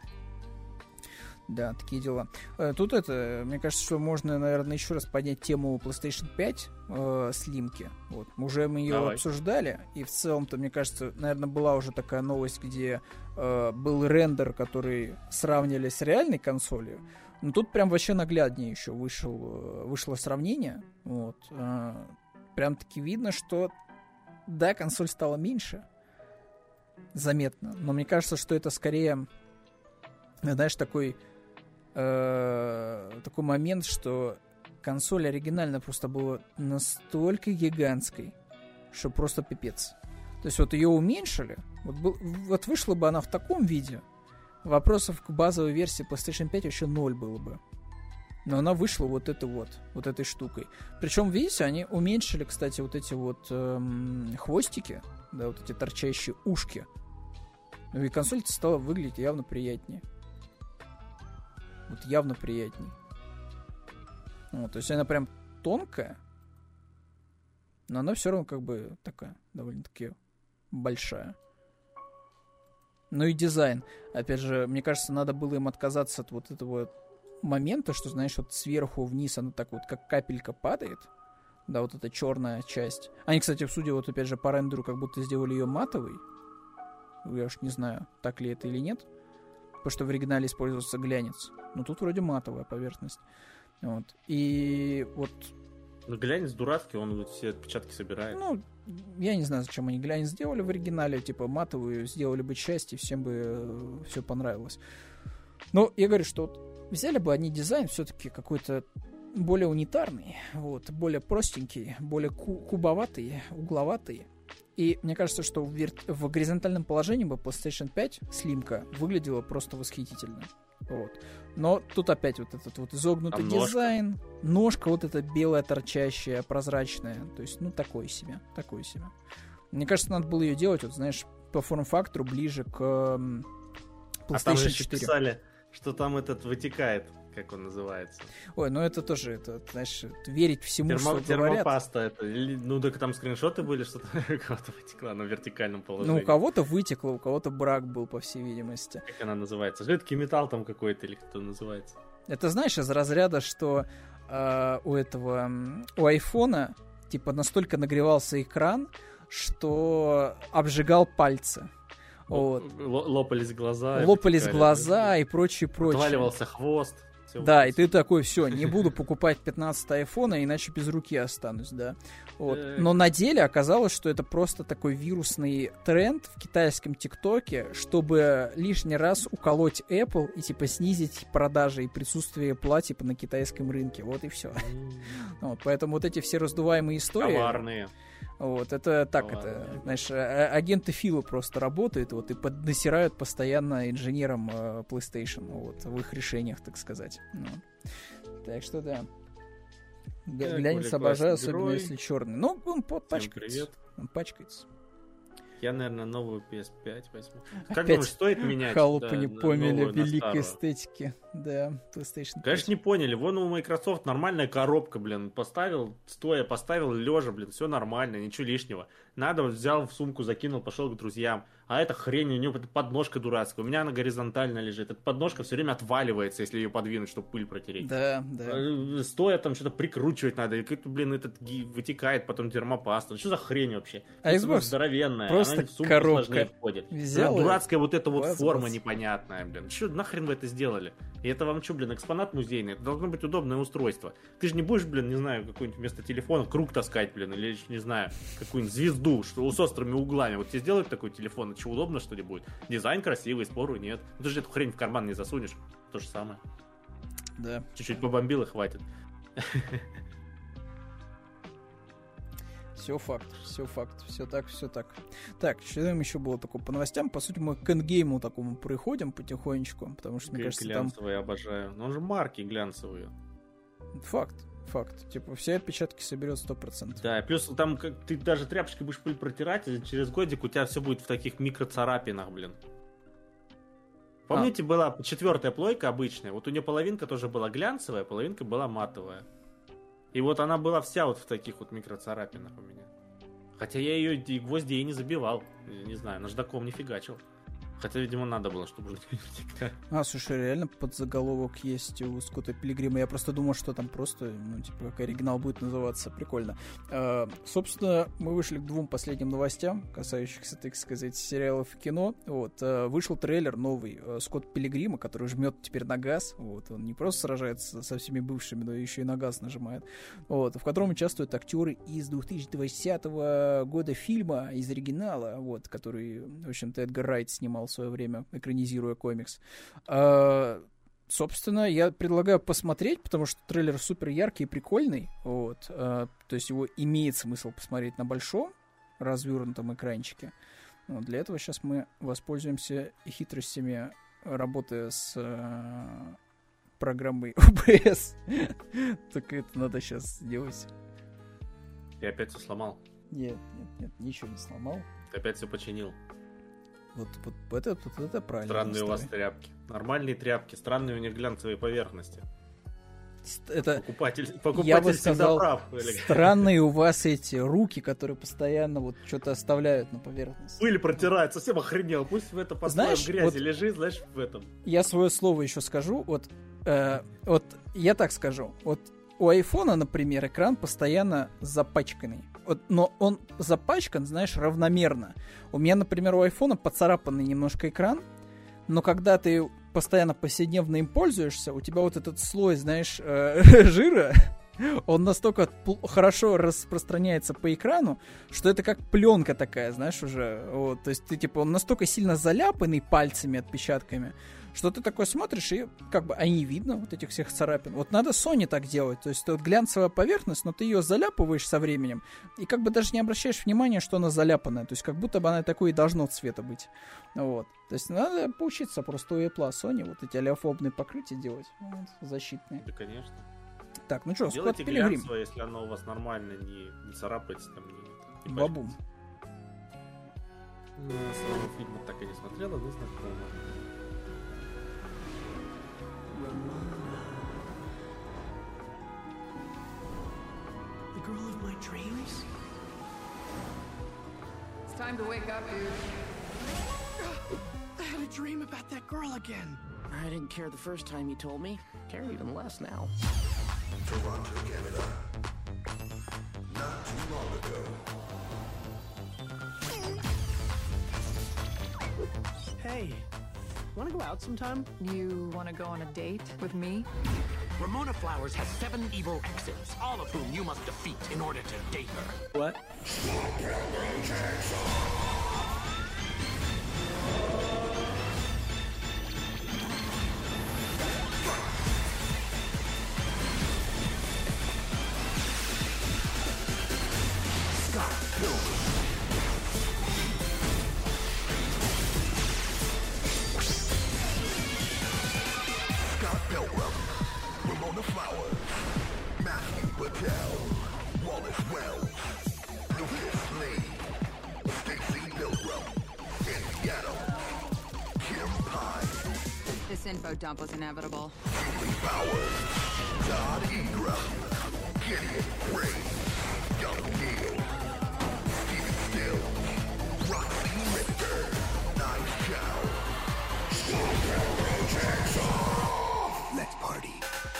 Да, такие дела. Тут мне кажется, что можно, наверное, еще раз поднять тему PlayStation 5 слимки. Уже мы ее обсуждали, и в целом-то, мне кажется, наверное, была уже такая новость, где был рендер, который сравнивали с реальной консолью. Но тут прям вообще нагляднее еще вышло сравнение. Прям-таки видно, что да, консоль стала меньше. Заметно. Но мне кажется, что это скорее, знаешь, такой момент, что консоль оригинально просто была настолько гигантской, что просто пипец. То есть вот ее уменьшили, вот вышла бы она в таком виде, вопросов к базовой версии PlayStation 5 вообще 0 было бы. Но она вышла вот этой штукой. Причем, видите, они уменьшили, кстати, вот эти хвостики, да, вот эти торчащие ушки. Ну и консоль-то стала выглядеть явно приятнее. Вот явно приятнее. То есть она прям тонкая, но она все равно как бы такая довольно-таки большая. Ну и дизайн. Опять же, мне кажется, надо было им отказаться от вот этого момента, что, знаешь, вот сверху вниз она так вот как капелька падает. Да, вот эта черная часть. Они, кстати, судя вот опять же по рендеру, как будто сделали ее матовой. Я уж не знаю, так ли это или нет. Потому что в оригинале использовался глянец. Но тут вроде матовая поверхность. Вот. И вот... Ну, глянец дурацкий, он все отпечатки собирает. Ну, я не знаю, зачем они глянец сделали в оригинале. Типа матовую сделали бы часть, и всем бы все понравилось. Но я говорю, что вот взяли бы они дизайн все-таки какой-то более унитарный, вот, более простенький, более кубоватый, угловатый. И мне кажется, что в горизонтальном положении бы PlayStation 5 слимка выглядела просто восхитительно. Вот. Но тут опять вот этот вот изогнутый дизайн, ножка вот эта белая, торчащая, прозрачная. То есть, ну, такое себе. Мне кажется, надо было ее делать, вот, знаешь, по форм-фактору ближе к PlayStation 4. Там же писали, что там этот вытекает, как он называется. Ой, ну это тоже, это, знаешь, верить всему, что говорят. Термопаста, это, ну так там скриншоты были, что там у кого-то вытекло на вертикальном положении. Ну у кого-то вытекло, у кого-то брак был, по всей видимости. Как она называется? Жидкий металл там какой-то или кто называется? Это, знаешь, из разряда, что у айфона типа настолько нагревался экран, что обжигал пальцы. Вот. Лопались глаза. И прочее. Отваливался хвост. Да, и ты такой, все, не буду покупать 15 айфона, иначе без руки останусь, да. Вот. Но на деле оказалось, что это просто такой вирусный тренд в китайском ТикТоке, чтобы лишний раз уколоть Apple и типа снизить продажи и присутствие Apple типа на китайском рынке. Вот и все. Вот, поэтому вот эти все раздуваемые истории... Коварные. Вот, это так, это, знаешь, агенты Фила просто работают, вот, и насирают постоянно инженерам PlayStation, вот, в их решениях, так сказать. Ну. Так что да. Глянец обожаю, особенно если черный. Ну, он пачкается. Он пачкается. Я, наверное, новую PS5 возьму. Как думаешь, стоит менять? Халупы не поняли великой эстетики. Да, PlayStation 5. Конечно, не поняли. Вон у Microsoft нормальная коробка, блин. Поставил, стоя, поставил, лежа, блин. Все нормально, ничего лишнего. Надо, взял в сумку, закинул, пошел к друзьям. А эта хрень, у нее подножка дурацкая. У меня она горизонтально лежит. Эта подножка все время отваливается, если ее подвинуть, чтобы пыль протереть. Да, да. Стоя там что-то прикручивать надо. И как-то, блин, этот вытекает потом термопаста. Что за хрень вообще? А Xbox здоровенная. просто она в сумку коробка. Сложнее входит. Взял дурацкая вот эта вот бац, форма бац. непонятная, блин. Что нахрен вы это сделали? И это вам что, блин, экспонат музейный? Это должно быть удобное устройство. Ты же не будешь, блин, не знаю, какой-нибудь вместо телефона круг таскать, блин, или, не знаю, какую-нибудь звезду, что с острыми углами. Вот тебе сделают такой телефон, это что, удобно, что ли, будет? Дизайн красивый, спору нет. Ну, ты же эту хрень в карман не засунешь. То же самое. Да. Чуть-чуть побомбил и хватит. Все факт, все так. Так, что там еще было такое по новостям? По сути, мы к эндгейму такому приходим потихонечку, потому что, мне кажется, глянцевые там... обожаю. Но он же марки глянцевые. Факт. Типа, все отпечатки соберет 100%. Да, плюс там как ты даже тряпочкой будешь пыль протирать, и через годик у тебя все будет в таких микроцарапинах, блин. Помните, была 4-я плойка обычная, вот у нее половинка тоже была глянцевая, половинка была матовая. И вот она была вся вот в таких вот микроцарапинах у меня. Хотя я ее и гвозди не забивал. Не знаю, наждаком не фигачил. Хотя, видимо, надо было, чтобы уже всегда. Слушай, реально подзаголовок есть у Скотта Пилигрима. Я просто думал, что там просто, ну, типа, как оригинал будет называться. Прикольно. Собственно, мы вышли к 2 последним новостям, касающихся, так сказать, сериалов и кино. Вот. Вышел трейлер новый Скотта Пилигрима, который жмет теперь на газ. Вот. Он не просто сражается со всеми бывшими, но еще и на газ нажимает. Вот. В котором участвуют актеры из 2010 года фильма, из оригинала, вот, который, в общем-то, Эдгар Райт снимал в свое время, экранизируя комикс. Собственно, я предлагаю посмотреть, потому что трейлер супер яркий и прикольный. Вот. То есть его имеет смысл посмотреть на большом развернутом экранчике. Вот. Для этого сейчас мы воспользуемся хитростями работы с программой OBS. Так это надо сейчас сделать. Я опять все сломал. Нет, ничего не сломал. Ты опять все починил. Вот это правильно. Странные у вас тряпки. Нормальные тряпки, странные у них глянцевые поверхности. Это... Покупатель я бы всегда сказал, прав. Странные у вас эти руки, которые постоянно вот что-то оставляют на поверхности. Пыль протирает, совсем охренел. Пусть в это под слоем грязи вот лежит, знаешь, в этом. Я свое слово еще скажу. Вот я так скажу. Вот у айфона, например, экран постоянно запачканный. Вот, но он запачкан, знаешь, равномерно. У меня, например, у айфона поцарапанный немножко экран, но когда ты постоянно повседневно им пользуешься, у тебя вот этот слой, знаешь, жира, он настолько хорошо распространяется по экрану, что это как пленка такая, знаешь, уже. Вот, то есть ты, типа, он настолько сильно заляпанный пальцами, отпечатками, что ты такой смотришь, и как бы, не видно вот этих всех царапин. Вот надо Sony так делать. То есть это вот глянцевая поверхность, но ты ее заляпываешь со временем, и как бы даже не обращаешь внимания, что она заляпанная. То есть как будто бы она такой и должно цвета быть. Вот. То есть надо поучиться просто у Apple, Sony вот эти олеофобные покрытия делать. Вот, защитные. Да, конечно. Так, ну что, Скотт Пилигрим. Глянцевое, если оно у вас нормально, не царапается, там, не Бабум. Самого фильма так и не смотрела, но знакома. The girl of my dreams? It's time to wake up, dude. I had a dream about that girl again. I didn't care the first time you told me. Care even less now. Toronto, Canada. Not too long ago. Hey, Wanna go out sometime? You want to go on a date with me? Ramona Flowers has 7 evil exes, all of whom you must defeat in order to date her. What? Scott Pilgrim. Scott Pilgrim. Ramona Flowers. Matthew Patel. Wallace Wells. Lucas Lee. Stacy Pilgrim. Indiana. Kim Pine. This info dump was inevitable. Julie Bowers. Todd Ingram. Gideon Gray. Young Neil. Steven Still. Roxy Richter. Knives Chow. Let's party.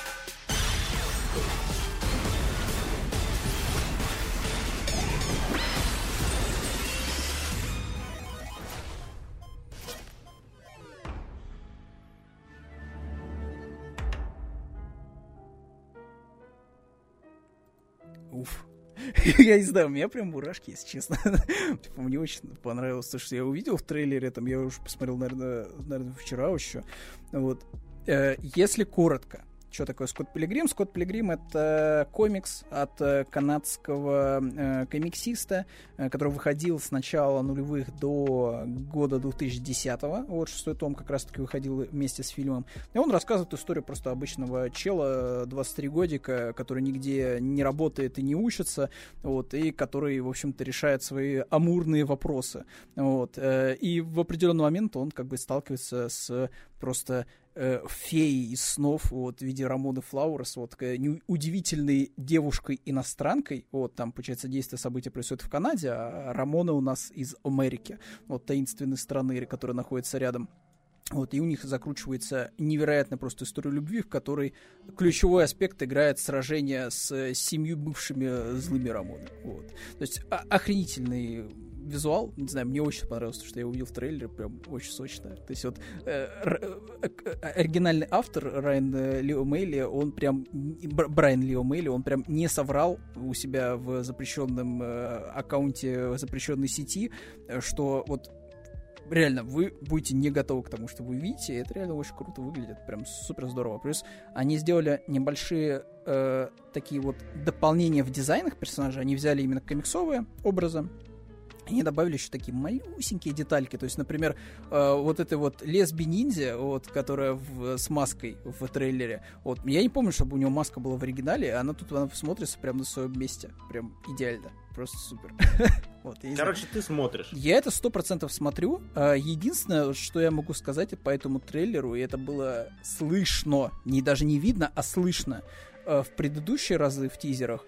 Уф. Я не знаю, у меня прям мурашки, если честно. Типа, мне очень понравилось то, что я увидел в трейлере, там я уже посмотрел, наверное, вчера еще. Вот. Если коротко, что такое Скотт Пилигрим? Скотт Пилигрим — это комикс от канадского комиксиста, который выходил с начала нулевых до года 2010-го. Вот 6-й том как раз-таки выходил вместе с фильмом. И он рассказывает историю просто обычного чела, 23 годика, который нигде не работает и не учится, вот, и который, в общем-то, решает свои амурные вопросы. Вот. И в определенный момент он как бы сталкивается с просто феей из снов, вот, в виде Рамоны Флауэрс, вот, удивительной девушкой-иностранкой, вот, там, получается, действие события происходит в Канаде, а Рамона у нас из Америки, вот, таинственной страны, которая находится рядом. Вот, и у них закручивается невероятная просто история любви, в которой ключевой аспект играет сражение с 7 бывшими злыми Рамоны. Вот. То есть охренительный визуал, не знаю, мне очень понравилось, что я увидел в трейлере, прям очень сочно. То есть вот оригинальный автор Брайан Ли О'Мейли, он прям не соврал у себя в запрещенном аккаунте, в запрещенной сети, что вот реально, вы будете не готовы к тому, что вы видите, и это реально очень круто выглядит, прям супер здорово. Плюс они сделали небольшие такие вот дополнения в дизайнах персонажей, они взяли именно комиксовые образы, они добавили еще такие малюсенькие детальки. То есть, например, вот этой вот лесби-ниндзя, вот, которая с маской в трейлере. Вот, я не помню, чтобы у него маска была в оригинале, она тут она смотрится прямо на своем месте. Прям идеально. Просто супер. Вот, короче, ты смотришь. Я это 100% смотрю. Единственное, что я могу сказать по этому трейлеру, и это было слышно, даже не видно, а слышно в предыдущие разы в тизерах,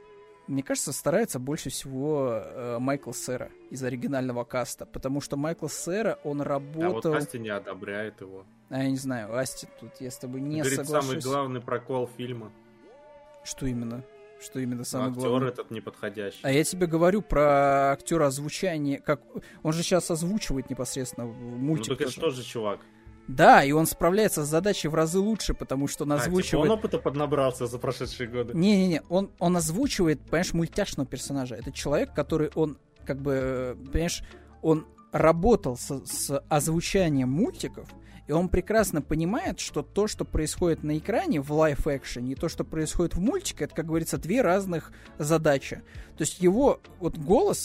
мне кажется, старается больше всего Майкл Сера из оригинального каста, потому что Майкл Сера, он работал... А вот Асти не одобряет его. Я не знаю, Асти, тут я с тобой не говорит, соглашусь. Самый главный прокол фильма. Что именно? Что именно самый актер главный? Актер этот неподходящий. А я тебе говорю про актера озвучания, как он же сейчас озвучивает непосредственно мультик. Ну так это что же, чувак? Да, и он справляется с задачей в разы лучше, потому что он озвучивает... Типа он опыта поднабрался за прошедшие годы. Не-не-не, он озвучивает, понимаешь, мультяшного персонажа. Это человек, который, он, как бы, понимаешь, он работал с озвучанием мультиков, и он прекрасно понимает, что то, что происходит на экране в лайв-экшене, и то, что происходит в мультике, это, как говорится, две разных задачи. То есть его вот голос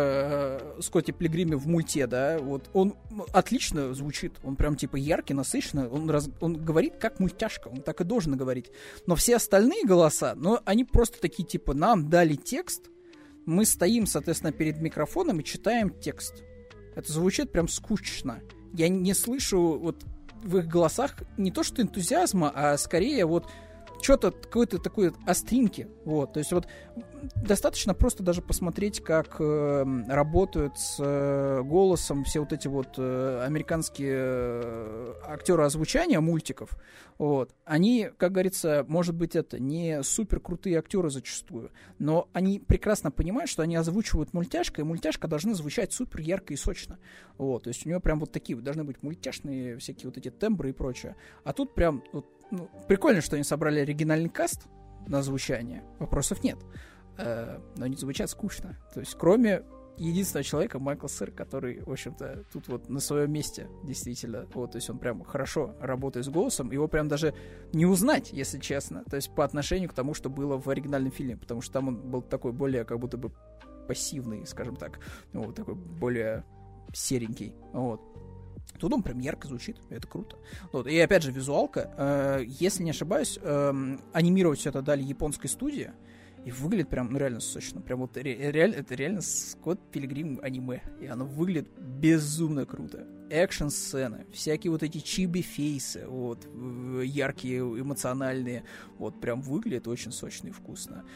в Скотте Пилигриме в мульте, да, вот он отлично звучит. Он прям типа яркий, насыщенный. Он говорит как мультяшка, он так и должен говорить. Но все остальные голоса, они просто такие типа, нам дали текст, мы стоим, соответственно, перед микрофоном и читаем текст. Это звучит прям скучно. Я не слышу вот в их голосах не то что энтузиазма, а скорее вот что-то, какой-то такой остринки. Вот, то есть вот достаточно просто даже посмотреть, как работают с голосом все вот эти вот американские актеры озвучания мультиков. Вот. Они, как говорится, может быть, это не супер крутые актеры зачастую, но они прекрасно понимают, что они озвучивают мультяшка, и мультяшка должна звучать супер ярко и сочно. Вот. То есть у нее прям вот такие должны быть мультяшные всякие вот эти тембры и прочее. А тут прям вот, ну, прикольно, что они собрали оригинальный каст на звучание. Вопросов нет. Но они звучат скучно. То есть кроме единственного человека, Майкл Сэр, который, в общем-то, тут вот на своем месте, действительно, вот, то есть он прям хорошо работает с голосом, его прям даже не узнать, если честно, то есть по отношению к тому, что было в оригинальном фильме, потому что там он был такой более, как будто бы пассивный, скажем так, вот, такой более серенький, вот. Тут он прям ярко звучит, это круто. Вот. И опять же, визуалка, если не ошибаюсь, анимировать все это дали японской студии, и выглядит прям, ну, реально сочно. Прям вот это реально Скотт Пилигрим аниме. И оно выглядит безумно круто. Экшн-сцены, всякие вот эти чиби-фейсы, вот, яркие, эмоциональные. Вот, прям выглядит очень сочно и вкусно.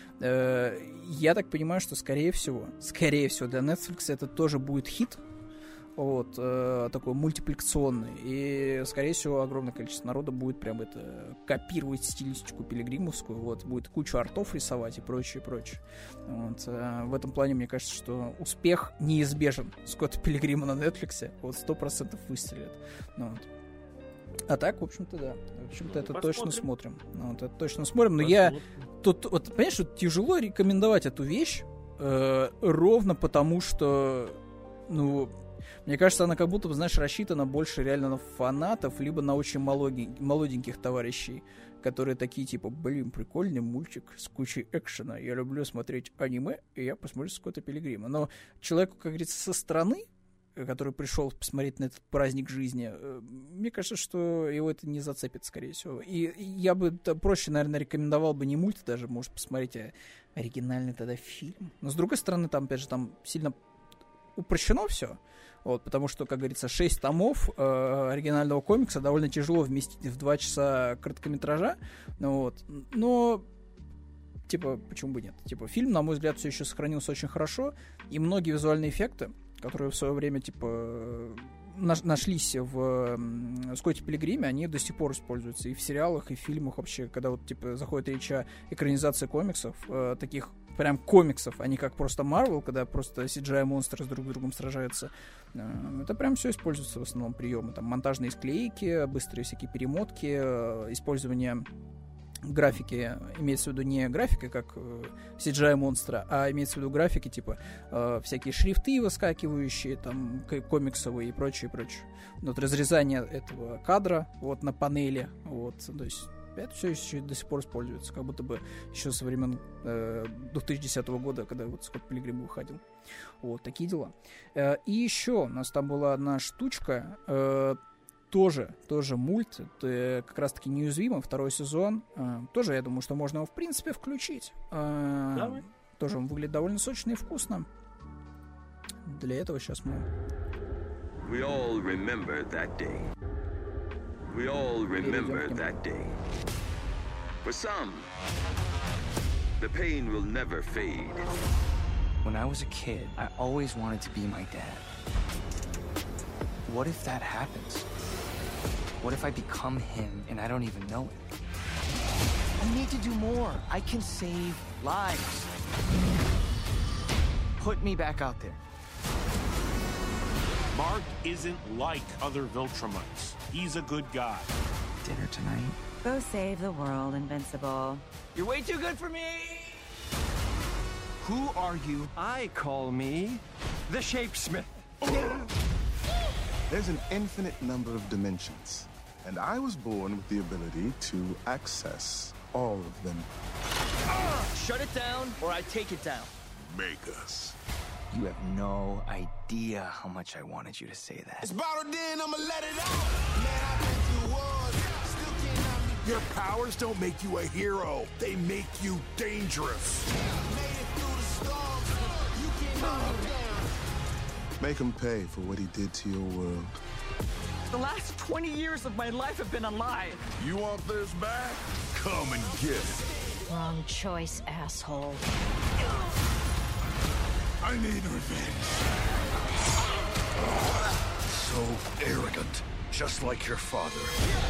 Я так понимаю, что, скорее всего, для Netflix это тоже будет хит. Вот, такой мультипликационный. И, скорее всего, огромное количество народа будет прям это копировать стилистику пилигримовскую, вот, будет кучу артов рисовать и прочее, прочее. Вот, в этом плане, мне кажется, что успех неизбежен. Скотта Пилигрима на Netflix вот 100% выстрелит. Вот. А так, в общем-то, да. В общем-то, это точно смотрим. Вот, это точно смотрим. Но я тут, вот, понимаешь, что тяжело рекомендовать эту вещь ровно потому, что, ну, мне кажется, она как будто бы, знаешь, рассчитана больше реально на фанатов, либо на очень молоденьких товарищей, которые такие, типа, блин, прикольный мультик с кучей экшена, я люблю смотреть аниме, и я посмотрю Скотта Пилигрима. Но человеку, как говорится, со стороны, который пришел посмотреть на этот праздник жизни, мне кажется, что его это не зацепит, скорее всего. И я бы проще, наверное, рекомендовал бы не мульт даже, может, посмотреть оригинальный тогда фильм. Но, с другой стороны, там, опять же, там сильно упрощено все. Вот, потому что, как говорится, 6 томов оригинального комикса довольно тяжело вместить в 2 часа короткометража. Вот. Но, типа, почему бы нет? Типа, фильм, на мой взгляд, все еще сохранился очень хорошо. И многие визуальные эффекты, которые в свое время, типа, нашлись в Скотте Пилигриме, они до сих пор используются и в сериалах, и в фильмах вообще, когда вот, типа, заходит речь о экранизации комиксов, таких прям комиксов, а не как просто Marvel, когда просто CGI-монстры друг с другом сражаются. Это прям все используется в основном приемы. Там монтажные склейки, быстрые всякие перемотки, использование графики, имеется в виду не графика, как CGI-монстра, а имеется в виду графики, типа всякие шрифты выскакивающие, там, комиксовые и прочее, прочее. Вот разрезание этого кадра вот на панели, вот, то есть это все еще до сих пор используется, как будто бы еще со времен 2010 года, когда вот Скотт Пилигрим выходил. Вот, такие дела. И еще у нас там была одна штучка, тоже мульт, это как раз-таки «Неуязвимый», 2 сезон. Тоже, я думаю, что можно его, в принципе, включить. Давай. Тоже он выглядит довольно сочно и вкусно. Для этого сейчас мы... We all remember that day. We all remember that day. For some, the pain will never fade. When I was a kid, I always wanted to be my dad. What if that happens? What if I become him and I don't even know it? I need to do more. I can save lives. Put me back out there. Mark isn't like other Viltrumites. He's a good guy. Dinner tonight? Go save the world, Invincible. You're way too good for me! Who are you? I call me the Shapesmith. There's an infinite number of dimensions, and I was born with the ability to access all of them. Shut it down, or I take it down. Make us. You have no idea how much I wanted you to say that. It's bottled in, I'ma let it out. Man, I've been through wars, still can't knock me. Your powers don't make you a hero. They make you dangerous. Made it through the storms. You can't knock me down. Make him pay for what he did to your world. The last 20 years of my life have been a lie. You want this back? Come and get it. Wrong choice, asshole. I need revenge. So arrogant, just like your father.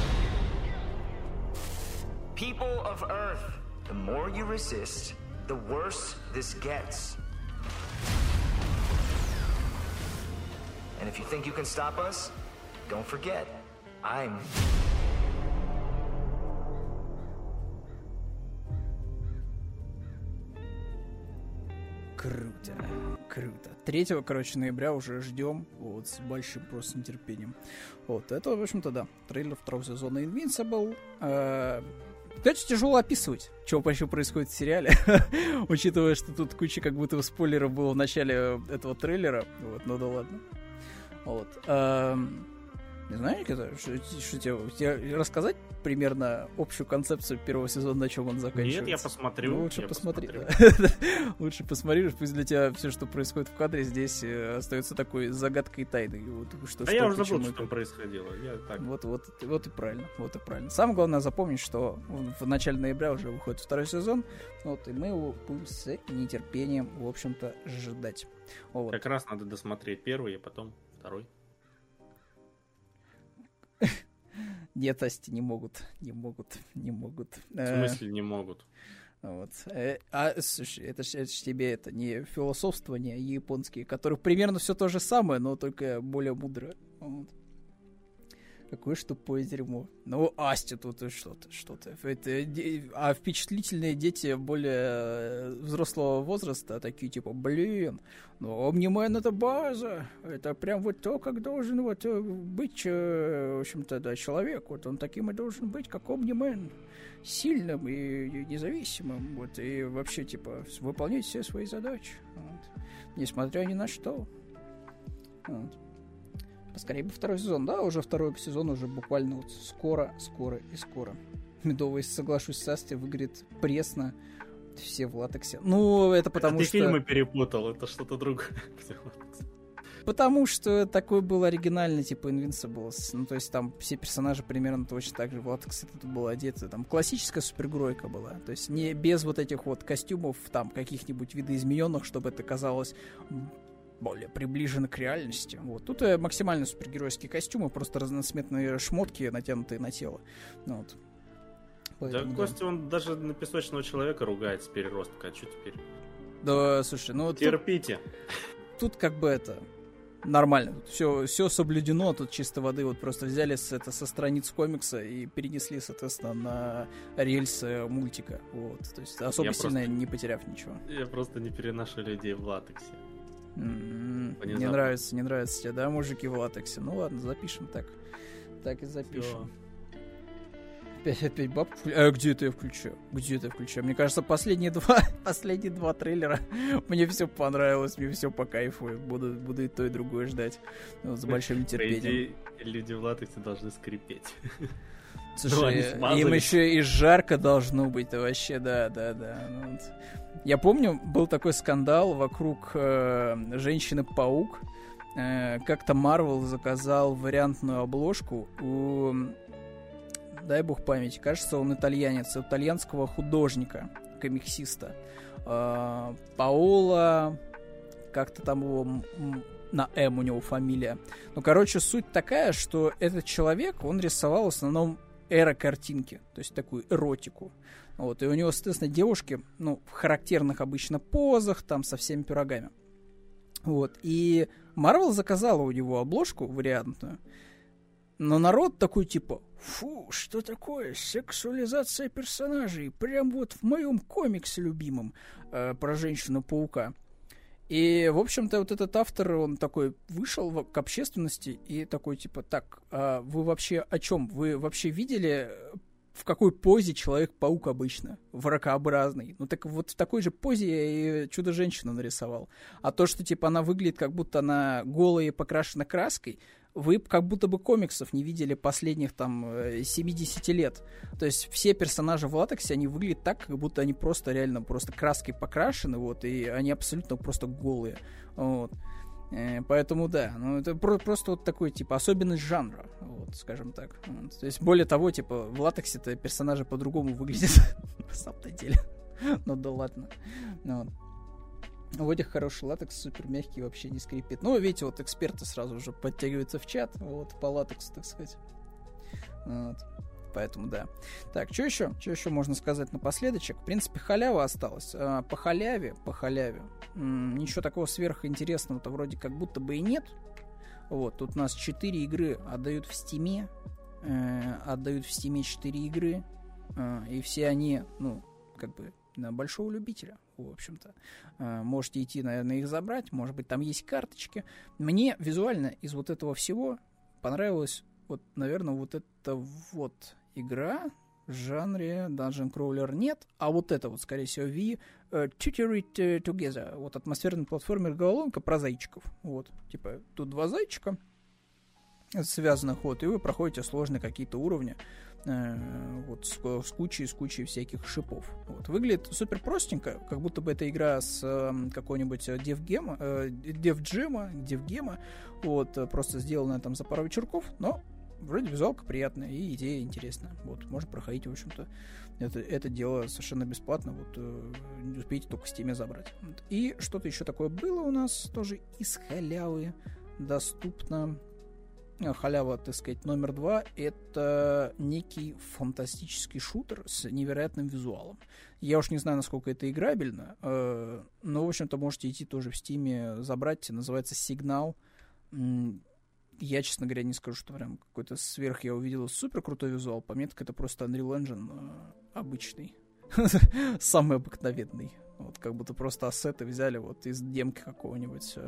People of Earth, the more you resist, the worse this gets. And if you think you can stop us, don't forget, I'm... Круто, круто. 3, ноября уже ждем, вот, с большим просто нетерпением. Вот, это, в общем-то, да, трейлер 2 сезона Invincible. Кстати, тяжело описывать, что вообще происходит в сериале, учитывая, что тут куча как будто спойлеров было в начале этого трейлера. Вот, ну да ладно. Вот. Не знаю, что тебе рассказать примерно общую концепцию первого сезона, на чем он заканчивается? Нет, я посмотрю. Ну, лучше посмотри. Лучше посмотри, пусть для тебя все, что происходит в кадре, здесь остается такой загадкой и тайной. Вот, я уже забыл, что там происходило. Вот и правильно. Самое главное запомнить, что в начале ноября уже выходит 2 сезон, вот, и мы его будем с нетерпением, в общем-то, ждать. Вот. Как раз надо досмотреть 1, а потом 2. Нет, Асти, не могут. В смысле не могут? Вот. Слушай, это ж тебе это не философствование японские, которые примерно все то же самое, но только более мудрое. Вот. Какое ж тупое дерьмо. Ну, Асти тут что-то. А впечатлительные дети более взрослого возраста такие типа, блин, ну, Omni-Man это база. Это прям вот то, как должен вот быть, в общем-то, да, человек. Вот он таким и должен быть, как Omni-Man. Сильным и независимым. Вот, и вообще, типа, выполнять все свои задачи. Вот. Несмотря ни на что. Вот. Скорее бы 2 сезон, да, уже 2 сезон уже буквально вот скоро. Медовый, соглашусь с Асти, выглядит пресно, все в латексе. Ну, это потому что... Ты фильмы перепутал, это что-то другое. Потому что такой был оригинальный, типа, Invincible. Ну, то есть там все персонажи примерно точно так же в латексе тут было одеты. Там классическая супергеройка была. То есть не без вот этих вот костюмов, там, каких-нибудь видоизмененных, чтобы это казалось... более приближены к реальности. Вот. Тут максимально супергеройские костюмы, просто разноцветные шмотки, натянутые на тело. Вот. Поэтому, да, Костя, он даже на песочного человека ругается, переростка. А что теперь? Да, слушай, ну... Терпите. Тут как бы это... Нормально. Тут все соблюдено, тут чисто воды. Вот просто взяли со страниц комикса и перенесли, соответственно, на рельсы мультика. Вот. То есть особо сильно не потеряв ничего. Я просто не переношу людей в латексе. Не нравится тебе, да, мужики в латексе? Ну ладно, запишем так. Так и запишем. Опять бабку. Где это я включаю? Мне кажется, последние два трейлера мне все понравилось, мне все по кайфу. Буду и то, и другое ждать. Вот, с большим нетерпением. Люди в латексе должны скрипеть. Слушай, им еще и жарко должно быть, вообще, да. Ну, вот. Я помню, был такой скандал вокруг Женщины-паук. Как-то Marvel заказал вариантную обложку у, дай бог памяти, кажется, он итальянец, итальянского художника, комиксиста. Паоло, как-то там его... На М у него фамилия. Ну, короче, суть такая, что этот человек, он рисовал в основном эро-картинки, то есть такую эротику. Вот, и у него, соответственно, девушки, ну, в характерных обычно позах, там, со всеми пирогами. Вот, и Marvel заказала у него обложку вариантную, но народ такой, типа, фу, что такое, сексуализация персонажей, прям вот в моем комиксе любимом про Женщину-паука. И, в общем-то, вот этот автор, он такой вышел к общественности и такой, типа, так, а вы вообще о чем? Вы вообще видели, в какой позе Человек-паук обычно? В ракообразной. Ну, так вот в такой же позе я и Чудо-женщину нарисовал. А то, что, типа, она выглядит, как будто она голая и покрашена краской, вы как будто бы комиксов не видели последних, там, 70 лет. То есть все персонажи в латексе, они выглядят так, как будто они просто реально просто краской покрашены, вот, и они абсолютно просто голые. Вот. Поэтому да, ну это просто вот такой, типа, особенность жанра, вот, скажем так. Вот. То есть, более того, типа, в латексе-то персонажи по-другому выглядят на самом-то деле. Ну да ладно. Вот. В этих хороший латекс, супер мягкий, вообще не скрипит. Ну, видите, вот эксперты сразу же подтягиваются в чат, вот, по латексу, так сказать. Вот. Поэтому да. Так, что еще можно сказать напоследочек? В принципе, халява осталась. По халяве, ничего такого сверхинтересного-то вроде как будто бы и нет. Вот, тут у нас 4 игры отдают в Стиме. 4 игры. И все они, ну, как бы, на большого любителя, в общем-то. Можете идти, наверное, их забрать. Может быть, там есть карточки. Мне визуально из вот этого всего понравилось, вот, наверное, вот эта вот игра в жанре Dungeon Crawler нет, а вот это вот, скорее всего, Tutor It Together. Вот атмосферный платформер-головоломка про зайчиков. Вот, типа, тут 2 зайчика связанных, вот, и вы проходите сложные какие-то уровни, вот, с кучей всяких шипов. Вот. Выглядит супер простенько, как будто бы это игра с какой-нибудь DevGem, вот, просто сделанная там за пару вечерков, но вроде визуалка приятная и идея интересная. Вот, можно проходить, в общем-то, это дело совершенно бесплатно, вот, не успеете только в Steam забрать. Вот. И что-то еще такое было у нас тоже из халявы доступно. Халява, так сказать, номер 2 — это некий фантастический шутер с невероятным визуалом. Я уж не знаю, насколько это играбельно, но, в общем-то, можете идти тоже в Steam забрать. Называется «Сигнал». Я, честно говоря, не скажу, что прям какой-то сверх я увидел супер крутой визуал. По мне, так это просто Unreal Engine обычный. Самый обыкновенный. Вот, как будто просто ассеты взяли вот из демки какого-нибудь...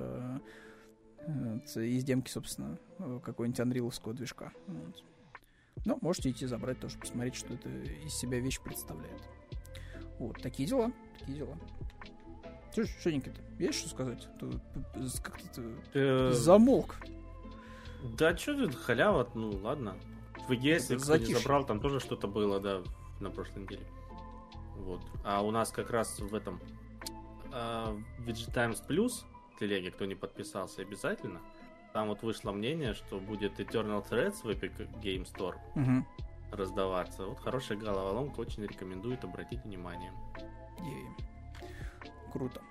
из демки, собственно, какой-нибудь анриловского движка. Вот. Но можете идти забрать тоже, посмотреть, что это из себя вещь представляет. Вот, такие дела. Что, Никита, есть что сказать? Как-то ты замолк. Да, что тут халява, ну ладно. В EGS, кто не забрал, там тоже что-то было, да, на прошлой неделе. Вот. А у нас как раз в этом VG Times Plus телеге, кто не подписался, обязательно. Там вот вышло мнение, что будет Eternal Threads в Epic Game Store раздаваться. Вот хорошая головоломка, очень рекомендую обратить внимание. Круто.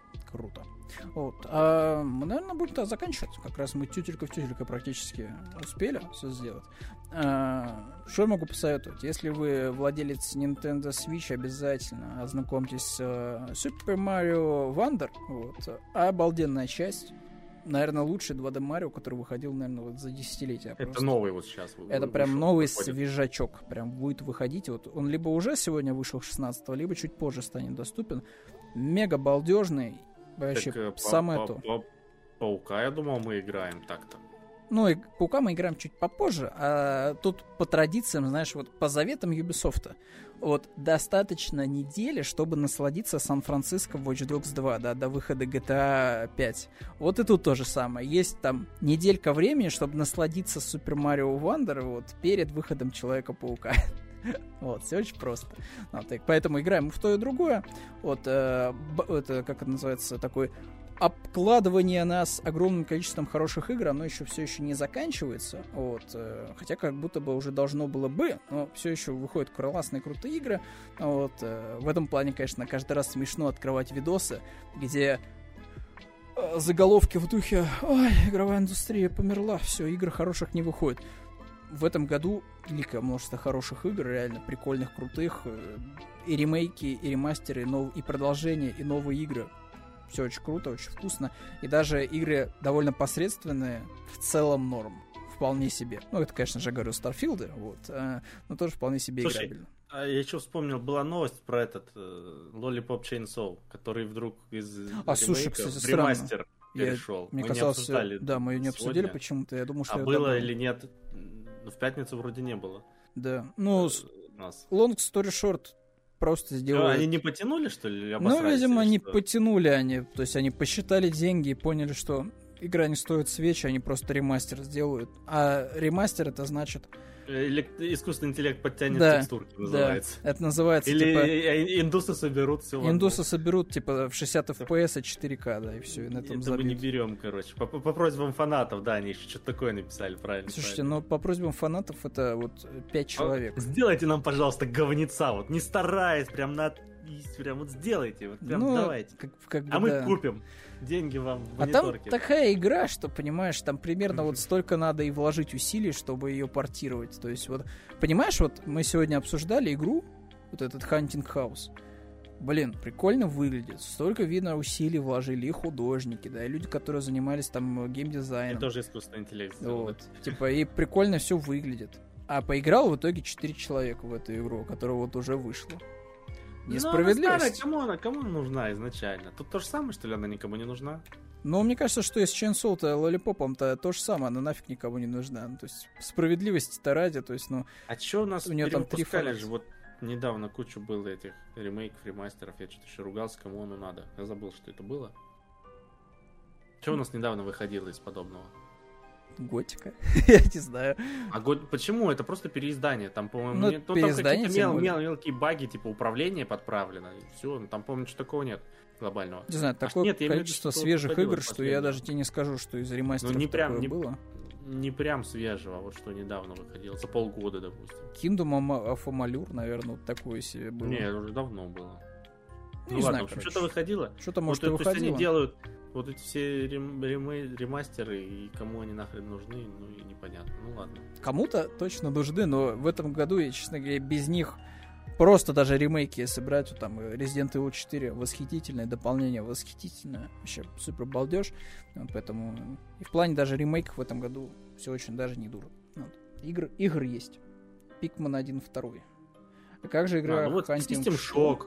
Вот. Мы, наверное, будем заканчивать. Как раз мы тютелька в тютелька практически успели все сделать. Что я могу посоветовать? Если вы владелец Nintendo Switch, обязательно ознакомьтесь с Super Mario Wonder. Вот. Обалденная часть. Наверное, лучший 2D Mario, который выходил, наверное, вот за десятилетия. Это просто новый вот сейчас. Это прям новый свежачок. Прям будет выходить. Вот он либо уже сегодня вышел 16-го, либо чуть позже станет доступен. Мега балдежный. Вообще, так, самое то. Паука, я думал, мы играем так-то. Ну, и Паука мы играем чуть попозже, а тут по традициям, знаешь, вот по заветам Ubisoft, вот достаточно недели, чтобы насладиться Сан-Франциско в Watch Dogs 2, да, до выхода GTA 5. Вот и тут то же самое. Есть там неделька времени, чтобы насладиться Super Mario Wonder вот перед выходом Человека-паука. Вот, все очень просто. Вот, поэтому играем в то и другое. Вот, это, как это называется, такой обкладывание нас огромным количеством хороших игр, оно все еще не заканчивается. Вот, хотя как будто бы уже должно было бы, но все еще выходят классные, крутые игры. Вот, в этом плане, конечно, каждый раз смешно открывать видосы, где заголовки в духе «Ой, игровая индустрия померла, все, игр хороших не выходит». В этом году великое множество хороших игр, реально прикольных, крутых. И ремейки, и ремастеры, и продолжения, и новые игры. Все очень круто, очень вкусно. И даже игры довольно посредственные, в целом норм. Вполне себе. Ну, это, конечно же, говорю, Старфилды, вот. Но тоже вполне себе играбельно. А я еще вспомнил, была новость про этот Lollipop Chainsaw, который вдруг из слушай, кстати, в ремастер перешел. Мне казалось, да, мы ее не обсудили почему-то. Я думал, что было или нет? В пятницу вроде не было. Да. Ну, long story short, просто сделали... Они не потянули, что ли? Ну, видимо, не потянули они. То есть они посчитали деньги и поняли, что игра не стоит свечи, они просто ремастер сделают. А ремастер это значит... Искусственный интеллект подтянет текстурки, называется. Да, это называется, или индусы соберут все. Индусы соберут, типа, в 60 FPS и 4К, да, и все, и на этом это мы не берем, короче. По просьбам фанатов, да, они еще что-то такое написали, правильно. Слушайте, но по просьбам фанатов это вот 5 человек. Сделайте нам, пожалуйста, говнеца, вот, не стараясь, прям вот сделайте, вот прям давайте. Мы купим. Деньги вам в мониторке. А там такая игра, что, понимаешь, там примерно вот столько надо и вложить усилий, чтобы ее портировать. То есть вот, понимаешь, вот мы сегодня обсуждали игру, вот этот Hunting House. Блин, прикольно выглядит. Столько, видно, усилий вложили и художники, да, и люди, которые занимались там геймдизайном. Это тоже искусственный интеллект сделал. Вот, типа, и прикольно все выглядит. А поиграл в итоге 4 человека в эту игру, которая вот уже вышла. Несправедливость. Кому она нужна изначально? Тут то же самое, что ли, она никому не нужна? Ну, мне кажется, что и с Chainsaw-то, Лолипопом-то то же самое, она нафиг никому не нужна. Ну, то есть, справедливости-то ради, то есть, ну... А чё у нас у нее там 3 же, вот недавно кучу было этих ремейков, ремастеров, я что-то еще ругался, кому оно надо. Я забыл, что это было. Что у нас недавно выходило из подобного? Готика. Я не знаю. Почему? Это просто переиздание. Там, по-моему, ну, там какие-то мелкие баги, типа управление подправлено. И все. Там, по-моему, ничего такого нет глобального. Не знаю, такое количество свежих игр, что я даже тебе не скажу, что из ремастеров такое было. Не прям свежего, а вот что недавно выходило. За полгода, допустим. Kingdom of Amalur, наверное, вот такое себе было. Не, это уже давно было. Не знаю, что-то выходило. Что-то, может, и выходило. Они делают вот эти все ремастеры, и кому они нахрен нужны, ну и непонятно. Ну ладно. Кому-то точно нужны, но в этом году, я, честно говоря, без них просто даже ремейки, если брать, вот там Resident Evil 4 восхитительное, дополнение восхитительное, вообще супер балдеж. Вот, поэтому и в плане даже ремейков в этом году все очень даже не дуро. Вот. Игр есть. Pikmin 1, 2. А как же игра Hunting Shock?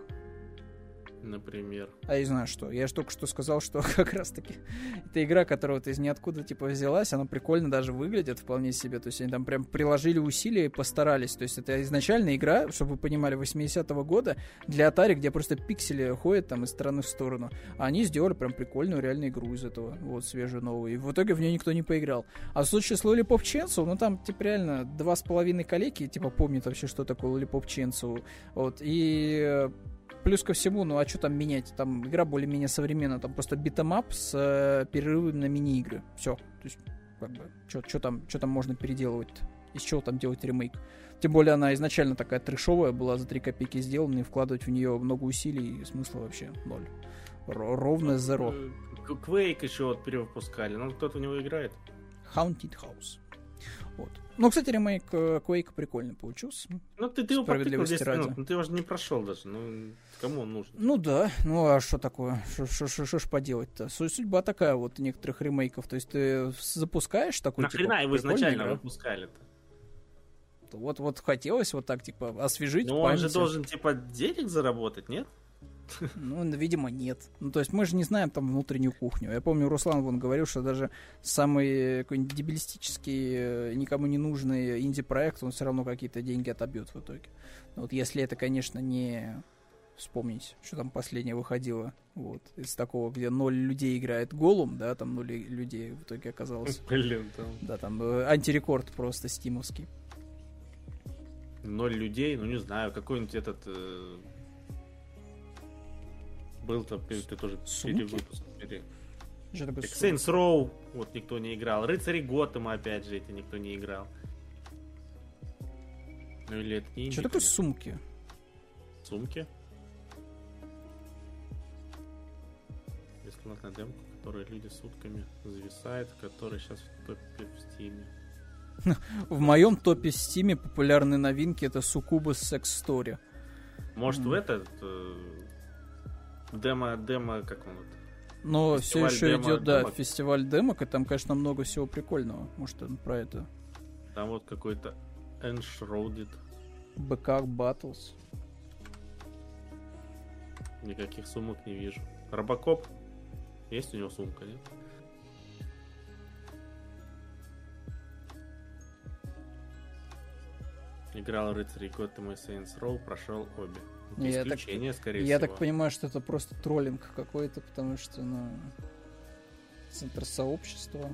Например. А я знаю что. Я же только что сказал, что как раз таки эта игра, которая вот из ниоткуда типа взялась, она прикольно даже выглядит вполне себе. То есть они там прям приложили усилия и постарались. То есть это изначально игра, чтобы вы понимали, 80-го года для Atari, где просто пиксели ходят там из стороны в сторону. А они сделали прям прикольную реальную игру из этого. Вот, свежую, новую. И в итоге в нее никто не поиграл. А в случае с Lollipop Chainsaw, ну там типа реально 2,5 коллеги типа помнят вообще, что такое Lollipop Chainsaw. Вот. И... Плюс ко всему, ну а что там менять? Там игра более-менее современная, там просто битэмап с перерывом на мини-игры. Все. То есть, как бы, что там можно переделывать-то? Из чего там делать ремейк? Тем более она изначально такая трэшовая была, за 3 копейки сделана, и вкладывать в нее много усилий и смысла вообще ноль. Ровно зеро. Quake еще вот перевыпускали, но кто-то в него играет? Haunted House. Вот. Ну, кстати, ремейк Quake прикольно получился. Ну, ты его потыкал 10 минут, но ты его же не прошел даже. Ну, кому он нужен? Ну да, ну а что такое? Что ж поделать-то? Судьба такая вот некоторых ремейков. То есть ты запускаешь такой, нахрена его изначально выпускали-то? Вот хотелось вот так, типа, освежить память. Ну, он же должен, типа, денег заработать, нет? Ну, видимо, нет. Ну, то есть мы же не знаем там внутреннюю кухню. Я помню, Руслан вон говорил, что даже самый какой-нибудь дебилистический, никому не нужный инди-проект, он все равно какие-то деньги отобьет в итоге. Вот если это, конечно, не вспомнить, что там последнее выходило. Вот. Из такого, где 0 людей играет Голум, да, там 0 людей в итоге оказалось. Блин, там. Да, там антирекорд просто стимовский. 0 людей, ну не знаю, какой-нибудь этот... Был-то, ты тоже перевыпуск. Saints Row, вот никто не играл. Рыцари Готэма, опять же, эти никто не играл. Ну или это не инди. Что такое сумки? Сумки? Бесплатная демка, которую люди сутками зависают, которая сейчас в топе в Стиме. В моем топе в Стиме популярные новинки — это Succubus Sex Story. Может, в этот... Демо, как он вот? Но все еще идет, да, фестиваль демок, и там, конечно, много всего прикольного. Может, он про это. Там вот какой-то Enshrouded. Backup Battles. Никаких сумок не вижу. Робокоп? Есть у него сумка, нет? Играл Рыцарей Готэма и Saints Row, прошел обе. Исключение, скорее всего. Я так понимаю, что это просто троллинг какой-то, потому что, ну... Центр сообщества.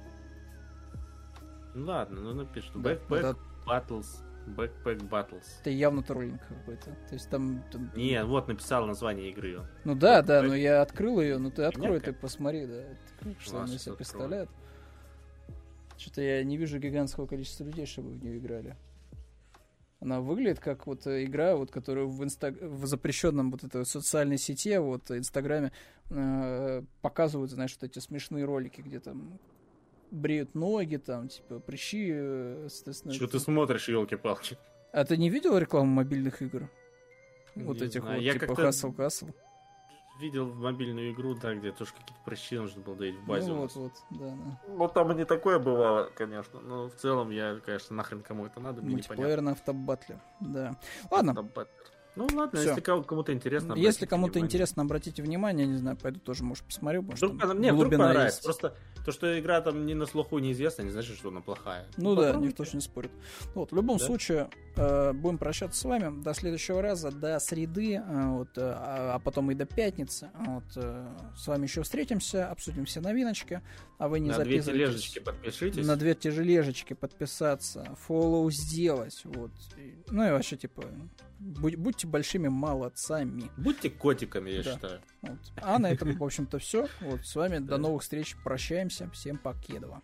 Ладно, ну напиши. Да, Backpack Battles. Backpack Battles. Это явно троллинг какой-то. То есть там... Не, вот написал название игры. Ну да, да, но я открыл ее, ну ты открой, Понятно. ты посмотри, да. Что она из себя открою. представляет. Что-то я не вижу гигантского количества людей, чтобы в нее играли. Она выглядит как вот игра, вот, которую в запрещенном вот этой социальной сети, вот, Инстаграме, показывают, знаешь, вот эти смешные ролики, где там бреют ноги, там, типа, прыщи, соответственно. Что ты смотришь, елки-палки? А ты не видел рекламу мобильных игр? Вот Не этих знаю. вот, Я типа, как-то Hustle. видел в мобильную игру, да, где тоже какие-то прыщи нужно было давить в базе. Ну у вот, нас. да. Ну, там и не такое бывало, конечно. Но в целом я, конечно, нахрен кому это надо, мне непонятно. Мультиплеер на автобатле, да. Ладно. Автобатлер. Ну ладно, Всё. если кому-то интересно. Если кому-то внимание. интересно, обратите внимание, не знаю, пойду тоже, может, посмотрю. Может, Вдруг, там вдруг глубина понравится. есть. Просто то, что игра там не на слуху неизвестна, не значит, что она плохая. Ну да, попробуйте. никто же не спорит. Вот, в любом Да. случае, будем прощаться с вами до следующего раза, до среды, а потом и до пятницы. Вот, с вами еще встретимся, обсудим все новиночки, а вы не На 2 записывайтесь. тележечки подпишитесь. На 2 тележечки подписаться, фоллоу сделать, вот. Ну и вообще, типа, будьте большими молодцами. Будьте котиками, я Да. считаю. Вот. А на этом, в общем-то, все. Вот, с вами до новых встреч, прощаемся, всем покедова.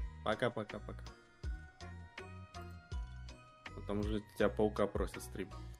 Пока-пока-пока. Потому что тебя паука просят стрим.